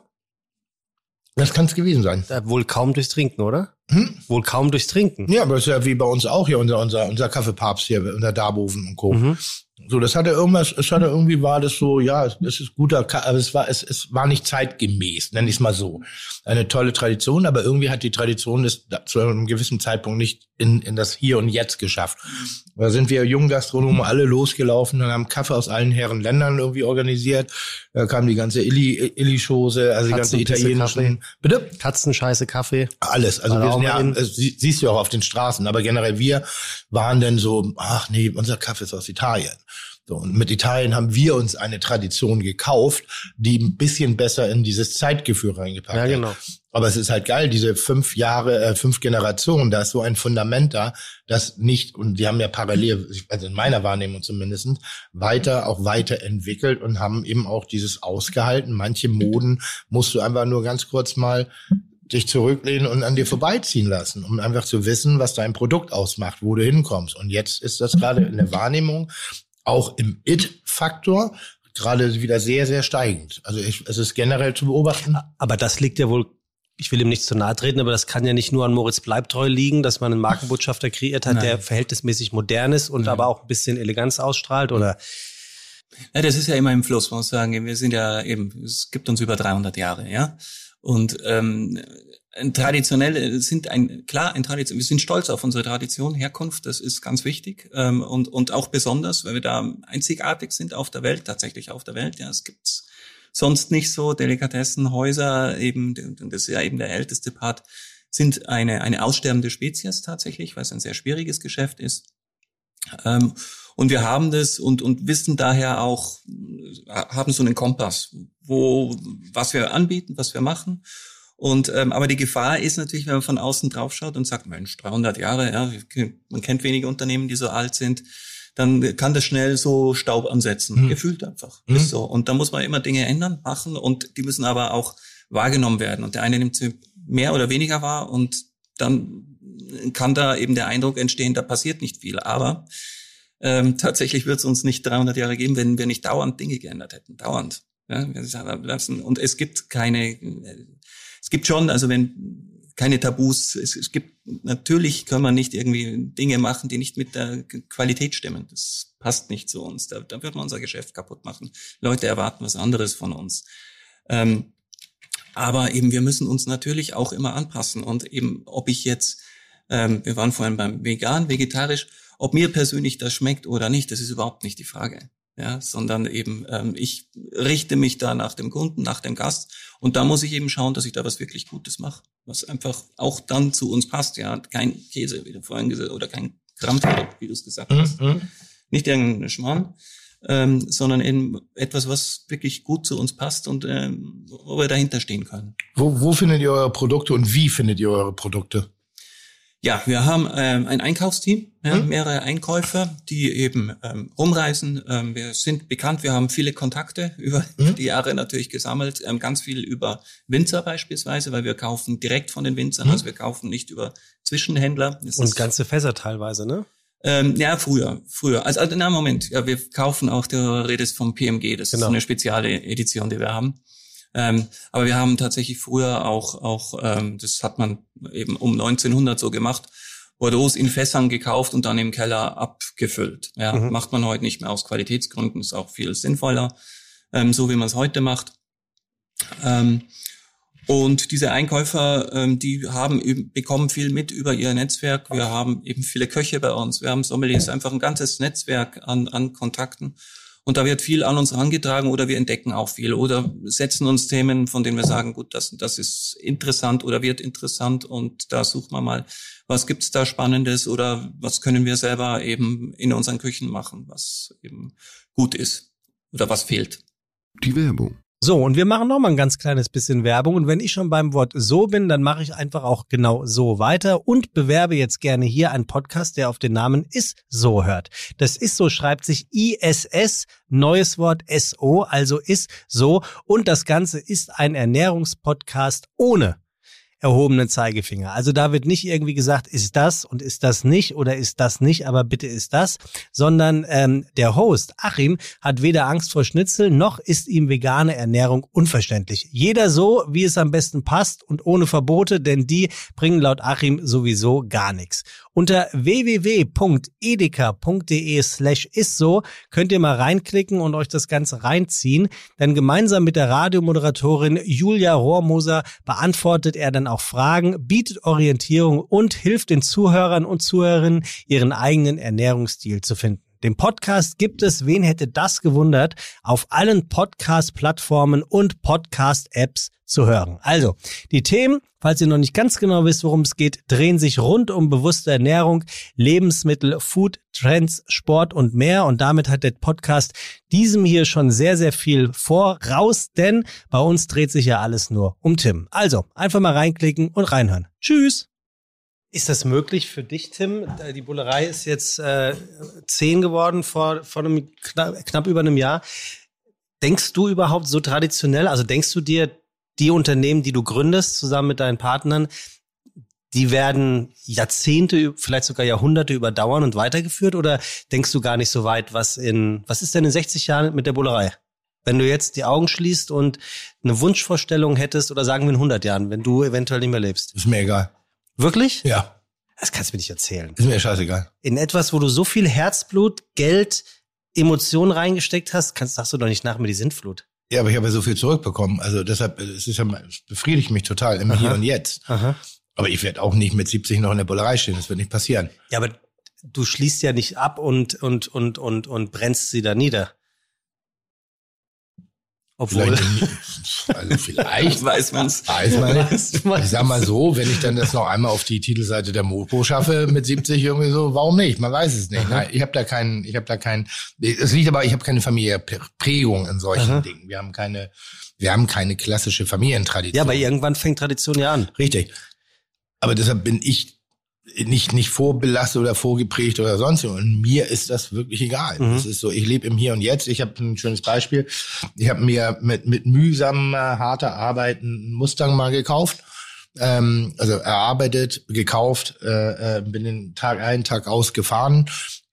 C: Das kann es gewesen sein.
B: Wohl kaum durchs Trinken, oder? Wohl kaum durchs Trinken.
C: Ja, aber das ist ja wie bei uns auch hier, unser Kaffeepapst hier, unser Darboven und Co. So, das hatte irgendwie war das so, ja, es ist guter, aber es war nicht zeitgemäß, nenne ich es mal so. Eine tolle Tradition, aber irgendwie hat die Tradition das zu einem gewissen Zeitpunkt nicht in das Hier und Jetzt geschafft. Da sind wir jungen Gastronomen alle losgelaufen und haben Kaffee aus allen Herren Ländern irgendwie organisiert. Da kam die ganze Illy-Chose, also die ganze italienischen.
B: Bitte? Katzenscheiße Kaffee.
C: Alles. Also wir sind siehst du auch auf den Straßen. Aber generell wir waren dann so, ach nee, unser Kaffee ist aus Italien. So, und mit Italien haben wir uns eine Tradition gekauft, die ein bisschen besser in dieses Zeitgefühl reingepackt hat. Ja, genau. Aber es ist halt geil, diese 5 Generationen, da ist so ein Fundament da, das nicht, und die haben ja parallel, also in meiner Wahrnehmung zumindest, weiterentwickelt und haben eben auch dieses ausgehalten. Manche Moden musst du einfach nur ganz kurz mal dich zurücklehnen und an dir vorbeiziehen lassen, um einfach zu wissen, was dein Produkt ausmacht, wo du hinkommst. Und jetzt ist das gerade in der Wahrnehmung, auch im It-Faktor, gerade wieder sehr, sehr steigend. Also es ist generell zu beobachten.
B: Aber das liegt ja wohl, ich will ihm nicht zu nahe treten, aber das kann ja nicht nur an Moritz Bleibtreu liegen, dass man einen Markenbotschafter kreiert hat, der verhältnismäßig modern ist und aber auch ein bisschen Eleganz ausstrahlt, oder?
E: Ja, das ist ja immer im Fluss, muss man sagen. Wir sind ja eben, es gibt uns über 300 Jahre, ja. Und traditionell wir sind stolz auf unsere Tradition, Herkunft, das ist ganz wichtig und auch besonders, weil wir da einzigartig sind auf der Welt, tatsächlich auf der Welt. Ja, es gibt's sonst nicht so. Delikatessenhäuser eben, das ist ja eben der älteste Part, sind eine aussterbende Spezies tatsächlich, weil es ein sehr schwieriges Geschäft ist. Und wir haben das und wissen daher auch, haben so einen Kompass, was wir anbieten, was wir machen. Und aber die Gefahr ist natürlich, wenn man von außen drauf schaut und sagt, Mensch, 300 Jahre, ja, man kennt wenige Unternehmen, die so alt sind, dann kann das schnell so Staub ansetzen, gefühlt einfach. Ist so. Und da muss man immer Dinge ändern, machen und die müssen aber auch wahrgenommen werden. Und der eine nimmt sie mehr oder weniger wahr und dann kann da eben der Eindruck entstehen, da passiert nicht viel. Aber tatsächlich wird es uns nicht 300 Jahre geben, wenn wir nicht dauernd Dinge geändert hätten. Dauernd. Ja, und es gibt schon, also keine Tabus. Es gibt, natürlich können wir nicht irgendwie Dinge machen, die nicht mit der Qualität stimmen. Das passt nicht zu uns. Da wird man unser Geschäft kaputt machen. Leute erwarten was anderes von uns. Aber eben, wir müssen uns natürlich auch immer anpassen. Und eben, ob ich jetzt, wir waren vorhin beim Vegan, vegetarisch, ob mir persönlich das schmeckt oder nicht, das ist überhaupt nicht die Frage. Ja, sondern eben, ich richte mich da nach dem Kunden, nach dem Gast, und da muss ich eben schauen, dass ich da was wirklich Gutes mache, was einfach auch dann zu uns passt. Ja, kein Käse, wie du vorhin gesagt hast, oder kein Krampf, wie du es gesagt hast. Nicht irgendein Schmarrn, sondern eben etwas, was wirklich gut zu uns passt und wo wir dahinter stehen können.
C: Wo findet ihr eure Produkte und wie findet ihr eure Produkte?
E: Ja, wir haben ein Einkaufsteam, mehrere Einkäufer, die eben rumreisen. Wir sind bekannt, wir haben viele Kontakte über die Jahre natürlich gesammelt, ganz viel über Winzer beispielsweise, weil wir kaufen direkt von den Winzern, also wir kaufen nicht über Zwischenhändler.
B: Und ganze Fässer teilweise, ne?
E: Ja, früher. Also Moment, ja, wir kaufen auch, du redest vom PMG, das ist so eine spezielle Edition, die wir haben. Aber wir haben tatsächlich früher auch das hat man eben um 1900 so gemacht, Bordeaux in Fässern gekauft und dann im Keller abgefüllt. Ja, macht man heute nicht mehr aus Qualitätsgründen, ist auch viel sinnvoller, so wie man es heute macht. Und diese Einkäufer, die bekommen viel mit über ihr Netzwerk. Wir haben eben viele Köche bei uns. Wir haben Sommeliers, einfach ein ganzes Netzwerk an Kontakten. Und da wird viel an uns herangetragen oder wir entdecken auch viel oder setzen uns Themen, von denen wir sagen, gut, das ist interessant oder wird interessant und da suchen wir mal, was gibt's da Spannendes oder was können wir selber eben in unseren Küchen machen, was eben gut ist oder was fehlt.
A: Die Werbung.
B: So, und wir machen noch mal ein ganz kleines bisschen Werbung. Und wenn ich schon beim Wort so bin, dann mache ich einfach auch genau so weiter und bewerbe jetzt gerne hier einen Podcast, der auf den Namen Ist So hört. Das Ist So schreibt sich ISS, neues Wort SO, also Ist So. Und das Ganze ist ein Ernährungspodcast ohne erhobenen Zeigefinger. Also da wird nicht irgendwie gesagt, ist das und ist das nicht oder ist das nicht, aber bitte ist das, sondern der Host Achim hat weder Angst vor Schnitzel, noch ist ihm vegane Ernährung unverständlich. Jeder so, wie es am besten passt und ohne Verbote, denn die bringen laut Achim sowieso gar nichts. Unter www.edeka.de/istso könnt ihr mal reinklicken und euch das Ganze reinziehen, denn gemeinsam mit der Radiomoderatorin Julia Rohrmoser beantwortet er dann auch Fragen, bietet Orientierung und hilft den Zuhörern und Zuhörerinnen, ihren eigenen Ernährungsstil zu finden. Den Podcast gibt es, wen hätte das gewundert, auf allen Podcast-Plattformen und Podcast-Apps zu hören. Also, die Themen, falls ihr noch nicht ganz genau wisst, worum es geht, drehen sich rund um bewusste Ernährung, Lebensmittel, Food, Trends, Sport und mehr. Und damit hat der Podcast diesem hier schon sehr, sehr viel voraus, denn bei uns dreht sich ja alles nur um Tim. Also, einfach mal reinklicken und reinhören. Tschüss! Ist das möglich für dich, Tim? Die Bullerei ist jetzt 10 geworden vor einem knapp über einem Jahr. Denkst du überhaupt so traditionell? Also denkst du dir, die Unternehmen, die du gründest, zusammen mit deinen Partnern, die werden Jahrzehnte, vielleicht sogar Jahrhunderte überdauern und weitergeführt? Oder denkst du gar nicht so weit, was ist denn in 60 Jahren mit der Bullerei? Wenn du jetzt die Augen schließt und eine Wunschvorstellung hättest, oder sagen wir in 100 Jahren, wenn du eventuell nicht mehr lebst?
C: Ist mir egal.
B: Wirklich?
C: Ja.
B: Das kannst du mir nicht erzählen.
C: Ist mir scheißegal.
B: In etwas, wo du so viel Herzblut, Geld, Emotionen reingesteckt hast, sagst du doch nicht nach mir die Sintflut.
C: Ja, aber ich habe ja so viel zurückbekommen. Also deshalb, es befriedigt mich total im Hier und Jetzt. Aha. Aber ich werde auch nicht mit 70 noch in der Bullerei stehen. Das wird nicht passieren.
B: Ja, aber du schließt ja nicht ab und brennst sie da nieder. Obwohl.
C: Vielleicht weiß man's. Ich sag mal so, wenn ich dann das noch einmal auf die Titelseite der Mopo schaffe mit 70 irgendwie so, warum nicht? Man weiß es nicht. Nein, ich habe da keinen, es liegt aber, ich habe keine familiäre Prägung in solchen Dingen. Wir haben keine klassische Familientradition.
B: Ja, aber irgendwann fängt Tradition ja an.
C: Richtig. Aber deshalb bin ich nicht vorbelastet oder vorgeprägt oder sonst was. Und mir ist das wirklich egal. Das ist so, ich lebe im Hier und Jetzt. Ich habe ein schönes Beispiel. Ich habe mir mit mühsamer, harter Arbeit einen Mustang mal gekauft. Also erarbeitet, gekauft, bin den Tag ein, Tag aus gefahren.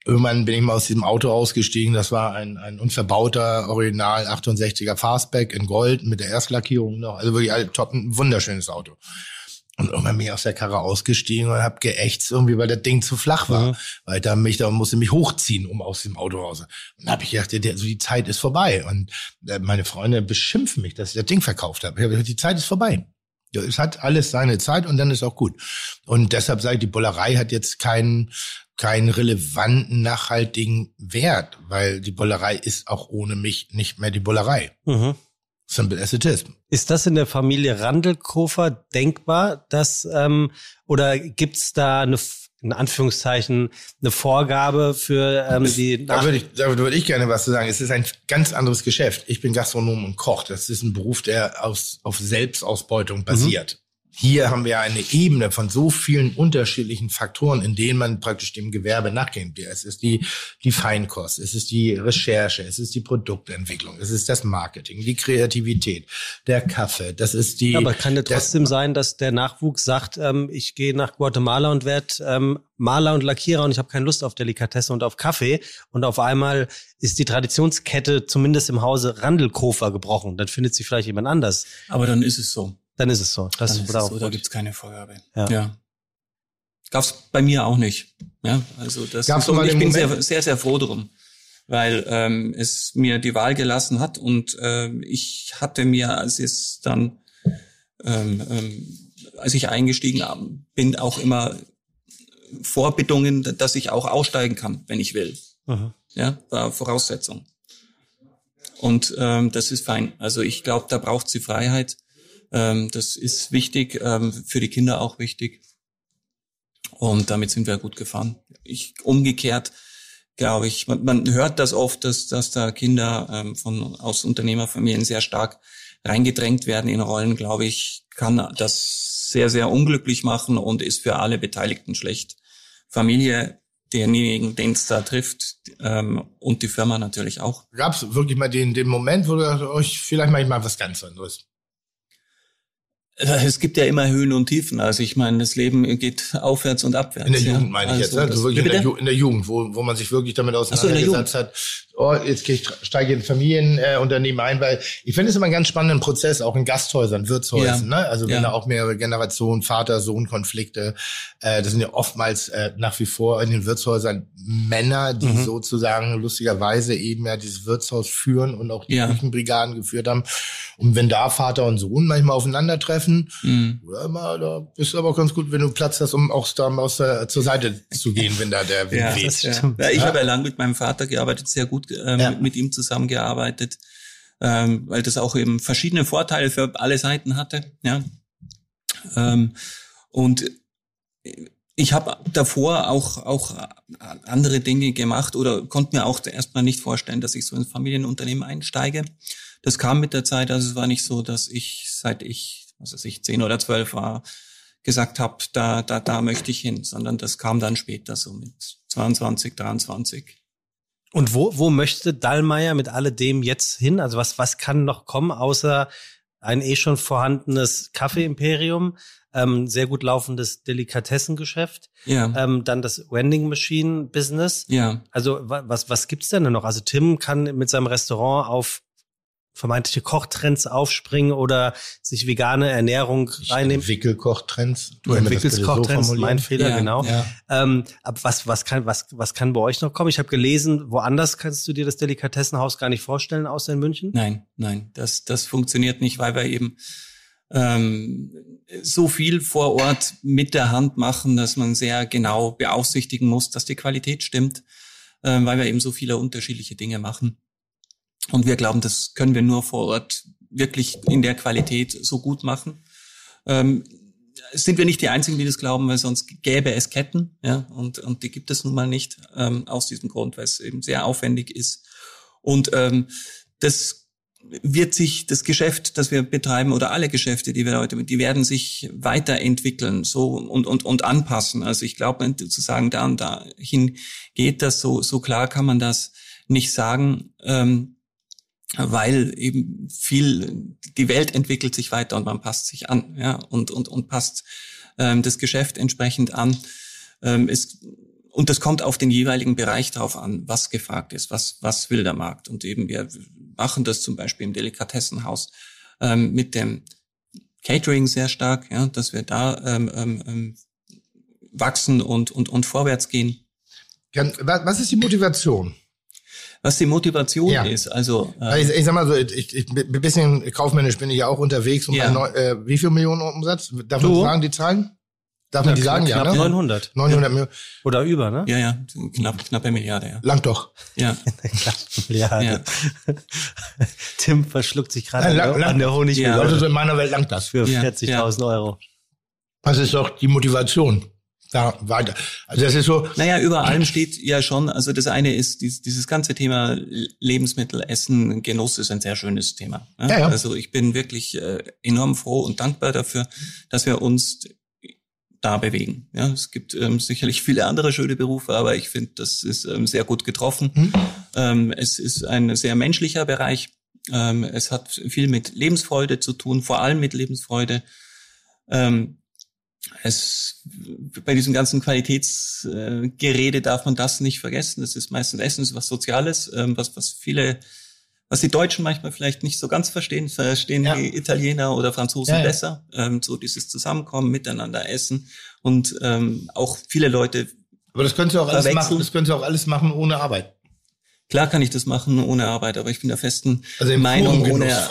C: irgendwann bin ich mal aus diesem Auto ausgestiegen. Das war ein unverbauter Original 68er Fastback in Gold mit der Erstlackierung noch. Also wirklich top, ein wunderschönes Auto. Und irgendwann bin ich aus der Karre ausgestiegen und habe geächtzt irgendwie, weil das Ding zu flach war. Weil da musste mich hochziehen, um aus dem Auto raus. Und dann habe ich gedacht, die Zeit ist vorbei. Und meine Freunde beschimpfen mich, dass ich das Ding verkauft habe. Ich habe gesagt, die Zeit ist vorbei. Ja, es hat alles seine Zeit und dann ist auch gut. Und deshalb sage ich, die Bullerei hat jetzt keinen relevanten, nachhaltigen Wert, weil die Bullerei ist auch ohne mich nicht mehr die Bullerei. Simple as it is.
B: Ist das in der Familie Randelkofer denkbar, dass oder gibt's da in Anführungszeichen eine Vorgabe für die?
C: Da würde ich gerne was zu sagen. Es ist ein ganz anderes Geschäft. Ich bin Gastronom und Koch. Das ist ein Beruf, der auf Selbstausbeutung basiert. Hier haben wir eine Ebene von so vielen unterschiedlichen Faktoren, in denen man praktisch dem Gewerbe nachgehen will. Es ist die Feinkost, es ist die Recherche, es ist die Produktentwicklung, es ist das Marketing, die Kreativität, der Kaffee, das ist die...
B: Aber kann ja trotzdem sein, dass der Nachwuchs sagt, ich gehe nach Guatemala und werde Maler und Lackierer und ich habe keine Lust auf Delikatesse und auf Kaffee und auf einmal ist die Traditionskette zumindest im Hause Randelkofer gebrochen. Dann findet sich vielleicht jemand anders.
E: Aber dann ist es so.
B: Dann ist es so.
E: Da gibt's keine Vorgabe. Ja. Gab's bei mir auch nicht. Ja, also das
C: Gab's
E: ist, ich bin
C: sehr,
E: sehr, sehr froh drum, weil es mir die Wahl gelassen hat und ich hatte mir, als ich eingestiegen bin, auch immer vorbedungen, dass ich auch aussteigen kann, wenn ich will. Ja, war Voraussetzung. Und das ist fein. Also ich glaube, da braucht's die Freiheit. Das ist wichtig, für die Kinder auch wichtig. Und damit sind wir gut gefahren. Umgekehrt, glaube ich, man hört das oft, dass da Kinder aus Unternehmerfamilien sehr stark reingedrängt werden in Rollen, glaube ich, kann das sehr, sehr unglücklich machen und ist für alle Beteiligten schlecht. Familie, denjenigen, den es da trifft, und die Firma natürlich auch.
C: Gab es wirklich mal den Moment, wo du euch vielleicht mal was ganz anderes?
E: Es gibt ja immer Höhen und Tiefen. Also ich meine, das Leben geht aufwärts und abwärts.
C: In der Jugend meine ich jetzt. Also wirklich in der Jugend, wo man sich wirklich damit auseinandergesetzt hat. Oh, jetzt steige ich in Familienunternehmen ein, weil ich finde es immer einen ganz spannenden Prozess, auch in Gasthäusern, Wirtshäusern. Ne? Also wenn da auch mehrere Generationen, Vater-Sohn-Konflikte, das sind ja oftmals nach wie vor in den Wirtshäusern Männer, die sozusagen lustigerweise eben ja dieses Wirtshaus führen und auch die Küchenbrigaden geführt haben. Und wenn da Vater und Sohn manchmal aufeinandertreffen, da ist aber auch ganz gut, wenn du Platz hast, um auch zur Seite zu gehen, wenn da der Wind weht.
E: Ja, ich habe ja lange mit meinem Vater gearbeitet, sehr gut mit ihm zusammengearbeitet, weil das auch eben verschiedene Vorteile für alle Seiten hatte. Ja, und ich habe davor auch andere Dinge gemacht oder konnte mir auch erstmal nicht vorstellen, dass ich so ins Familienunternehmen einsteige. Das kam mit der Zeit, also es war nicht so, dass ich, seit ich 10 oder 12 war, gesagt habe, da möchte ich hin, sondern das kam dann später, so mit 22, 23.
B: Und wo möchte Dallmayr mit alledem jetzt hin? Also was kann noch kommen, außer ein schon vorhandenes Kaffee-Imperium, sehr gut laufendes Delikatessengeschäft, dann das Vending Machine Business.
E: Ja.
B: Also was gibt's denn noch? Also Tim kann mit seinem Restaurant auf vermeintliche Kochtrends aufspringen oder sich vegane Ernährung reinnehmen.
C: Wickelkochtrends.
B: Du entwickelst Kochtrends, mein Fehler, genau.
C: Ja.
B: Aber was kann bei euch noch kommen? Ich habe gelesen, woanders kannst du dir das Delikatessenhaus gar nicht vorstellen, außer in München?
E: Nein, das funktioniert nicht, weil wir eben so viel vor Ort mit der Hand machen, dass man sehr genau beaufsichtigen muss, dass die Qualität stimmt, weil wir eben so viele unterschiedliche Dinge machen. Und wir glauben, das können wir nur vor Ort wirklich in der Qualität so gut machen. Sind wir nicht die Einzigen, die das glauben, weil sonst gäbe es Ketten, ja, und die gibt es nun mal nicht, aus diesem Grund, weil es eben sehr aufwendig ist. Und das Geschäft, das wir betreiben, oder alle Geschäfte, die wir heute, die werden sich weiterentwickeln, so und anpassen. Also ich glaube, zu sagen, da und dahin geht das, so klar kann man das nicht sagen, weil eben die Welt entwickelt sich weiter und man passt sich an, ja, und passt das Geschäft entsprechend an. Und das kommt auf den jeweiligen Bereich drauf an, was gefragt ist, was will der Markt. Und eben wir machen das zum Beispiel im Delikatessenhaus mit dem Catering sehr stark, ja, dass wir da wachsen und vorwärts gehen.
C: Was ist die Motivation?
E: Was die Motivation ist, also
C: ich sag mal so, ich ein bisschen kaufmännisch bin ich ja auch unterwegs. Wie viel Millionen Umsatz? Darf man sagen, die Zahlen? Darf man die sagen?
B: Knapp
C: ja, ne?
B: 900.
C: 900 Millionen.
B: Oder über, ne?
E: Ja, knappe Milliarde, ja.
C: Lang doch.
E: Ja.
B: Knappe Milliarde. Ja. Tim verschluckt sich gerade an der Honigmilch.
C: Ja. Also in meiner Welt langt das.
B: Für 40.000 Euro.
C: Was ist doch die Motivation? Da weiter. Also das ist so.
E: Naja, über allem steht ja schon, also das eine ist dieses ganze Thema Lebensmittel, Essen, Genuss ist ein sehr schönes Thema. Ne? Ja. Also ich bin wirklich enorm froh und dankbar dafür, dass wir uns da bewegen. Ja, es gibt sicherlich viele andere schöne Berufe, aber ich finde, das ist sehr gut getroffen. Es ist ein sehr menschlicher Bereich. Es hat viel mit Lebensfreude zu tun, vor allem mit Lebensfreude. Bei diesem ganzen Qualitätsgerede darf man das nicht vergessen. Es ist meistens Essen, ist was Soziales, was die Deutschen manchmal vielleicht nicht so ganz verstehen die Italiener oder Franzosen besser. So dieses Zusammenkommen, miteinander essen und auch viele Leute.
C: Aber das könnt ihr auch alles machen. Das könnt ihr auch alles machen ohne Arbeit.
E: Klar kann ich das machen ohne Arbeit, aber ich bin der festen Meinung,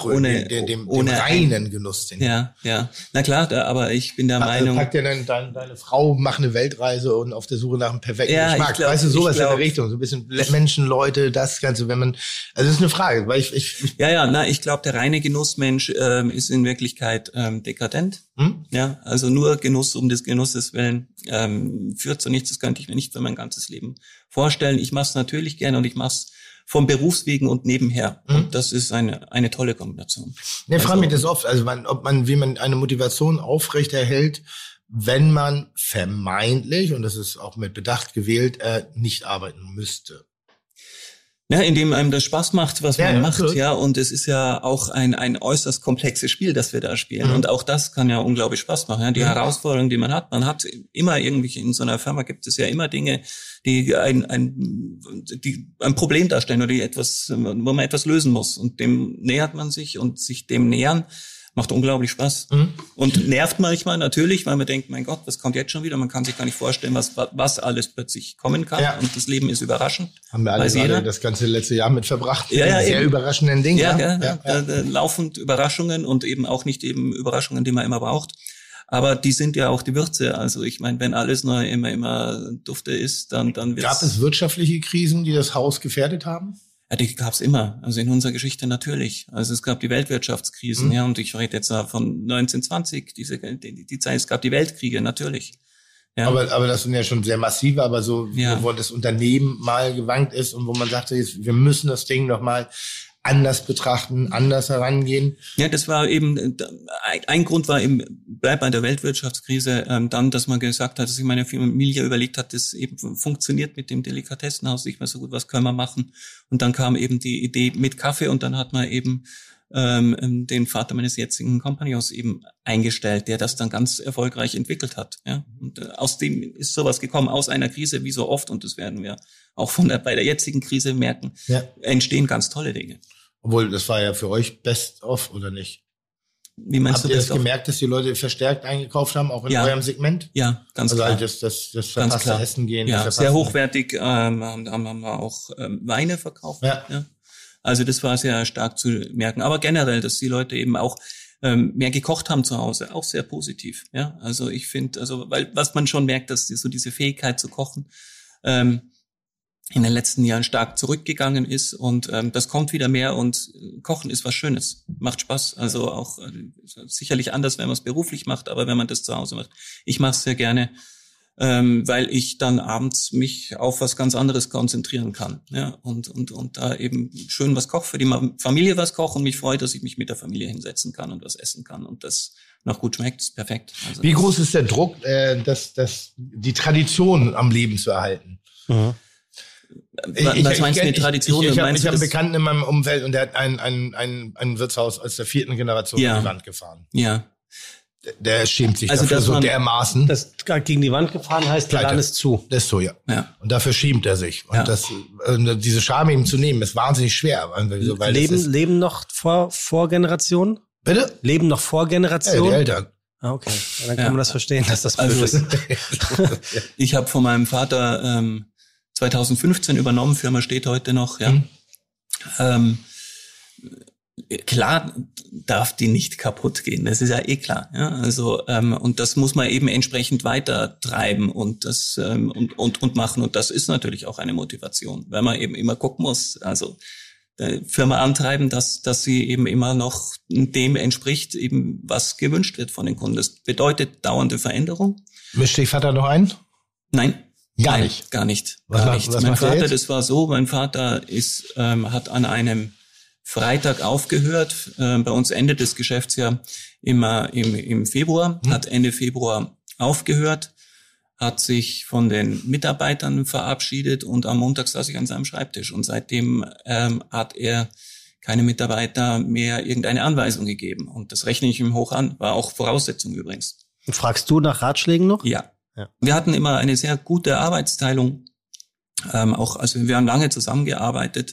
E: ohne
C: reinen Genuss.
E: Ja. Na klar, aber ich bin der Meinung.
C: Packt ja deine Frau, macht eine Weltreise und auf der Suche nach einem perfekten Geschmack. Weißt du, sowas in der Richtung. So ein bisschen Menschen, Leute, das Ganze, also das ist eine Frage, weil
E: ich glaube, der reine Genussmensch ist in Wirklichkeit dekadent. Ja, also nur Genuss um des Genusses willen führt zu nichts. Das könnte ich mir nicht für mein ganzes Leben vorstellen. Ich mache es natürlich gerne und ich mache es vom Berufswegen und nebenher. Und das ist eine tolle Kombination.
C: Ich frage mich das oft, also wie man eine Motivation aufrechterhält, wenn man vermeintlich, und das ist auch mit Bedacht gewählt, nicht arbeiten müsste.
E: Ja, indem einem das Spaß macht, was man macht, ja. Und es ist ja auch ein äußerst komplexes Spiel, das wir da spielen. Und auch das kann ja unglaublich Spaß machen. Ja. Die Herausforderungen, die man hat immer irgendwie in so einer Firma gibt es ja immer Dinge, die ein Problem darstellen oder wo man etwas lösen muss. Und dem nähert man sich und sich dem nähern macht unglaublich Spaß. Und nervt manchmal natürlich, weil man denkt, mein Gott, was kommt jetzt schon wieder? Man kann sich gar nicht vorstellen, was alles plötzlich kommen kann. Ja. Und das Leben ist überraschend.
C: Haben wir alle gerade das ganze letzte Jahr mit verbracht. Ja, sehr überraschenden Dingen.
E: Ja. Laufend Überraschungen und eben auch nicht eben Überraschungen, die man immer braucht. Aber die sind ja auch die Würze. Also ich meine, wenn alles nur immer dufte ist, dann wird's.
C: Gab es wirtschaftliche Krisen, die das Haus gefährdet haben?
E: Ja, die gab's immer. Also in unserer Geschichte natürlich. Also es gab die Weltwirtschaftskrisen, ja, und ich rede jetzt von 1920, die Zeit, es gab die Weltkriege, natürlich. Ja.
C: Aber das sind ja schon sehr massive, aber so, wo das Unternehmen mal gewankt ist und wo man sagte, jetzt, wir müssen das Ding noch mal anders betrachten, anders herangehen.
E: Ja, das war eben, ein Grund war eben, bleib bei der Weltwirtschaftskrise, dann, dass man gesagt hat, dass sich meine Familie überlegt hat, das eben funktioniert mit dem Delikatessenhaus nicht mehr so gut, was können wir machen? Und dann kam eben die Idee mit Kaffee und dann hat man eben den Vater meines jetzigen Kompagnons eben eingestellt, der das dann ganz erfolgreich entwickelt hat. Ja? Und aus dem ist sowas gekommen, aus einer Krise, wie so oft, und das werden wir auch bei der jetzigen Krise merken, entstehen ganz tolle Dinge.
C: Obwohl, das war ja für euch best of, oder nicht?
E: Wie meinst
C: Habt ihr das gemerkt, dass die Leute verstärkt eingekauft haben, auch in eurem Segment?
E: Ja, ganz klar.
C: Also das verpasste Essen gehen.
E: Ja, sehr hochwertig haben wir auch Weine verkauft. Ja. Also das war sehr stark zu merken. Aber generell, dass die Leute eben auch mehr gekocht haben zu Hause, auch sehr positiv. Ja, also ich finde, weil was man schon merkt, dass so diese Fähigkeit zu kochen in den letzten Jahren stark zurückgegangen ist und das kommt wieder mehr und Kochen ist was Schönes, macht Spaß. Also auch sicherlich anders, wenn man es beruflich macht, aber wenn man das zu Hause macht. Ich mache es sehr gerne, weil ich dann abends mich auf was ganz anderes konzentrieren kann, ja, und da eben schön was koche, für die Familie was koche und mich freut, dass ich mich mit der Familie hinsetzen kann und was essen kann und das noch gut schmeckt, ist perfekt. Also
C: wie groß ist der Druck, die Tradition am Leben zu erhalten?
E: Was meinst du mit Tradition?
C: Ich habe einen Bekannten in meinem Umfeld und der hat ein Wirtshaus aus der 4. Generation an die Wand gefahren.
E: Ja.
C: Der schämt sich
E: also
C: dafür so dermaßen.
B: Das gegen die Wand gefahren heißt, der Laden ist zu.
C: Das ist so, ja. Und dafür schämt er sich. Und diese Scham ihm zu nehmen, ist wahnsinnig schwer. Weil
B: leben noch vor Generationen?
C: Bitte?
B: Leben noch vor Generationen?
C: Ja, die Eltern.
B: Ah, okay. Dann kann man das verstehen, dass das blöd ist.
E: Ich habe von meinem Vater 2015 übernommen, Firma steht heute noch, ja. Klar darf die nicht kaputt gehen, das ist ja eh klar. Ja? Also und das muss man eben entsprechend weiter treiben und das und machen, und das ist natürlich auch eine Motivation, weil man eben immer gucken muss, also der Firma antreiben, dass sie eben immer noch dem entspricht, eben was gewünscht wird von den Kunden. Das bedeutet dauernde Veränderung.
C: Mischt dich Vater noch ein?
E: Nein.
C: Gar nicht.
E: Was mein Vater, das war so, mein Vater hat an einem Freitag aufgehört. Bei uns endet das Geschäftsjahr immer im Februar, hat Ende Februar aufgehört, hat sich von den Mitarbeitern verabschiedet und am Montag saß ich an seinem Schreibtisch. Und seitdem hat er keine Mitarbeiter mehr irgendeine Anweisung gegeben. Und das rechne ich ihm hoch an, war auch Voraussetzung übrigens.
B: Fragst du nach Ratschlägen noch?
E: Ja. Wir hatten immer eine sehr gute Arbeitsteilung, also wir haben lange zusammengearbeitet.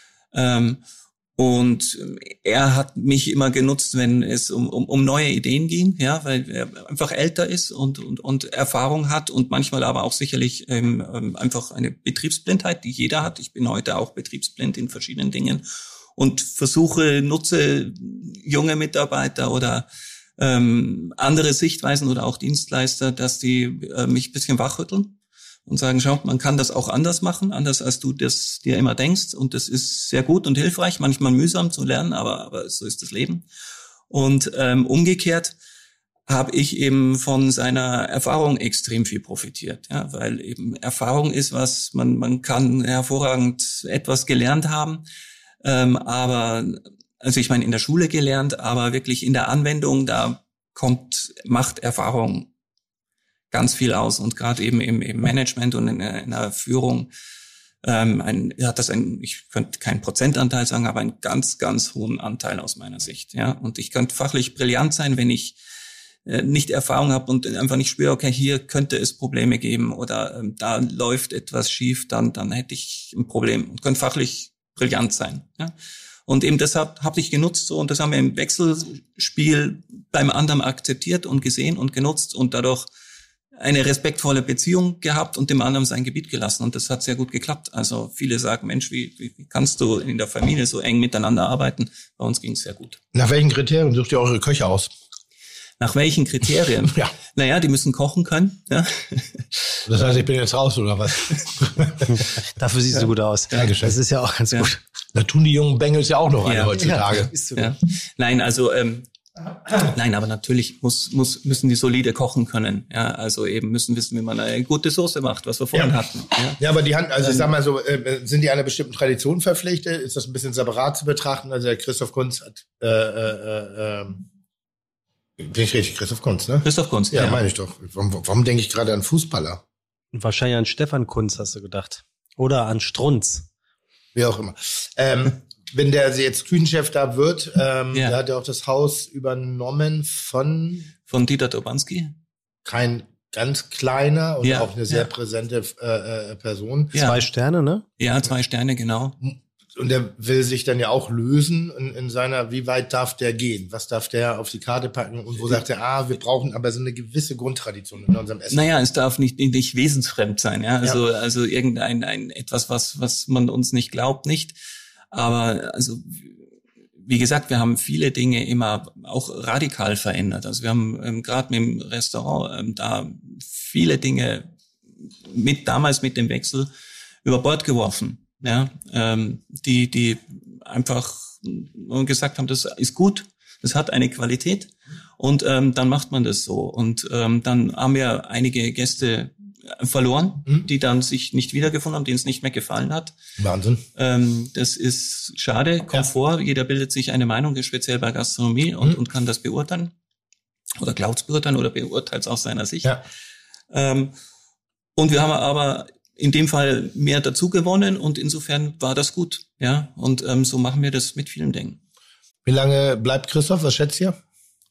E: Und er hat mich immer genutzt, wenn es um neue Ideen ging, ja, weil er einfach älter ist und Erfahrung hat und manchmal aber auch sicherlich einfach eine Betriebsblindheit, die jeder hat. Ich bin heute auch betriebsblind in verschiedenen Dingen und nutze junge Mitarbeiter oder andere Sichtweisen oder auch Dienstleister, dass die mich ein bisschen wachrütteln und sagen, schau, man kann das auch anders machen, anders als du das dir immer denkst. Und das ist sehr gut und hilfreich, manchmal mühsam zu lernen, aber so ist das Leben. Und umgekehrt habe ich eben von seiner Erfahrung extrem viel profitiert, ja, weil eben Erfahrung ist was, man kann hervorragend etwas gelernt haben, aber also ich meine in der Schule gelernt, aber wirklich in der Anwendung, macht Erfahrung ganz viel aus, und gerade eben im Management und in der Führung ich könnte keinen Prozentanteil sagen, aber einen ganz, ganz hohen Anteil aus meiner Sicht. Ja, und ich könnte fachlich brillant sein, wenn ich nicht Erfahrung habe und einfach nicht spüre, okay, hier könnte es Probleme geben oder da läuft etwas schief, dann hätte ich ein Problem und könnte fachlich brillant sein. Ja. Und eben deshalb habe ich genutzt so, und das haben wir im Wechselspiel beim anderen akzeptiert und gesehen und genutzt und dadurch eine respektvolle Beziehung gehabt und dem anderen sein Gebiet gelassen. Und das hat sehr gut geklappt. Also viele sagen, Mensch, wie kannst du in der Familie so eng miteinander arbeiten? Bei uns ging es sehr gut.
C: Nach welchen Kriterien sucht ihr eure Köche aus?
E: Nach welchen Kriterien?
C: Ja.
E: Naja, die müssen kochen können. Ja.
C: Das heißt, ich bin jetzt raus, oder was?
B: Dafür siehst du gut aus.
C: Ja,
B: das ist ja auch ganz gut.
C: Da tun die jungen Bengels ja auch noch alle heutzutage.
E: Ja. Nein, also aber natürlich müssen die solide kochen können. Ja, also eben müssen wissen, wie man eine gute Soße macht, was wir vorhin hatten.
C: Ja, aber ich sag mal so, sind die einer bestimmten Tradition verpflichtet? Ist das ein bisschen separat zu betrachten? Also der Christoph Kunz hat, bin ich richtig? Christoph Kunz, ne?
E: Christoph Kunz,
C: ja. Meine ich doch. Warum denke ich gerade an Fußballer?
B: Wahrscheinlich an Stefan Kunz, hast du gedacht. Oder an Strunz.
C: Wie auch immer. Wenn der jetzt Küchenchef da wird, der hat ja auch das Haus übernommen von
E: Dieter Dobanski.
C: Kein ganz kleiner und auch eine sehr präsente Person.
B: Ja. 2 Sterne, ne?
E: Ja, 2 Sterne, genau.
C: Und der will sich dann ja auch lösen in seiner, wie weit darf der gehen? Was darf der auf die Karte packen? Und wo sagt er, wir brauchen aber so eine gewisse Grundtradition in unserem Essen.
E: Naja, es darf nicht wesensfremd sein, ja. Also irgendein etwas, was man uns nicht glaubt, nicht. Aber also wie gesagt, wir haben viele Dinge immer auch radikal verändert. Also wir haben gerade mit dem Restaurant da viele Dinge damals mit dem Wechsel über Bord geworfen, ja, die einfach gesagt haben, das ist gut, das hat eine Qualität, und dann macht man das so. Und dann haben wir einige Gäste verloren, die dann sich nicht wiedergefunden haben, denen es nicht mehr gefallen hat.
C: Wahnsinn.
E: Das ist schade. Komfort, jeder bildet sich eine Meinung, speziell bei Gastronomie, und kann das beurteilen oder glaubt es beurteilen oder beurteilt es aus seiner Sicht. Ja. Und wir haben aber in dem Fall mehr dazu gewonnen, und insofern war das gut. Ja, und so machen wir das mit vielen Dingen.
C: Wie lange bleibt Christoph? Was schätzt ihr?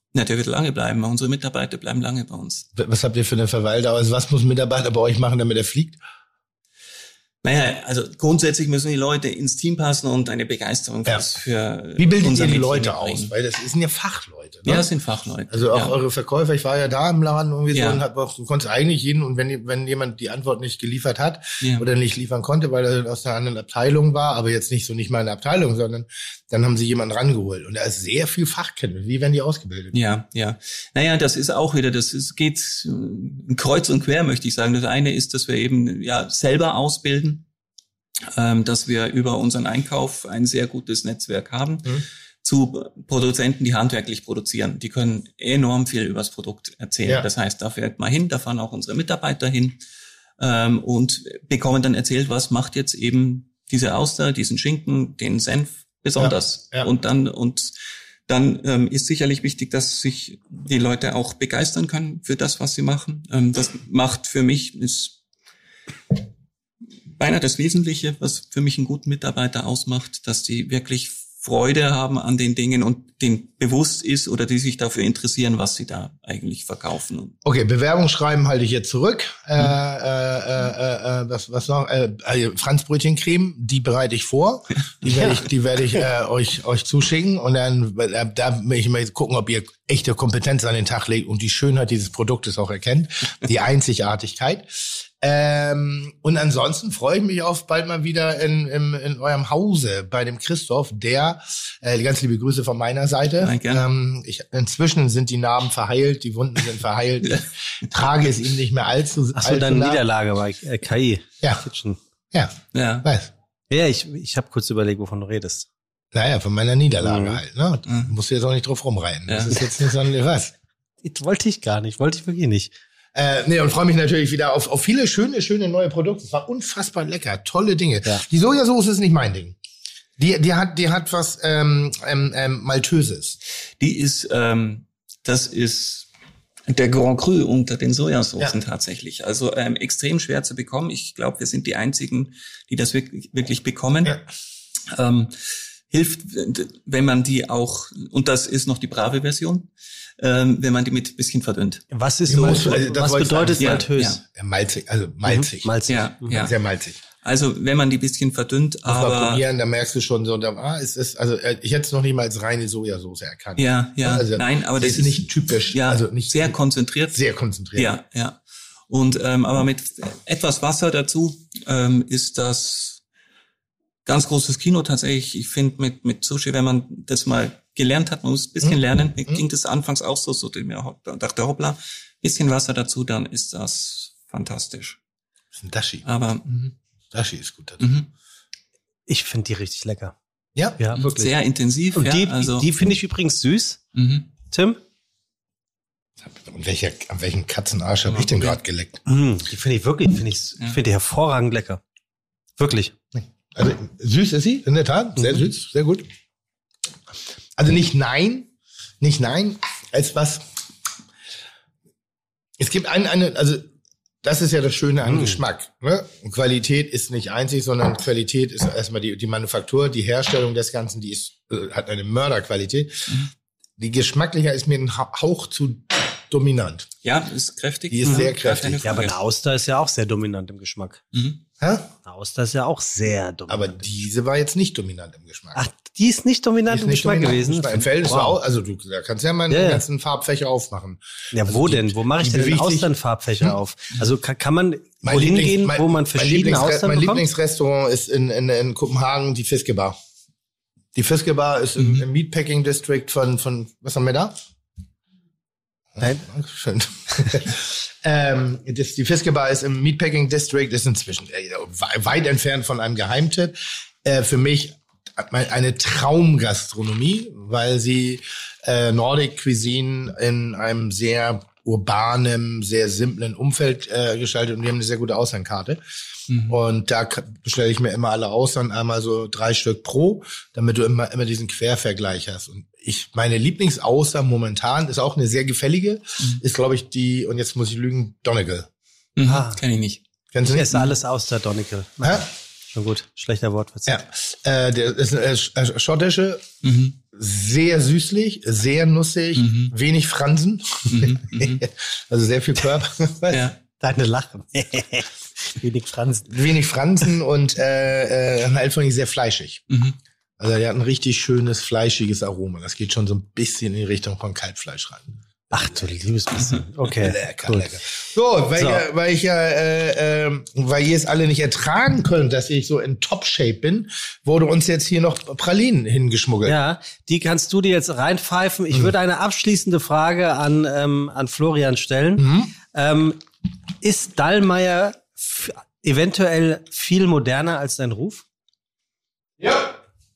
E: Ja, der wird lange bleiben. Unsere Mitarbeiter bleiben lange bei uns.
C: Was habt ihr für eine Verweildauer? Also was muss ein Mitarbeiter bei euch machen, damit er fliegt?
E: Naja, also grundsätzlich müssen die Leute ins Team passen und eine Begeisterung für
C: Wie bildet
E: unser
C: ihr die
E: Metier
C: Leute
E: mitbringen.
C: aus? Weil das sind ja Fachleute. Ne?
E: Ja, das sind Fachleute.
C: Also auch eure Verkäufer, ich war ja da im Laden irgendwie so und du konntest eigentlich jeden, und wenn jemand die Antwort nicht geliefert hat oder nicht liefern konnte, weil er aus einer anderen Abteilung war, aber jetzt nicht mal eine Abteilung, sondern dann haben sie jemanden rangeholt. Und da ist sehr viel Fachkenntnis. Wie werden die ausgebildet?
E: Ja. Naja, das ist auch wieder, geht kreuz und quer, möchte ich sagen. Das eine ist, dass wir eben selber ausbilden, dass wir über unseren Einkauf ein sehr gutes Netzwerk haben zu Produzenten, die handwerklich produzieren. Die können enorm viel über das Produkt erzählen. Ja. Das heißt, da fährt man hin, da fahren auch unsere Mitarbeiter hin und bekommen dann erzählt, was macht jetzt eben diese Auster, diesen Schinken, den Senf besonders. Ja. Und dann ist sicherlich wichtig, dass sich die Leute auch begeistern können für das, was sie machen. Das macht für mich, ist beinahe das Wesentliche, was für mich einen guten Mitarbeiter ausmacht, dass die wirklich Freude haben an den Dingen und denen bewusst ist oder die sich dafür interessieren, was sie da eigentlich verkaufen.
C: Okay, Bewerbung schreiben halte ich jetzt zurück. Was noch? Franzbrötchencreme, die bereite ich vor. Die werde ich euch zuschicken und dann da will ich mal gucken, ob ihr echte Kompetenz an den Tag legt und die Schönheit dieses Produktes auch erkennt, die Einzigartigkeit. Und ansonsten freue ich mich auf bald mal wieder in eurem Hause bei dem Christoph, der ganz liebe Grüße von meiner Seite.
E: Danke.
C: Inzwischen sind die Narben verheilt, die Wunden sind verheilt. Ich trage es ihm nicht mehr allzu.
B: Ach so, deine Niederlage war KI.
C: Ja.
B: Kitchen.
C: Ja. Weiß.
B: Ja, ich habe kurz überlegt, wovon du redest.
C: Naja, von meiner Niederlage halt. Ne? Musst du jetzt auch nicht drauf rumreiten. Das ist jetzt nicht so was.
B: Wollte ich gar nicht, wollte ich wirklich nicht.
C: Und freue mich natürlich wieder auf viele schöne neue Produkte. Es war unfassbar lecker, tolle Dinge. Ja. Die Sojasauce ist nicht mein Ding. Die hat was Maltöses.
E: Die ist, das ist der Grand Cru unter den Sojasoßen tatsächlich. Also extrem schwer zu bekommen. Ich glaube, wir sind die einzigen, die das wirklich bekommen. Ja. Hilft, wenn man die auch, und das ist noch die brave Version, wenn man die mit ein bisschen verdünnt.
B: Was ist so? Was bedeutet maltös?
C: Ja, malzig, also malzig.
B: Malzig.
E: Ja.
C: Sehr malzig.
E: Also wenn man die ein bisschen verdünnt, aber
C: mal probieren, da merkst du schon so, ich hätte es noch nicht mal als reine Sojasauce erkannt.
E: Ja.
C: Also,
E: nein, aber das ist
C: nicht typisch.
E: Ja,
C: also nicht
E: sehr konzentriert.
C: Sehr konzentriert.
E: Ja. Und aber mit etwas Wasser dazu ist das ganz großes Kino tatsächlich. Ich finde mit Sushi, wenn man das mal gelernt hat, man muss ein bisschen lernen. Mir ging das anfangs auch so dem dachte, hoppla, bisschen Wasser dazu, dann ist das fantastisch.
C: Das ist ein Dashi.
E: Aber
C: Dashi ist gut dazu.
B: Ich finde die richtig lecker.
C: Ja,
B: wirklich.
E: Sehr intensiv.
B: Und die finde ich übrigens süß. Tim?
C: An welchen Katzenarsch habe ich denn gerade geleckt?
B: Die finde ich wirklich, ich finde die hervorragend lecker. Wirklich.
C: Also süß ist sie, in der Tat, sehr süß, sehr gut. Also nicht nein, als was. Es gibt also das ist ja das Schöne an Geschmack. Ne? Und Qualität ist nicht einzig, sondern Qualität ist erstmal die Manufaktur, die Herstellung des Ganzen, die hat eine Mörderqualität. Die geschmacklicher ist mir ein Hauch zu dominant.
E: Ja, ist kräftig.
C: Die ist sehr kräftig.
B: Ja, aber eine Auster ist ja auch sehr dominant im Geschmack.
C: Hä?
B: Eine Auster ist ja auch sehr dominant.
C: Aber diese war jetzt nicht dominant im Geschmack.
B: Ach, die ist nicht dominant im Geschmack gewesen?
C: Im Verhältnis war also da kannst du ja mal den ganzen Farbfächer aufmachen.
B: Ja, also wo denn? Wo mache ich denn den Austernfarbfächer auf? Also kann man wohin gehen, wo man verschiedene Austern bekommt?
C: Mein Lieblingsrestaurant ist in Kopenhagen die Fiskebar. Die Fiskebar ist im Meatpacking District von was haben wir da? Nein, schön. Die Fiskebar ist im Meatpacking District, ist inzwischen weit entfernt von einem Geheimtipp. Für mich eine Traumgastronomie, weil sie Nordic Cuisine in einem sehr urbanen, sehr simplen Umfeld gestaltet und die haben eine sehr gute Austern-Karte. Und da bestelle ich mir immer alle Austern, einmal so 3 Stück pro, damit du immer diesen Quervergleich hast. Und meine Lieblingsauster momentan ist auch eine sehr gefällige, ist glaube ich und jetzt muss ich lügen, Donegal.
E: Kenn ich nicht.
B: Kennst du nicht? Ich esse alles Auster Donegal. Schon gut, schlechter Wortwitz.
C: Ja, der ist eine schottische, sehr süßlich, sehr nussig, wenig Fransen. Also sehr viel Körper.
B: Ja. Deine Lache. Wenig
C: Fransen und halt vor allem sehr fleischig. Also der hat ein richtig schönes, fleischiges Aroma. Das geht schon so ein bisschen in die Richtung von Kalbfleisch rein.
B: Ach du liebes bisschen. Okay.
C: Lecker. So, weil ihr es alle nicht ertragen könnt, dass ich so in Top-Shape bin, wurde uns jetzt hier noch Pralinen hingeschmuggelt.
B: Ja, die kannst du dir jetzt reinpfeifen. Ich würde eine abschließende Frage an Florian stellen. Ist Dallmayr eventuell viel moderner als dein Ruf?
C: Ja.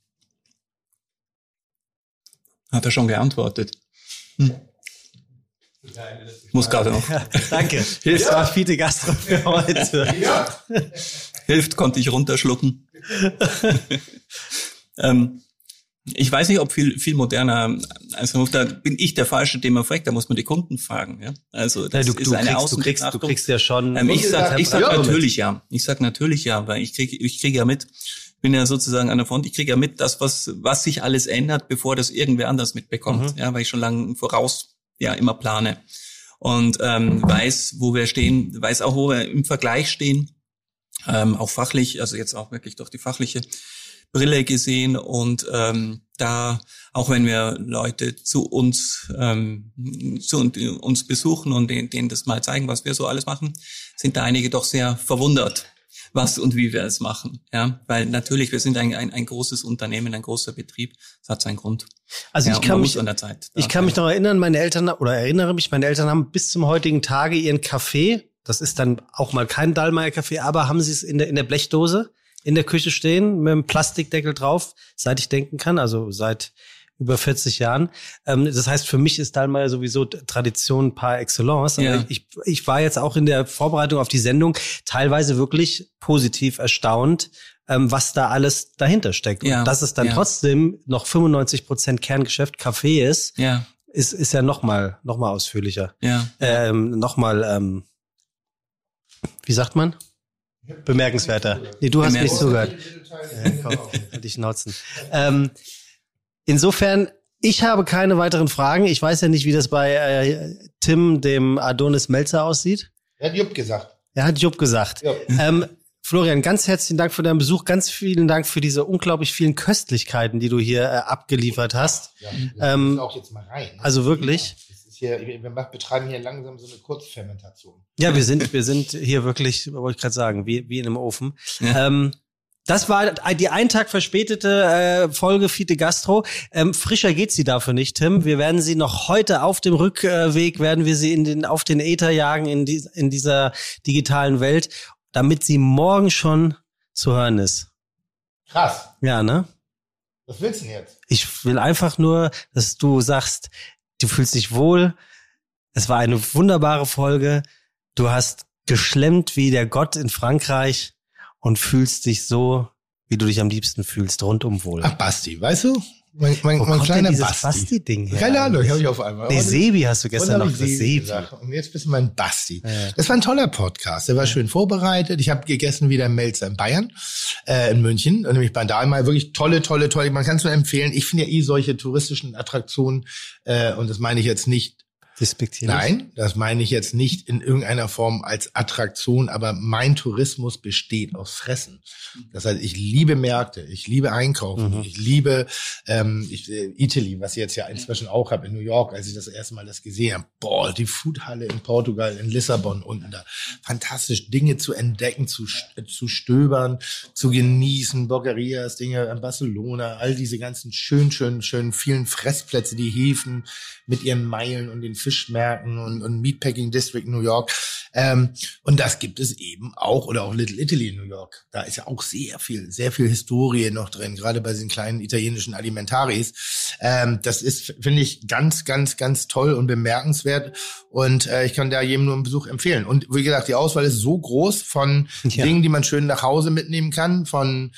E: Hat er schon geantwortet. Muss gerade noch.
B: Ja, danke. Das war Fiete Gastro für heute.
C: Ja.
E: Hilft, konnte ich runterschlucken. Ich weiß nicht, ob viel moderner als Ruf. Da bin ich der Falsche, den man fragt. Da muss man die Kunden fragen. Ja? Also das ist eine Außenbetrachtung.
B: Du kriegst ja schon.
E: Ich sag natürlich ja. Ich sag natürlich ja, weil ich kriege ja mit. Bin ja sozusagen an der Front. Ich kriege ja mit, das was sich alles ändert, bevor das irgendwer anders mitbekommt. Ja, weil ich schon lange voraus immer plane und weiß, wo wir stehen, weiß auch, wo wir im Vergleich stehen, auch fachlich, also jetzt auch wirklich durch die fachliche Brille gesehen und da, auch wenn wir Leute zu uns besuchen und denen das mal zeigen, was wir so alles machen, sind da einige doch sehr verwundert, was und wie wir es machen, ja, weil natürlich, wir sind ein großes Unternehmen, ein großer Betrieb, das hat seinen Grund.
B: Also ich kann mich noch erinnern, meine Eltern haben bis zum heutigen Tage ihren Kaffee, das ist dann auch mal kein Dallmayr-Kaffee, aber haben sie es in der Blechdose in der Küche stehen, mit einem Plastikdeckel drauf, seit ich denken kann, also seit über 40 Jahren. Das heißt, für mich ist Dallmayr sowieso Tradition par excellence. Aber ja. Ich war jetzt auch in der Vorbereitung auf die Sendung teilweise wirklich positiv erstaunt, was da alles dahinter steckt. Ja. Und dass es dann trotzdem noch 95% Kerngeschäft Kaffee ist, ist ja noch mal ausführlicher. Ja. Wie sagt man? Bemerkenswerter. Nee, du hast nicht zugehört. Komm, dich notzen. Insofern, ich habe keine weiteren Fragen. Ich weiß ja nicht, wie das bei Tim, dem Adonis Melzer, aussieht.
C: Er hat Jupp gesagt.
B: Ja. Florian, ganz herzlichen Dank für deinen Besuch. Ganz vielen Dank für diese unglaublich vielen Köstlichkeiten, die du hier abgeliefert hast.
C: Ja, wir müssen auch jetzt mal rein. Ne?
B: Also wirklich.
C: Wir betreiben hier langsam so eine Kurzfermentation.
B: Ja, wir sind hier wirklich, wollte ich gerade sagen, wie in einem Ofen. Ja. Das war die einen Tag verspätete Folge Fiete Gastro. Frischer geht's sie dafür nicht, Tim. Wir werden sie noch heute auf dem Rückweg, werden wir sie auf den Äther jagen in dieser digitalen Welt, damit sie morgen schon zu hören ist.
C: Krass.
B: Ja, ne?
C: Was willst du denn jetzt?
B: Ich will einfach nur, dass du sagst, du fühlst dich wohl. Es war eine wunderbare Folge. Du hast geschlemmt wie der Gott in Frankreich und fühlst dich so, wie du dich am liebsten fühlst, rundum wohl.
C: Ach, Basti, weißt du? Mein kleiner
B: Basti-Ding her?
C: Keine Ahnung, habe ich auf einmal.
B: Nee, Sebi hast du gestern noch gesagt. Sebi.
C: Und jetzt bist du mein Basti. Ja. Das war ein toller Podcast. Der war schön vorbereitet. Ich habe gegessen wie der Melzer in Bayern, in München. Und nämlich bei Dallmayr wirklich tolle. Man kann es nur empfehlen. Ich finde ja solche touristischen Attraktionen, und das meine ich jetzt nicht
B: despektierlich.
C: Nein, das meine ich jetzt nicht in irgendeiner Form als Attraktion, aber mein Tourismus besteht aus Fressen. Das heißt, ich liebe Märkte, ich liebe Einkaufen, ich liebe Italy, was ich jetzt ja inzwischen auch habe in New York, als ich das erste Mal das gesehen habe. Boah, die Foodhalle in Portugal, in Lissabon unten da. Fantastisch, Dinge zu entdecken, zu stöbern, zu genießen, Boggerias, Dinge in Barcelona, all diese ganzen schön vielen Fressplätze, die Häfen mit ihren Meilen und den Fischmärkten und Meatpacking District New York. Und das gibt es eben auch, oder auch Little Italy in New York. Da ist ja auch sehr viel Historie noch drin, gerade bei diesen kleinen italienischen Alimentaris. Das ist, finde ich, ganz toll und bemerkenswert. Und ich kann da jedem nur einen Besuch empfehlen. Und wie gesagt, die Auswahl ist so groß von Dingen, die man schön nach Hause mitnehmen kann, von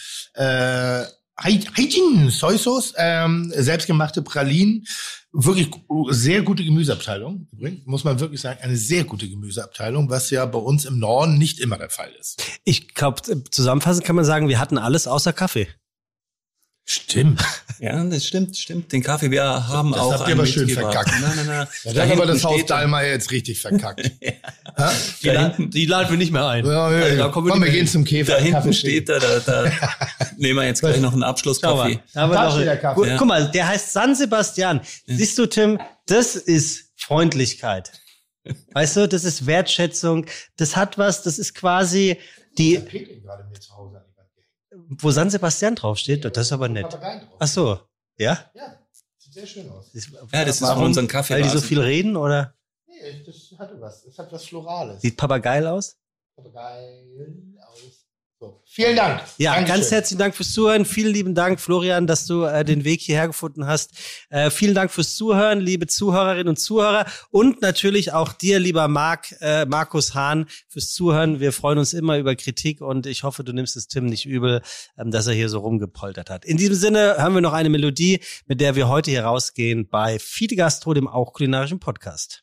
C: Hygiene, Soy Sauce, selbstgemachte Pralinen, wirklich sehr gute Gemüseabteilung. Übrigens, muss man wirklich sagen, eine sehr gute Gemüseabteilung, was ja bei uns im Norden nicht immer der Fall ist.
B: Ich glaube, zusammenfassend kann man sagen, wir hatten alles außer Kaffee.
C: Stimmt.
E: Ja, das stimmt. Den Kaffee, wir haben
C: das
E: auch
C: habt ihr aber schön
E: mitgebracht.
C: verkackt.
E: Nein.
C: Ja, das hat aber das Haus Dahlmeier jetzt richtig verkackt.
B: Die laden wir nicht mehr ein.
C: Ja, komm, wir gehen zum Käfer.
E: Da hinten steht da nehmen wir jetzt gleich noch einen Abschlusskaffee.
B: Da steht der Kaffee.
E: Ja.
B: Guck mal, der heißt San Sebastian. Ja. Siehst du, Tim, das ist Freundlichkeit. Weißt du, das ist Wertschätzung. Das hat was, das ist quasi die...
C: gerade mir zu Hause an die Wand gehängt.
B: Wo San Sebastian draufsteht, das ist aber nett. Ach so, ja?
C: Ja, sieht sehr schön aus.
E: Ja, das ist von unseren Kaffee.
B: Weil die so viel reden, oder?
C: Nee, das hatte was. Das hat was Florales.
B: Sieht Papageil aus?
C: Papageil aus. So. Vielen Dank.
B: Ja,
C: Dankeschön.
B: Ganz herzlichen Dank fürs Zuhören. Vielen lieben Dank, Florian, dass du den Weg hierher gefunden hast. Vielen Dank fürs Zuhören, liebe Zuhörerinnen und Zuhörer. Und natürlich auch dir, lieber Markus Hahn, fürs Zuhören. Wir freuen uns immer über Kritik und ich hoffe, du nimmst es Tim nicht übel, dass er hier so rumgepoltert hat. In diesem Sinne hören wir noch eine Melodie, mit der wir heute hier rausgehen bei Fide Gastro, dem auch kulinarischen Podcast.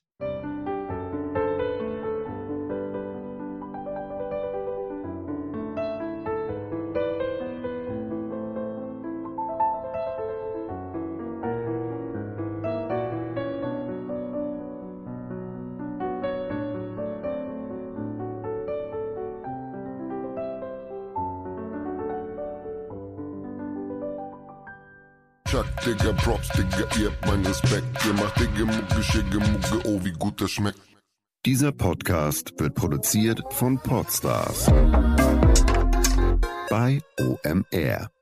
F: Chuck, Digga, Props, Digga, ihr habt meinen Respekt. Ihr macht Digga, Mucke, Schicke, Mucke, oh, wie gut das schmeckt.
A: Dieser Podcast wird produziert von Podstars bei OMR.